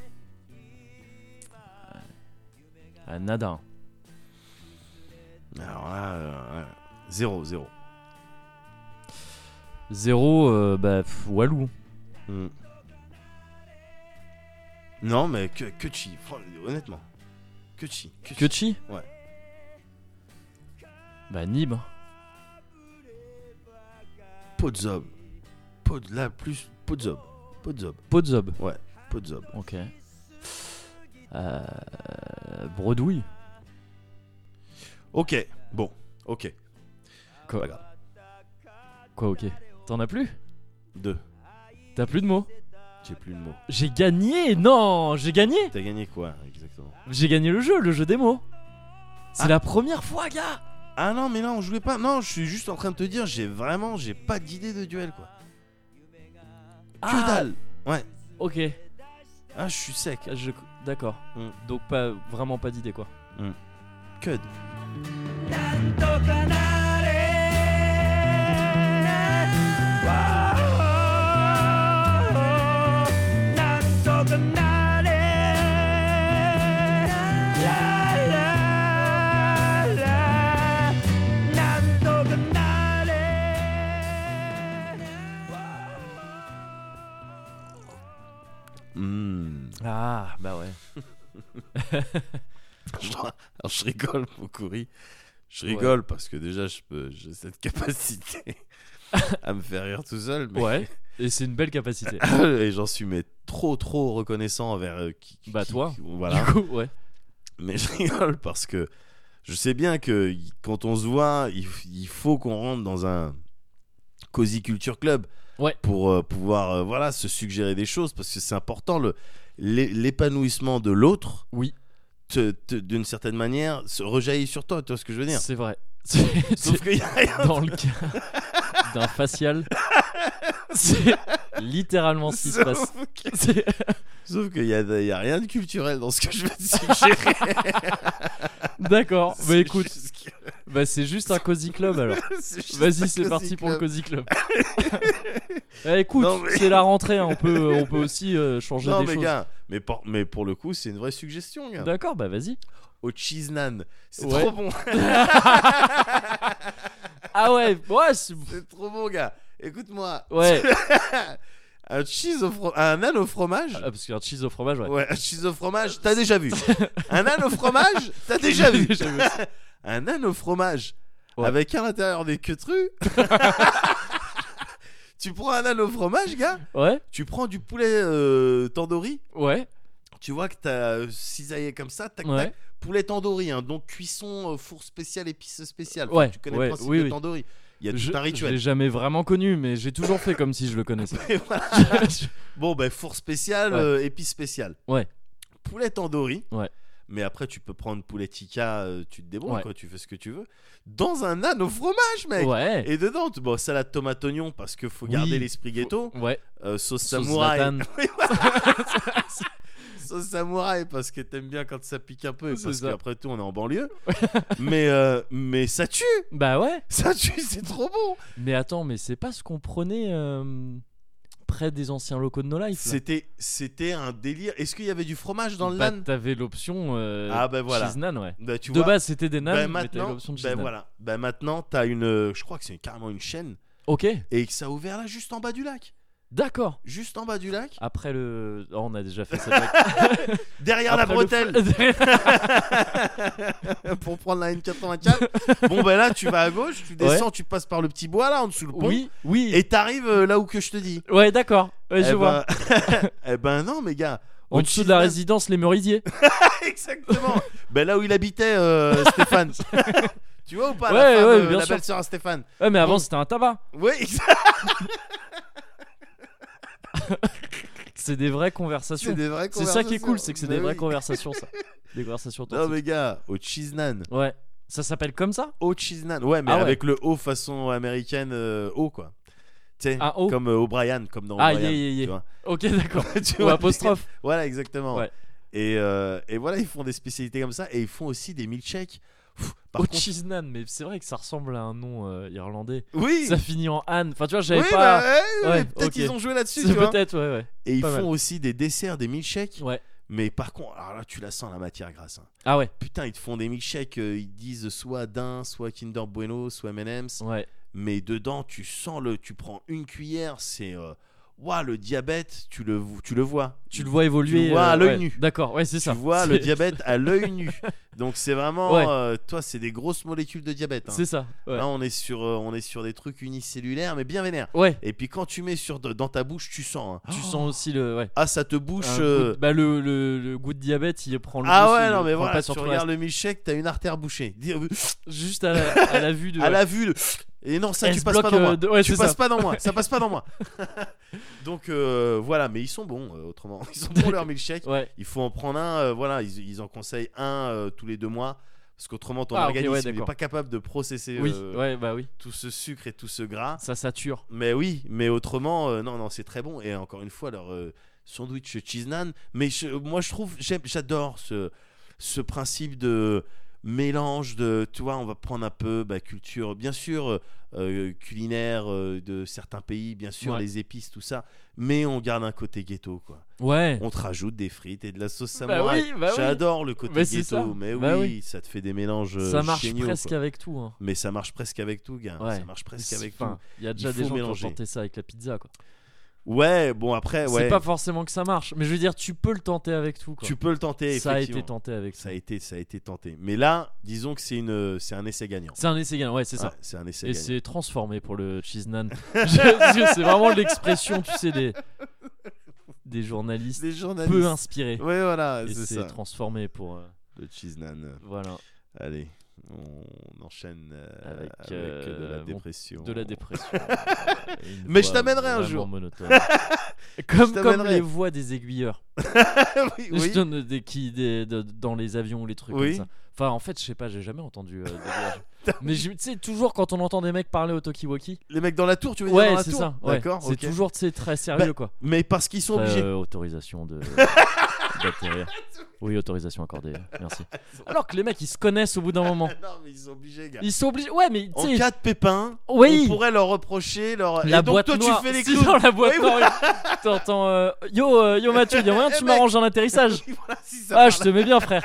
Ah, nada. Alors là, euh, ouais. zéro, zéro. Zéro, euh, bah, pff, Walou. Hmm. Non, mais que, que chi, fran- honnêtement. Que chi. Que chi. Kutchi. Ouais. Bah, Nib. Podzob. Pod, là, plus Podzob. Podzob. Podzob. Podzob. Ok. Euh, Bredouille. Ok, bon, ok. Quoi, Pas grave. Quoi, ok. T'en as plus? Deux. T'as plus de mots? J'ai plus de mots. J'ai gagné. Non, j'ai gagné. T'as gagné quoi, exactement? J'ai gagné le jeu, le jeu des mots. C'est Ah. la première fois, gars. Ah non, mais non, on jouait pas. Non, je suis juste en train de te dire, j'ai vraiment, j'ai pas d'idée de duel, quoi. Que Ah. dalle. Ouais. Ok. Ah, je suis sec. Je... D'accord. Mm. Donc pas vraiment pas d'idée quoi. Cud. なんとかなれわあなんとかなれラララなんとかなれ Hmm. Ah bah ouais. Je- Alors, je rigole, Mokuri. Je rigole parce que déjà, je peux, j'ai cette capacité à me faire rire tout seul. Mais... Ouais. Et c'est une belle capacité. Et j'en suis mais trop, trop reconnaissant envers euh, qui, qui- Bah, qui- toi. qui- voilà. Du coup ouais. Mais je rigole parce que je sais bien que y- quand on se voit, il, f- il faut qu'on rentre dans un Cozy Culture Club Ouais. pour euh, pouvoir euh, voilà, se suggérer des choses parce que c'est important le, l'é- l'épanouissement de l'autre. Oui. te- te- d'une certaine manière, se rejaillit sur toi. Tu vois ce que je veux dire? C'est vrai. C'est Sauf c'est- qu'il y a rien. dans le cas d'un facial. C'est littéralement ce qui se passe. Sauf que- C'est- Sauf qu'il y a, il y a rien de culturel dans ce que je vais te suggérer. D'accord. Bah C'est écoute, juste que- bah c'est juste un cozy club alors. c'est juste un Vas-y, c'est Cozy parti pour le Club. cozy club. Eh, écoute, Non, mais- c'est la rentrée, hein, on peut, on peut aussi euh, changer Non des mais choses. gars, mais pour, mais pour le coup, c'est une vraie suggestion, gars. D'accord, bah vas-y. Au cheese nan, c'est Ouais. trop bon. Ah ouais, ouais, c'est- C'est trop bon, gars. Écoute-moi. ouais. Un cheese au fro- un nan au fromage. Ah, parce qu'un cheese au fromage, ouais. Ouais, un cheese au fromage, t'as déjà vu. Un nan au fromage, t'as déjà vu. Déjà vu. Un nan au fromage Ouais. avec à l'intérieur des queutrus. Tu prends un nan au fromage, gars. Ouais, Tu prends du poulet euh, tandoori. ouais, Tu vois que t'as euh, cisaillé comme ça, tac ouais. tac. Poulet tandoori, hein, donc cuisson, euh, four spécial, épices spéciales. Ouais, tu connais ouais, le principe oui, de oui. tandoori. Il y a tout Je, un je rituel. l'ai jamais vraiment connu, mais j'ai toujours fait comme si je le connaissais. Et voilà. Bon, ben four spécial, Ouais. euh, épices spéciales. Ouais. Poulet tandoori. Ouais. Mais après, tu peux prendre poulet tikka, euh, tu te débrouilles, Ouais. quoi, tu fais ce que tu veux. Dans un âne au fromage, mec. Ouais. Et dedans, tu- bon, salade tomate oignon parce qu'il faut Oui. garder l'esprit ghetto. Ouais. Euh, sauce Sauce samouraï. Zlatan. Oui, voilà. Sauce samouraï parce que t'aimes bien quand ça pique un peu et C'est parce ça. qu'après tout, on est en banlieue. mais, euh, mais ça tue. Bah ouais. Ça tue, c'est trop bon. Mais attends, mais c'est pas ce qu'on prenait euh, près des anciens locaux de No Life là. C'était, c'était un délire. Est-ce qu'il y avait du fromage dans le Bah, nan? t'avais l'option euh, Ah, bah, voilà. cheese nan, ouais. Bah, tu De vois. base, c'était des Bah, nanes, mais t'avais maintenant, l'option de cheese bah, nan. voilà. Bah, maintenant, t'as une. euh, Je crois que c'est carrément une chaîne. Ok, Et que ça a ouvert là, juste en bas du lac. d'accord. Juste en bas du lac. Après le. Oh, on a déjà fait cette blague. Derrière la Après le bretelle. fl- Pour prendre la N quatre-vingt-quatre. Bon, ben là, tu vas à gauche, tu descends, tu passes par le petit bois là, en dessous le pont. Oui, oui. Et t'arrives euh, là où que je te dis. Ouais, d'accord. Ouais, je Eh vois. ben... eh ben non, mes gars. En Au dessous de la Cheeseman- résidence Les Meuridiers. Exactement. Ben là où il habitait, euh, Stéphane. Tu vois ou pas Ouais, la femme, ouais, euh, bien la sûr. belle-sœur à Stéphane. Ouais, mais avant, Bon. c'était un tabac. Oui, exact. C'est des vraies conversations. C'est des vraies C'est ça qui est conversations. cool, c'est que c'est des Mais vraies oui. conversations, ça. Des conversations Non, authentiques. mes gars, au cheese nan. Ouais. Ça s'appelle comme ça Au cheese nan. Ouais, mais Ah ouais. avec le O façon américaine, euh, O quoi. Tu sais, Ah, O. comme euh, O'Brien, comme dans Ah, O'Brien. yeah, yeah, yeah. Tu vois. Ok, d'accord. Tu Ou vois, apostrophe. Voilà, exactement. Ouais. Et, euh, et voilà, ils font des spécialités comme ça et ils font aussi des milkshakes. Pff, Par Au contre, cheese nan, mais c'est vrai que ça ressemble à un nom euh, irlandais. oui, Ça finit en Anne. Enfin, tu vois, j'avais oui, pas. bah, ouais, Ouais, peut-être ok. qu'ils ont joué là-dessus. C'est Tu vois. peut-être, ouais, ouais. Et ils pas font mal. aussi des desserts, des milkshakes. Ouais. Mais par contre, alors là, tu la sens la matière grasse. hein. Ah ouais. Putain, ils te font des milkshakes. euh, ils disent soit Dain, soit Kinder Bueno, soit M and M's. Ouais. Mais dedans, tu sens le. Tu prends une cuillère, c'est. euh, Ouah, le diabète, tu le, tu le vois. Tu le vois évoluer. Tu le vois à euh, l'œil ouais. nu. D'accord, ouais, c'est Tu ça. vois C'est- le diabète à l'œil nu. Donc c'est vraiment. Ouais. euh, toi, c'est des grosses molécules de diabète. hein. C'est ça. Ouais. Là, on est, sur, euh, on est sur des trucs unicellulaires, mais bien vénères. Ouais. Et puis quand tu mets sur, dans ta bouche, tu sens. hein. Tu sens aussi le. Ouais. Ah, ça te bouche. Un euh, goût de- bah, le, le, le goût de diabète, il prend le Ah dessus, ouais, il non, mais prend voilà, pas tu sur tout le regardes reste. le milkshake, t'as une artère bouchée. Dis- euh, Juste à la, à la vue de. À la vue. le- Et non, ça, tu S-bloc, passes pas dans moi. euh, de- ouais, tu c'est passes ça. pas dans moi. Ça passe pas dans moi. Donc euh, voilà, mais ils sont bons, euh, autrement. Ils sont bons, leurs milkshakes. Ouais. Il faut en prendre un. euh, voilà, ils, ils en conseillent un euh, tous les deux mois. Parce qu'autrement, ton Ah, ok, organisme ouais, n'est d'accord. pas capable de processer Oui, euh, ouais, bah oui. tout ce sucre et tout ce gras. Ça sature. Mais oui, mais autrement, euh, non, non, c'est très bon. Et encore une fois, leur euh, sandwich cheese naan. Mais je- moi, je trouve, j'aime, j'adore ce, ce principe de mélange de, tu vois, on va prendre un peu bah, culture, bien sûr, euh, euh, culinaire euh, de certains pays, bien sûr, Ouais. les épices, tout ça. Mais on garde un côté ghetto, quoi. Ouais. On te rajoute des frites et de la sauce Bah samouraï. oui, bah oui. J'adore le côté Mais c'est ghetto, ça. mais Bah oui, oui. ça te fait des mélanges euh, Ça marche géniaux, presque quoi. avec tout. Hein. Mais ça marche presque avec tout, gars. Ouais. Ça marche presque C'est- avec enfin, Il y a déjà Il des faut gens mélanger. qui ont tenté ça avec la pizza, quoi. tout. Ouais, bon après, ouais. C'est pas forcément que ça marche, mais je veux dire, tu peux le tenter avec tout, quoi. Tu peux le tenter, Ça a été effectivement. tenté avec Ça ça. a été, ça a été tenté. Mais là, disons que c'est une, c'est un essai gagnant. C'est un essai gagnant, ouais, c'est ça. Ouais, c'est un essai Et gagnant. c'est transformé pour le cheese nan. Je- c'est vraiment l'expression, tu sais, des, des journalistes Les journalistes. peu inspirés. Ouais, voilà, Et c'est c'est ça. transformé pour. euh, Le cheese nan. voilà. Allez, on enchaîne euh, Avec, avec, euh, de la mon- dépression. De la dépression. Et une Mais je voix t'amènerai un vraiment jour. monotone. comme, comme t'amènerai. les voix des aiguilleurs. oui, Je oui. donne des, qui, des, de- dans les avions ou les trucs Oui. comme ça. Enfin, en fait, je sais pas, j'ai jamais entendu. euh, des voix. Mais je- tu sais, toujours quand on entend des mecs parler au talkie-walkie. Les mecs dans la tour, tu veux dire Ouais, dans la c'est tour ça. ouais. D'accord, C'est ok. toujours, tu sais, très sérieux, Bah, quoi. Mais parce qu'ils sont Très, obligés. euh, autorisation de d'atterrir. Oui, autorisation accordée. Merci. Alors que les mecs, ils se connaissent au bout d'un moment. non, mais ils sont obligés, gars. Ils sont obligés. Ouais, mais tu En sais. cas de pépin, Oui. on pourrait leur reprocher leur. La Et donc boîte toi, noire. tu fais les Si, clowns. dans la boîte Oui, noire. T'entends. euh, yo, euh, yo Mathieu, y'a moyen que Eh, tu mec. m'arranges en atterrissage. Voilà, si ça Ah, parle. je te mets bien, frère.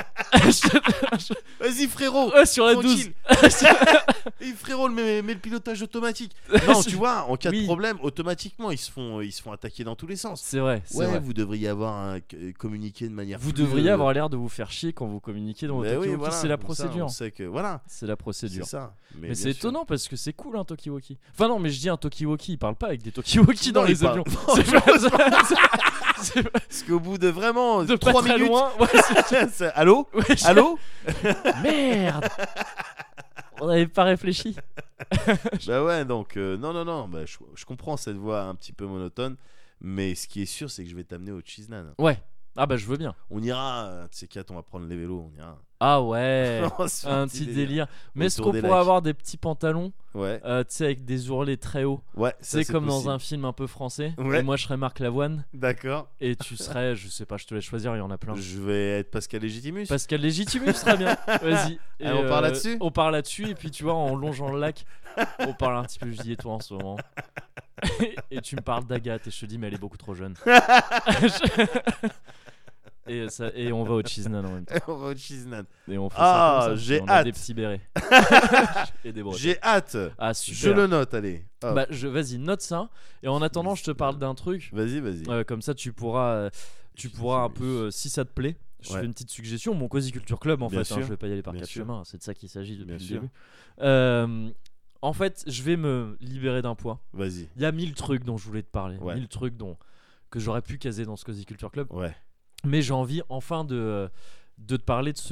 Je- Vas-y, frérot. Ouais, sur la douze. Tranquille. Et frérot, mets, mets le pilotage automatique. Non, tu vois, en cas Oui. de problème, automatiquement, ils se font, ils se font attaquer dans tous les sens. C'est vrai, c'est Ouais, vrai. vous devriez avoir un, euh, communiqué de manière. Vous plus, devriez euh, avoir l'air de vous faire chier quand vous communiquez dans votre bah oui, talkie-walkie. voilà, C'est la comme ça, procédure. on sait que voilà, C'est la c'est procédure. ça. Mais, bien c'est sûr. étonnant parce que c'est cool un talkie-walkie. Enfin non, mais je dis un talkie-walkie, il parle pas avec des talkie-walkie dans Non, les il parle- avions. Non, C'est pas- c'est- c'est pas- Parce qu'au bout de vraiment de pas trois très minutes. loin. Ouais, c'est- c'est- Allô ouais, je- Allô Merde. On n'avait pas réfléchi. Bah ouais, donc euh, non, non, non, bah, je, je comprends cette voix un petit peu monotone, mais ce qui est sûr, c'est que je vais t'amener au Cheese Nan. Ouais. Ah bah je veux bien. On ira, euh, tu sais quatre, on va prendre les vélos, on ira. Ah ouais. Sur Un petit délire. Mais est-ce Autour qu'on des pourrait lacs. avoir des petits pantalons, Ouais, euh, tu sais, avec des ourlets très hauts. ouais, ça, C'est comme possible. dans un film un peu français. Ouais. Et moi je serais Marc Lavoine. D'accord. Et tu serais, je sais pas, je te laisse choisir, il y en a plein. Je vais être Pascal Légitimus. Pascal Légitimus, très bien. Vas-y. Et, Allez, on part là-dessus On part là-dessus, et puis tu vois, en longeant le lac, on parle un petit peu, je dis, et toi en ce moment. Et tu me parles d'Agathe, et je te dis, mais elle est beaucoup trop jeune. et, ça, et on va au Cheese Nan en même temps. On va au Cheese Nan. Et on fait Ah, ça comme ça. j'ai Et on a hâte. des petits bérets. et des bretelles. J'ai hâte. Ah, super. Je le note, allez. Hop. Bah, je, vas-y, note ça. Et en attendant, je te parle d'un truc. Vas-y, vas-y. Euh, comme ça, tu pourras, euh, tu pourras un peu, euh, si ça te plaît, je Ouais. fais une petite suggestion. Mon Cozy Culture Club, en Bien fait, hein, sûr. je vais pas y aller par Bien quatre sûr. chemins. C'est de ça qu'il s'agit depuis Bien le sûr. début. Euh, en fait, je vais me libérer d'un poids. Vas-y. Il y a mille trucs dont je voulais te parler, Ouais. mille trucs dont que j'aurais pu caser dans ce Cozy Culture Club. Ouais. Mais j'ai envie enfin de de te parler de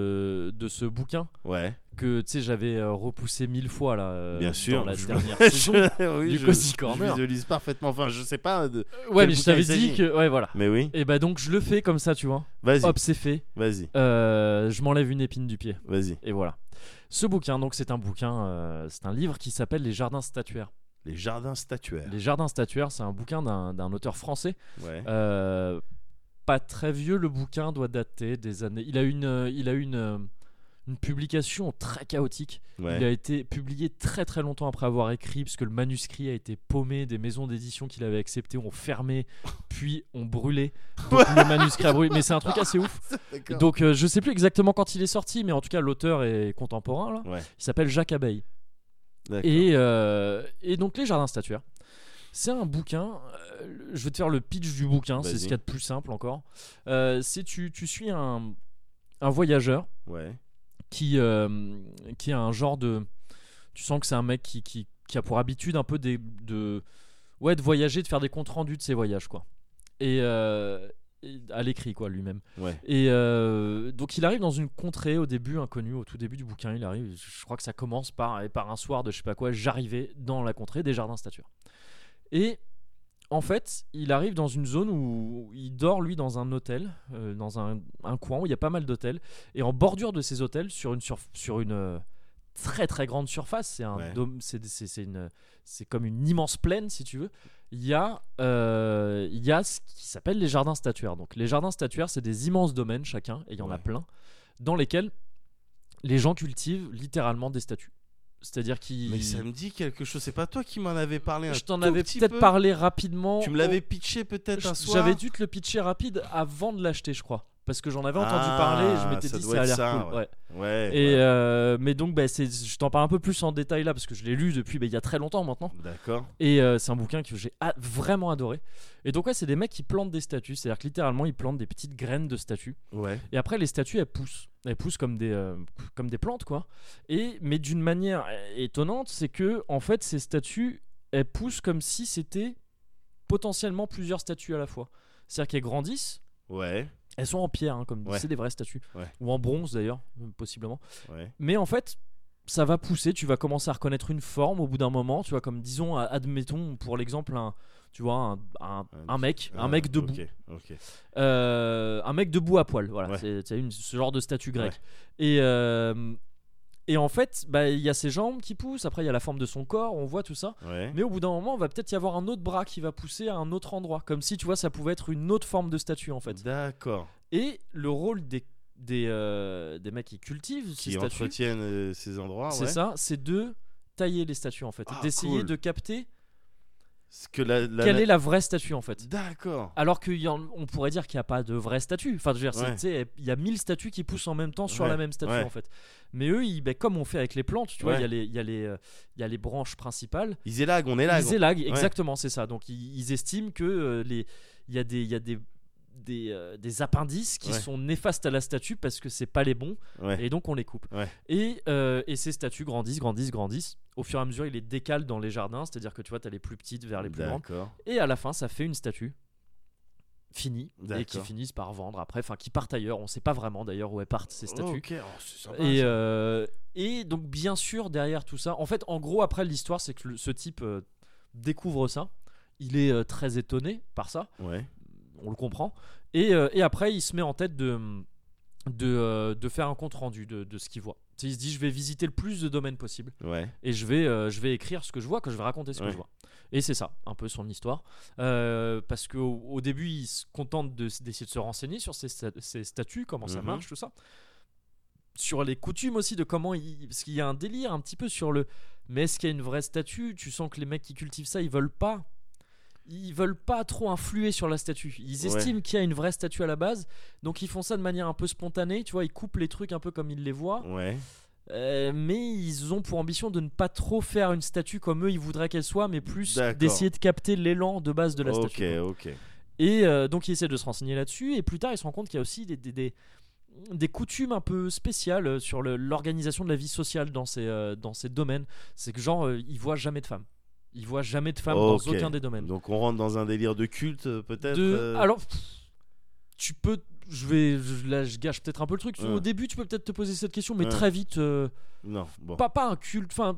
ce de ce bouquin Ouais. que tu sais j'avais euh, repoussé mille fois là euh, Bien sûr. dans la je- dernière je- saison. oui, du je, Cozy je Corner. visualise parfaitement. Enfin, je sais pas. De... Ouais, quel mais je bouquin t'avais il s'agit. dit que ouais voilà. Mais oui. Et bah donc je le fais comme ça, tu vois. Vas-y. Hop, c'est fait. Vas-y. Euh, je m'enlève une épine du pied. Vas-y. Et voilà. Ce bouquin, donc c'est un bouquin, euh, c'est un livre qui s'appelle Les Jardins statuaires. Les jardins statuaires. Les Jardins statuaires, c'est un bouquin d'un d'un auteur français. Ouais. Euh, pas très vieux, le bouquin doit dater des années. Il a une, euh, il a une, euh, une publication très chaotique. Ouais. Il a été publié très très longtemps après avoir écrit, puisque le manuscrit a été paumé. Des maisons d'édition qu'il avait acceptées ont fermé, puis ont brûlé. Donc le manuscrit a brûlé. Mais c'est un truc assez ouf. D'accord. Donc euh, je sais plus exactement quand il est sorti, mais en tout cas l'auteur est contemporain là. Ouais. Il s'appelle Jacques Abeille. D'accord. Et, euh, et donc Les Jardins statuaires. C'est un bouquin. euh, je vais te faire le pitch du bouquin. C'est Vas-y. ce qu'il y a de plus simple encore. Euh, c'est tu, tu suis un, un voyageur Ouais. qui, euh, qui a un genre de. Tu sens que c'est un mec qui, qui, qui a pour habitude un peu des, de, ouais, de voyager, de faire des comptes rendus de ses voyages, quoi. Et, euh, et à l'écrit, quoi, lui-même. Ouais. Et euh, donc il arrive dans une contrée au début inconnue, au tout début du bouquin. Il arrive, je crois que ça commence par, et par un soir de je sais pas quoi, j'arrivais dans la contrée des Jardins statuaires. Et en fait, il arrive dans une zone où il dort, lui, dans un hôtel, euh, dans un, un coin où il y a pas mal d'hôtels. Et en bordure de ces hôtels, sur une, surf- sur une euh, très très grande surface, c'est un Ouais. dôme- c'est, c'est, c'est une, c'est comme une immense plaine, si tu veux. Il y a, euh, il y a ce qui s'appelle les jardins statuaires. Donc, les jardins statuaires, c'est des immenses domaines chacun, et il y en a Ouais. plein, dans lesquels les gens cultivent littéralement des statues. C'est-à-dire qu'ils. Mais ça me dit quelque chose. C'est pas toi qui m'en avais parlé un Je t'en tout avais petit peut-être peu parlé rapidement. Tu me au- l'avais pitché peut-être un J- soir. J'avais dû te le pitcher rapide avant de l'acheter, je crois. Parce que j'en avais entendu Ah, parler et je m'étais ça dit doit ça a être l'air ça, cool. ouais. Ouais. Ouais. Et ouais. euh, mais donc bah, c'est, je t'en parle un peu plus en détail là parce que je l'ai lu depuis bah, il y a très longtemps maintenant. D'accord. Et euh, c'est un bouquin que j'ai a- vraiment adoré. Et donc ouais, c'est des mecs qui plantent des statues. C'est-à-dire que littéralement ils plantent des petites graines de statues. Ouais. Et après les statues elles poussent. Elles poussent comme des, euh, comme des plantes quoi. Et, mais d'une manière étonnante, c'est que en fait ces statues elles poussent comme si c'était potentiellement plusieurs statues à la fois. C'est-à-dire qu'elles grandissent. Ouais. Elles sont en pierre, hein, comme Ouais. c'est des vraies statues. Ouais. Ou en bronze d'ailleurs, euh, possiblement. Ouais. Mais en fait, ça va pousser, tu vas commencer à reconnaître une forme au bout d'un moment. Tu vois, comme disons, a- admettons pour l'exemple, un, tu vois, un, un, un mec, un Ah, mec debout. Ok. Ok. Euh, un mec debout à poil, voilà. Ouais. C'est, c'est une, ce genre de statue grecque. Ouais. Et, euh, et en fait, bah, il y a ses jambes qui poussent, après il y a la forme de son corps, on voit tout ça. Ouais. Mais au bout d'un moment, il va peut-être y avoir un autre bras qui va pousser à un autre endroit. Comme si, tu vois, ça pouvait être une autre forme de statue en fait. D'accord. Et le rôle des, des, euh, des mecs qui cultivent ces Qui statues, entretiennent euh, ces endroits. c'est ouais. ça, c'est de tailler les statues en fait. Ah, D'essayer cool. de capter Ce que la, la- quelle la- est la vraie statue en fait. D'accord. Alors qu'on pourrait dire qu'il n'y a pas de vraie statue. Enfin, je veux dire, c'est- Ouais. tu sais, il y a mille statues qui poussent en même temps sur Ouais, la même statue ouais. en fait. Mais eux, ils, ben, comme on fait avec les plantes, tu vois, il Ouais. y a les- il y, a les, euh, il y a les branches principales. Ils élaguent, on élague. Ils élaguent, exactement, c'est ça. Donc ils, ils estiment que euh, les, il y a des, il y a des, des, euh, des appendices qui Ouais. sont néfastes à la statue parce que c'est pas les bons, Ouais. et donc on les coupe. Ouais. Et, euh, et ces statues grandissent, grandissent, grandissent. Au fur et à mesure, ils les décalent dans les jardins, c'est-à-dire que tu vois, tu as les plus petites vers les plus grandes. D'accord. Et à la fin, ça fait une statue finis et qui D'accord. finissent par vendre après, enfin qui partent ailleurs. On sait pas vraiment d'ailleurs où elles partent ces statues. Oh, ok, oh, c'est sympa, Et, ça. euh, et donc bien sûr derrière tout ça, en fait en gros après l'histoire c'est que le- ce type euh, découvre ça, il est euh, très étonné par ça, Ouais. on le comprend, et, euh, et après il se met en tête de, de, euh, de faire un compte rendu de, de ce qu'il voit. Tu sais, il se dit je vais visiter le plus de domaines possible Ouais. et je vais, euh, je vais écrire ce que je vois, que je vais raconter ce que Ouais. je vois. Et c'est ça, un peu son histoire. Euh, parce qu'au au début, il se contente de, d'essayer de se renseigner sur ces, sta- ces statuts, comment ça Mhm. marche, tout ça. Sur les coutumes aussi, de comment il. Parce qu'il y a un délire un petit peu sur le. Mais est-ce qu'il y a une vraie statue? Tu sens que les mecs qui cultivent ça, ils veulent pas. Ils veulent pas trop influer sur la statue. Ils Ouais. estiment qu'il y a une vraie statue à la base. Donc ils font ça de manière un peu spontanée. Tu vois, ils coupent les trucs un peu comme ils les voient. Ouais. Euh, mais ils ont pour ambition de ne pas trop faire une statue comme eux ils voudraient qu'elle soit, mais plus D'accord. d'essayer de capter l'élan de base de la Ok, statue. quoi. ok. Et euh, donc il essaie de se renseigner là-dessus, et plus tard il se rend compte qu'il y a aussi des, des, des, des coutumes un peu spéciales sur le- l'organisation de la vie sociale dans ces, euh, dans ces domaines. C'est que genre, euh, ils voient jamais de femmes. Ils voient jamais de femmes Ok. dans aucun des domaines. Donc on rentre dans un délire de culte, euh, peut-être. De- euh, Alors, pff, tu peux. Je vais, je- là, je gâche peut-être un peu le truc. Ouais. Au début, tu peux peut-être te poser cette question, mais Ouais. très vite. euh, Non, bon. pas, pas un culte. Enfin,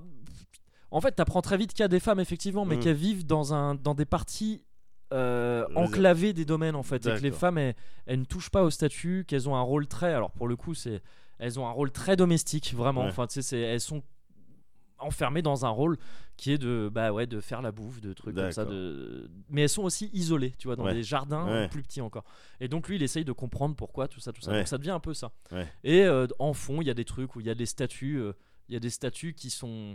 en fait, t'apprends très vite qu'il y a des femmes, effectivement, mais Mm. qu'elles vivent dans, un, dans des parties euh, Les- enclavées des domaines, en fait. Et que les D'accord. femmes, elles, elles ne touchent pas au statut, qu'elles ont un rôle très. Alors, pour le coup, c'est, elles ont un rôle très domestique, vraiment. Ouais. Enfin, tu sais, c'est- elles sont enfermées dans un rôle qui est de, bah ouais, de faire la bouffe, de trucs comme ça. D'accord. De... Mais elles sont aussi isolées, tu vois, dans Ouais. des jardins Ouais. plus petits encore. Et donc, lui, il essaye de comprendre pourquoi, tout ça, tout ça. Ouais. Donc, ça devient un peu ça. Ouais. Et euh, en fond, il y a des trucs où il y a des statues. euh, Il y a des statues qui sont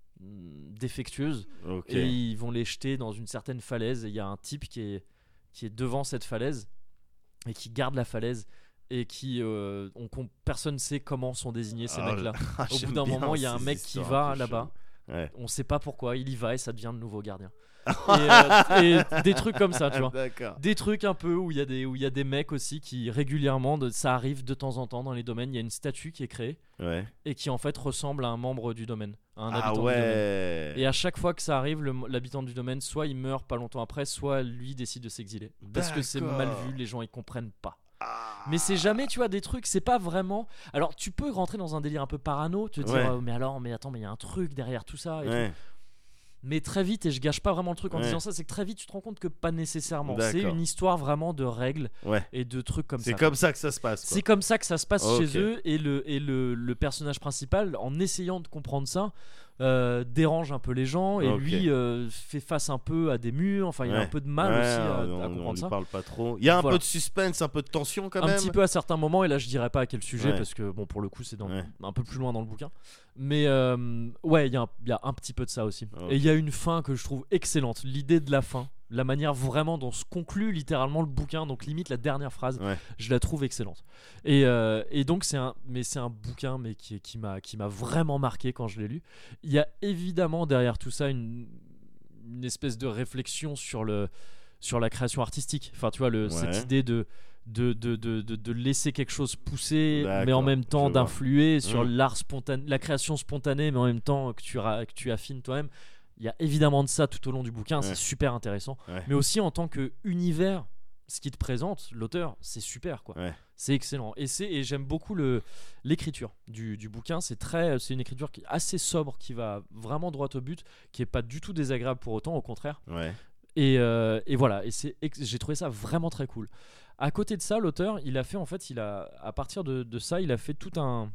mm, défectueuses Ok. et ils vont les jeter dans une certaine falaise, et il y a un type qui est, qui est devant cette falaise et qui garde la falaise, et qui euh, on, com- personne sait comment sont désignés ces Ah, mecs là. Ah, Au j'aime bout d'un bien moment, il y a un ces mec qui histoires un va peu là-bas, cheloues. Ouais. on sait pas pourquoi, il y va et ça devient le nouveau gardien. et, euh, et des trucs comme ça, tu vois. D'accord. Des trucs un peu où il y a des où il y a des mecs aussi qui régulièrement, de, ça arrive de temps en temps dans les domaines, il y a une statue qui est créée Ouais. et qui en fait ressemble à un membre du domaine, à un Ah habitant du domaine. ouais. Et à chaque fois que ça arrive, le- l'habitant du domaine, soit il meurt pas longtemps après, soit lui décide de s'exiler. Parce que c'est mal D'accord. vu, les gens ils comprennent pas. Ah. Mais c'est jamais, tu vois, des trucs, c'est pas vraiment. Alors tu peux rentrer dans un délire un peu parano, te dire, Ouais. oh, mais alors, mais attends, mais il y a un truc derrière tout ça. Et Ouais. tout. Mais très vite, et je gâche pas vraiment le truc en Ouais. disant ça, c'est que très vite tu te rends compte que pas nécessairement. C'est D'accord. une histoire vraiment de règles Ouais. et de trucs comme C'est ça. comme ça que ça se passe. C'est comme ça que ça se passe Ok. chez eux, et le, et le, le personnage principal, en essayant de comprendre ça, euh, dérange un peu les gens, et Ok. lui euh, fait face un peu à des murs, enfin il a Ouais. un peu de mal Ouais, aussi à, on, à on comprendre lui ça. parle pas trop. Il y a un Voilà. peu de suspense, un peu de tension quand Un même. petit peu à certains moments, et là je dirais pas à quel sujet, Ouais. parce que bon, pour le coup c'est dans- Ouais. un peu plus loin dans le bouquin, mais euh, ouais, il y, a un- il y a un petit peu de ça aussi. Ok. Et il y a une fin que je trouve excellente, l'idée de la fin, la manière vraiment dont se conclut littéralement le bouquin, donc limite la dernière phrase, Ouais. je la trouve excellente. Et, euh, et donc c'est un, mais c'est un bouquin mais qui, qui m'a qui m'a vraiment marqué quand je l'ai lu. Il y a évidemment derrière tout ça une, une espèce de réflexion sur le sur la création artistique. Enfin tu vois le, Ouais. cette idée de de, de, de, de, de laisser quelque chose pousser, mais en D'accord, même temps je vois. d'influer sur Mm. l'art spontané, la création spontanée, mais en même temps que tu, ra- que tu affines toi-même. Il y a évidemment de ça tout au long du bouquin, Ouais. c'est super intéressant. Ouais. Mais aussi en tant que univers, ce qui te présente, l'auteur, c'est super quoi. Ouais. C'est excellent. Et, c'est, et j'aime beaucoup le, l'écriture du, du bouquin. C'est, très, c'est une écriture qui est assez sobre, qui va vraiment droit au but, qui est pas du tout désagréable pour autant, au contraire. Ouais. Et, euh, et voilà, et c'est, ex- j'ai trouvé ça vraiment très cool. À côté de ça, l'auteur, il a fait en fait, il a, à partir de, de ça, il a fait tout un,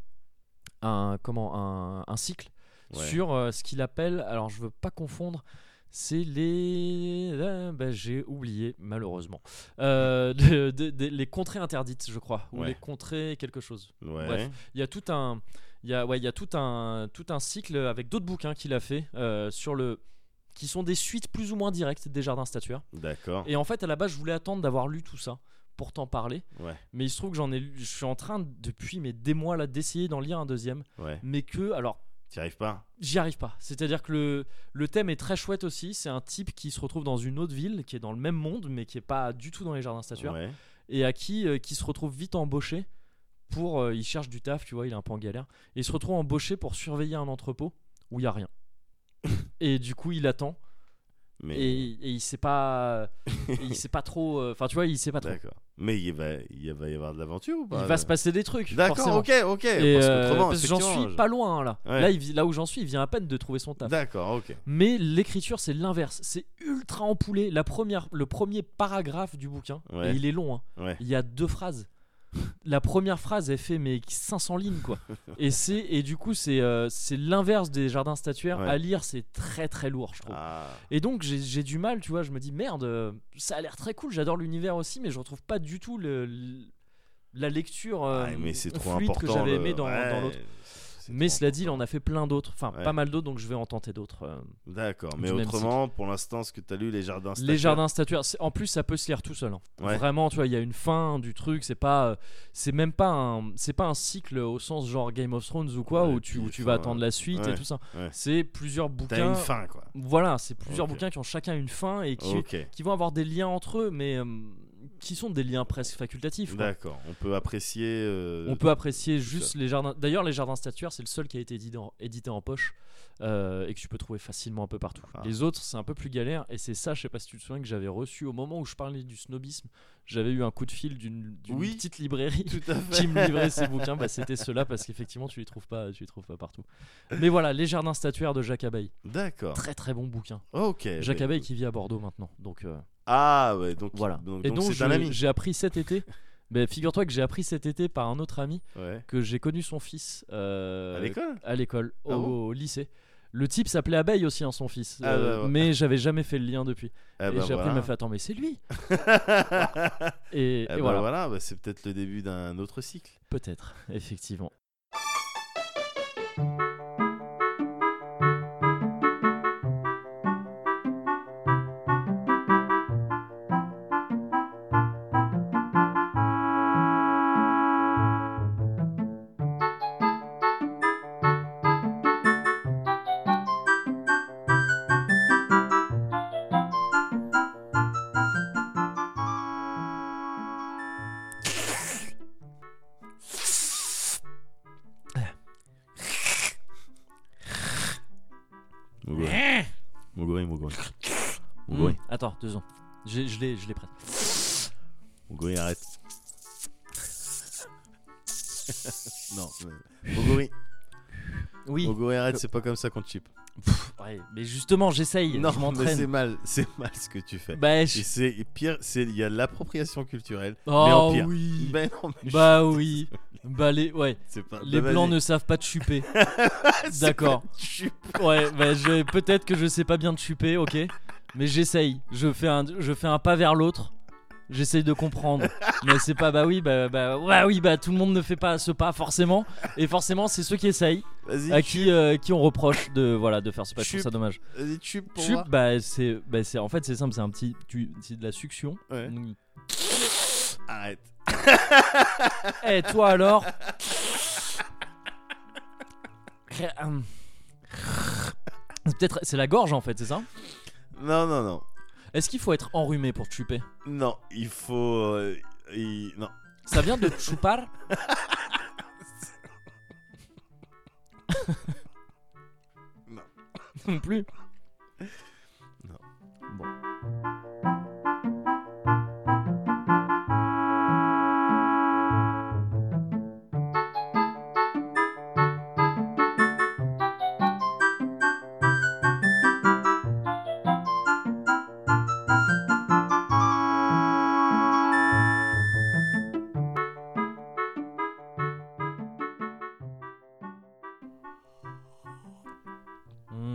un, comment, un, un cycle Ouais. sur euh, ce qu'il appelle, alors je veux pas confondre, c'est les. euh, bah, j'ai oublié, malheureusement. Euh, de- de- de- les contrées interdites, je crois. Ou Ouais. les contrées quelque chose. Ouais. Bref. Il y a tout un. Il y a, ouais, il y a tout un, tout un cycle avec d'autres bouquins qu'il a fait euh, sur le. Qui sont des suites plus ou moins directes des Jardins Statuaires. D'accord. Et en fait, à la base, je voulais attendre d'avoir lu tout ça pour t'en parler. Ouais. Mais il se trouve que j'en ai lu. Je suis en train, depuis mais des mois là, d'essayer d'en lire un deuxième. Ouais. Mais que. Alors. T'y arrives pas. J'y arrive pas. C'est-à-dire que le, le thème est très chouette aussi. C'est un type qui se retrouve dans une autre ville, qui est dans le même monde, mais qui est pas du tout dans les Jardins Statuaires, Ouais. et à qui, euh, qui se retrouve vite embauché pour. euh, il cherche du taf, tu vois, il est un peu en galère. Et il se retrouve embauché pour surveiller un entrepôt où il y a rien. Et du coup, il attend. Mais et, et il sait pas, il sait pas trop. Enfin, tu vois, il sait pas trop. d'accord. Mais il va, il va y avoir de l'aventure ou pas Il va se passer des trucs. D'accord, forcément. ok, ok. Et parce euh, qu'autrement, parce que j'en effectivement, suis je- pas loin là. Ouais. Là, il, vi- là où j'en suis, il vient à peine de trouver son taf. D'accord, ok. Mais l'écriture, c'est l'inverse. C'est ultra empoulé. La première, le premier paragraphe du bouquin, Ouais. et il est long. Hein. Ouais. Il y a deux phrases. La première phrase, elle fait mais cinq cents lignes quoi. Et c'est et du coup c'est euh, c'est l'inverse des jardins statuaires. Ouais. À lire, c'est très très lourd, je trouve. Ah, Et donc j'ai j'ai du mal, tu vois. Je me dis merde, euh, ça a l'air très cool. J'adore l'univers aussi, mais je retrouve pas du tout le, le- la lecture euh, ah, mais c'est trop fluide important. que j'avais le- aimé dans, ouais, dans l'autre. c'est Mais trop cela dit, il important. en a fait plein d'autres. Enfin, Ouais. pas mal d'autres, donc je vais en tenter d'autres. euh. D'accord, mais du même autrement, pour l'instant, ce que tu as lu, les jardins Les statuaires. jardins statuaires, c'est- en plus ça peut se lire tout seul. hein. Ouais. Vraiment, tu vois, il y a une fin du truc. C'est pas, euh, c'est même pas un, c'est pas un cycle au sens genre Game of Thrones ou quoi Ouais, où tu, où puis, tu vas enfin, attendre la suite ouais, et tout ça. ouais. C'est plusieurs T'as bouquins. une fin, quoi. Voilà, c'est plusieurs Ok. bouquins qui ont chacun une fin et qui, Ok, qui vont avoir des liens entre eux, mais euh, qui sont des liens presque facultatifs. quoi. d'accord. On peut apprécier. euh, On peut apprécier tout juste ça. les jardins. D'ailleurs, les jardins statuaires, c'est le seul qui a été édité en, édité en poche euh, et que tu peux trouver facilement un peu partout. Ah. Les autres, c'est un peu plus galère. Et c'est ça, je sais pas si tu te souviens, que j'avais reçu au moment où je parlais du snobisme. J'avais eu un coup de fil d'une d'une Oui. petite librairie Tout à fait. qui me livrait ces bouquins. Bah, c'était ceux-là parce qu'effectivement, tu les trouves pas, tu les trouves pas partout. Mais voilà, les jardins statuaires de Jacques Abeille. D'accord. Très très bon bouquin. Ok. Jacques bah, Abeille écoute. qui vit à Bordeaux maintenant. Donc euh, Ah, ouais, donc. voilà. Donc, et donc donc, c'est un je- ami. j'ai appris cet été. Mais figure-toi que j'ai appris cet été par un autre ami Ouais. que j'ai connu son fils euh, À l'école à l'école, au, Ah bon au lycée. Le type s'appelait Abeille aussi, hein, son fils. Ah Euh, bah ouais. Mais j'avais jamais fait le lien depuis. Eh et bah, j'ai appris, il voilà. m'a fait attends, mais c'est lui. Eh Et, et bah, voilà, voilà, bah, c'est peut-être le début d'un autre cycle. peut-être, effectivement. Mogori. Mogori, Mogori. Mogori. Hmm, Attends, deux ans. J'ai- Je l'ai, je l'ai prêt. Mogori, arrête. Non, mais- Mogori. Oui. Mogori, arrête, c'est pas comme ça qu'on te chip. Ouais, mais justement, j'essaye. Non, je mais c'est m'entraîne. mal, c'est mal ce que tu fais. Bah, Et je- c'est et pire, c'est il y a l'appropriation culturelle, mais oh en pire. oui. Ben non, mais Bah je- oui. Bah les, ouais. c'est pas. Les bah, blancs vas-y. ne savent pas te chuper. C'est D'accord. pas- chup. Ouais, bah je, peut-être que je sais pas bien te chuper, ok. Mais j'essaye. Je fais un, je fais un pas vers l'autre. J'essaye de comprendre. Mais c'est pas, bah oui, bah, bah, ouais, oui, bah tout le monde ne fait pas ce pas forcément. Et forcément, c'est ceux qui essayent, Vas-y, à chup, qui, euh, qui on reproche de, voilà, de faire ce pas. Je trouve Chup. ça dommage. vas-y, chup pour Chup, voir. bah c'est, bah c'est, en fait c'est simple, c'est un petit, tu, c'est de la succion. Ouais. Donc, Arrête. Eh, toi alors. Hum. C'est peut-être, c'est la gorge en fait, c'est ça? Non, non, non. Est-ce qu'il faut être enrhumé pour te chuper? Non, il faut. euh, il- Non. Ça vient de chupar? Non. Non plus. Non. Bon. Hmm.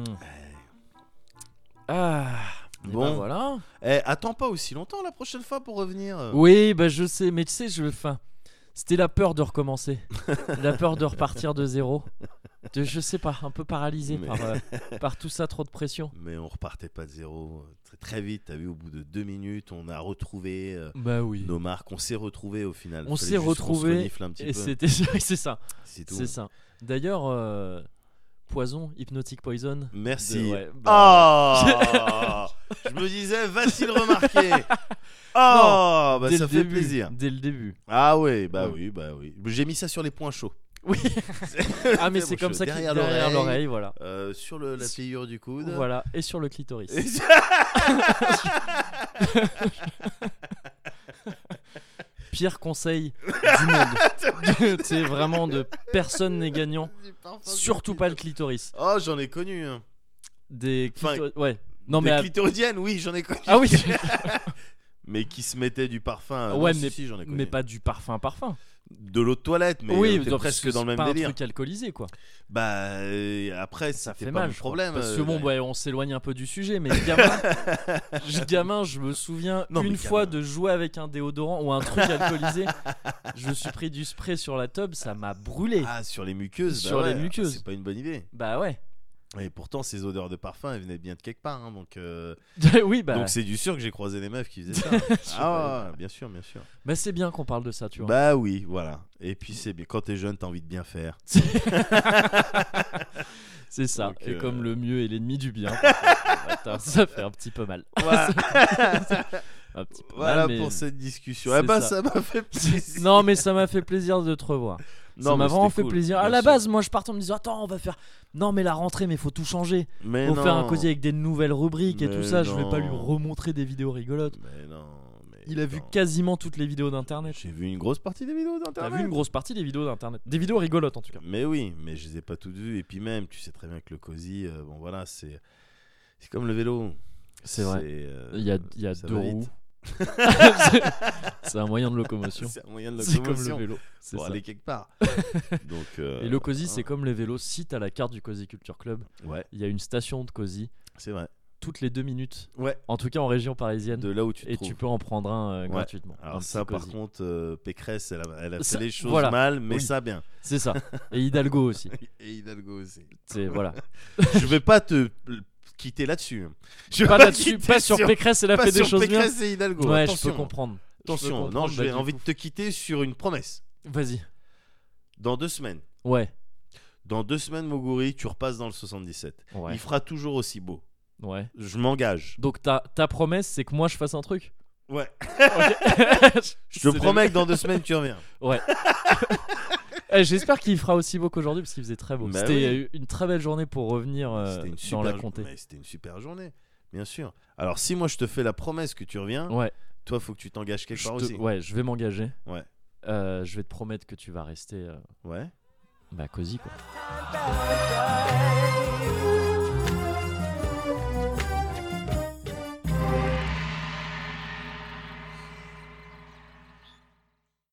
Ah. Et Bon. ben voilà. Eh, attends pas aussi longtemps la prochaine fois pour revenir. euh. Oui, bah je sais, mais tu sais, je. Enfin, c'était la peur de recommencer, la peur de repartir de zéro. De, je sais pas, un peu paralysé Mais- par, euh, par tout ça, trop de pression. Mais on repartait pas de zéro euh, très, très vite. T'as vu, au bout de deux minutes, on a retrouvé euh, Bah oui. nos marques. On s'est retrouvés au final. On Fallait s'est juste qu'on se retrouvés renifle un petit Et peu. c'était, oui, c'est ça, C'est tout. c'est ça. D'ailleurs, euh, Poison, Hypnotic Poison. Merci. de- ouais, bah, Oh Je me disais, va-t-il remarquer Oh bah dès ça le fait début, plaisir. Dès le début. Ah oui, bah Ouais. oui, bah oui. J'ai mis ça sur les points chauds. Oui. Ah mais c'est Mon comme cheveu ça qu'il derrière derrière l'oreille. l'oreille, voilà. Euh, sur le, la pliure du coude. Voilà, et sur le clitoris. Pire conseil du monde. C'est vraiment de personne n'est gagnant. Surtout pas le clitoris. Oh, j'en ai connu. Hein. Des Enfin, clitoris. Ouais. Non Des mais à- clitoridiennes, oui, j'en ai connu. ah oui. Mais qui se mettaient du parfum. Ouais, non, mais- si, si, j'en ai connu. Mais pas du parfum parfum. De l'eau de toilette, mais oui, euh, t'es donc, presque c'est dans le même pas délire. un truc alcoolisé quoi. Bah euh, après, Ça c'était fait pas mal mon je crois. problème. Parce que euh, bon, ouais. ouais, on s'éloigne un peu du sujet, mais gamin, je, gamin, je me souviens Non, mais une fois gamin. de jouer avec un déodorant ou un truc alcoolisé. Je me suis pris du spray sur la tub, ça m'a brûlé. Ah, sur les muqueuses. bah Sur les ouais, muqueuses. C'est pas une bonne idée. Bah ouais. Et pourtant, ces odeurs de parfum, elles venaient bien de quelque part. Hein, donc, euh, oui, bah. donc c'est du sûr que j'ai croisé des meufs qui faisaient ça. Ah, ouais, bien sûr, bien sûr. Bah c'est bien qu'on parle de ça, tu vois. Bah oui, voilà. Et puis c'est bien. Quand t'es jeune, t'as envie de bien faire. C'est ça. Donc, Et euh, comme le mieux est l'ennemi du bien, attends, ça fait un petit peu mal. Voilà, Un petit peu voilà mal, mais- pour cette discussion. c'est Eh bah, ça. ça m'a fait plaisir. Non, mais ça m'a fait plaisir de te revoir. ça Non, m'a mais vraiment c'était fait cool, plaisir. À bien la sûr. base, moi je partais en me disant attends, on va faire. Non, mais la rentrée, mais faut tout changer. Mais Faut non. faire un cosy avec des nouvelles rubriques et Mais tout ça. Je vais pas lui non. remontrer des vidéos rigolotes. Mais non. Mais Il a vu non. quasiment toutes les vidéos d'internet. J'ai vu une grosse partie des vidéos T'as d'internet. vu une grosse partie des vidéos d'internet. Des vidéos rigolotes en tout cas. Mais oui, mais je les ai pas toutes vues. Et puis même, tu sais très bien que le cosy, euh, bon voilà, c'est c'est comme le vélo. C'est vrai. euh, Il y a, il y a ça deux va vite. roues. c'est un moyen de locomotion. C'est un moyen de C'est comme le locomotion vélo. C'est pour ça. aller quelque part. Donc, euh, Et le Cozy, c'est hein. comme les vélos. Si t'as la carte du Cozy Culture Club, Ouais, il y a une station de Cozy c'est vrai. toutes les deux minutes. Ouais, En tout cas en région parisienne. de là où tu te et trouves. tu peux en prendre un euh, Ouais. gratuitement. Alors Un ça, petit par Cozy. contre, euh, Pécresse, elle a, elle a Ça- fait les choses voilà. mal, mais Oui. ça bien. C'est ça. Et Hidalgo aussi. Et Hidalgo aussi. C'est voilà. Je vais pas te l- quitter là-dessus. Je vais Pas là-dessus, quitter pas sur Pécresse, elle a pas fait des sur choses bien. Pécresse et Hidalgo. Ouais, attention. je peux comprendre. Je peux Attention, non, comprendre, j'ai bah, du envie coup. de te quitter sur une promesse. Vas-y. Dans deux semaines. Ouais. Dans deux semaines, Moguri, tu repasses dans le soixante-dix-sept. Ouais. Il fera toujours aussi beau. Ouais. Je m'engage. Donc ta, ta promesse, c'est que moi je fasse un truc. Ouais. Ok. Je te promets que dans deux semaines, tu reviens. Ouais. Eh, J'espère qu'il fera aussi beau qu'aujourd'hui parce qu'il faisait très beau. Bah C'était oui. euh, une très belle journée pour revenir euh, C'était une dans super la jo- comté. mais c'était une super journée, bien sûr. Alors si moi je te fais la promesse que tu reviens, Ouais. toi faut que tu t'engages quelque Je part te- aussi. ouais, je vais m'engager. Ouais. Euh, je vais te promettre que tu vas rester euh, Ouais. bah cosy quoi. Paradise.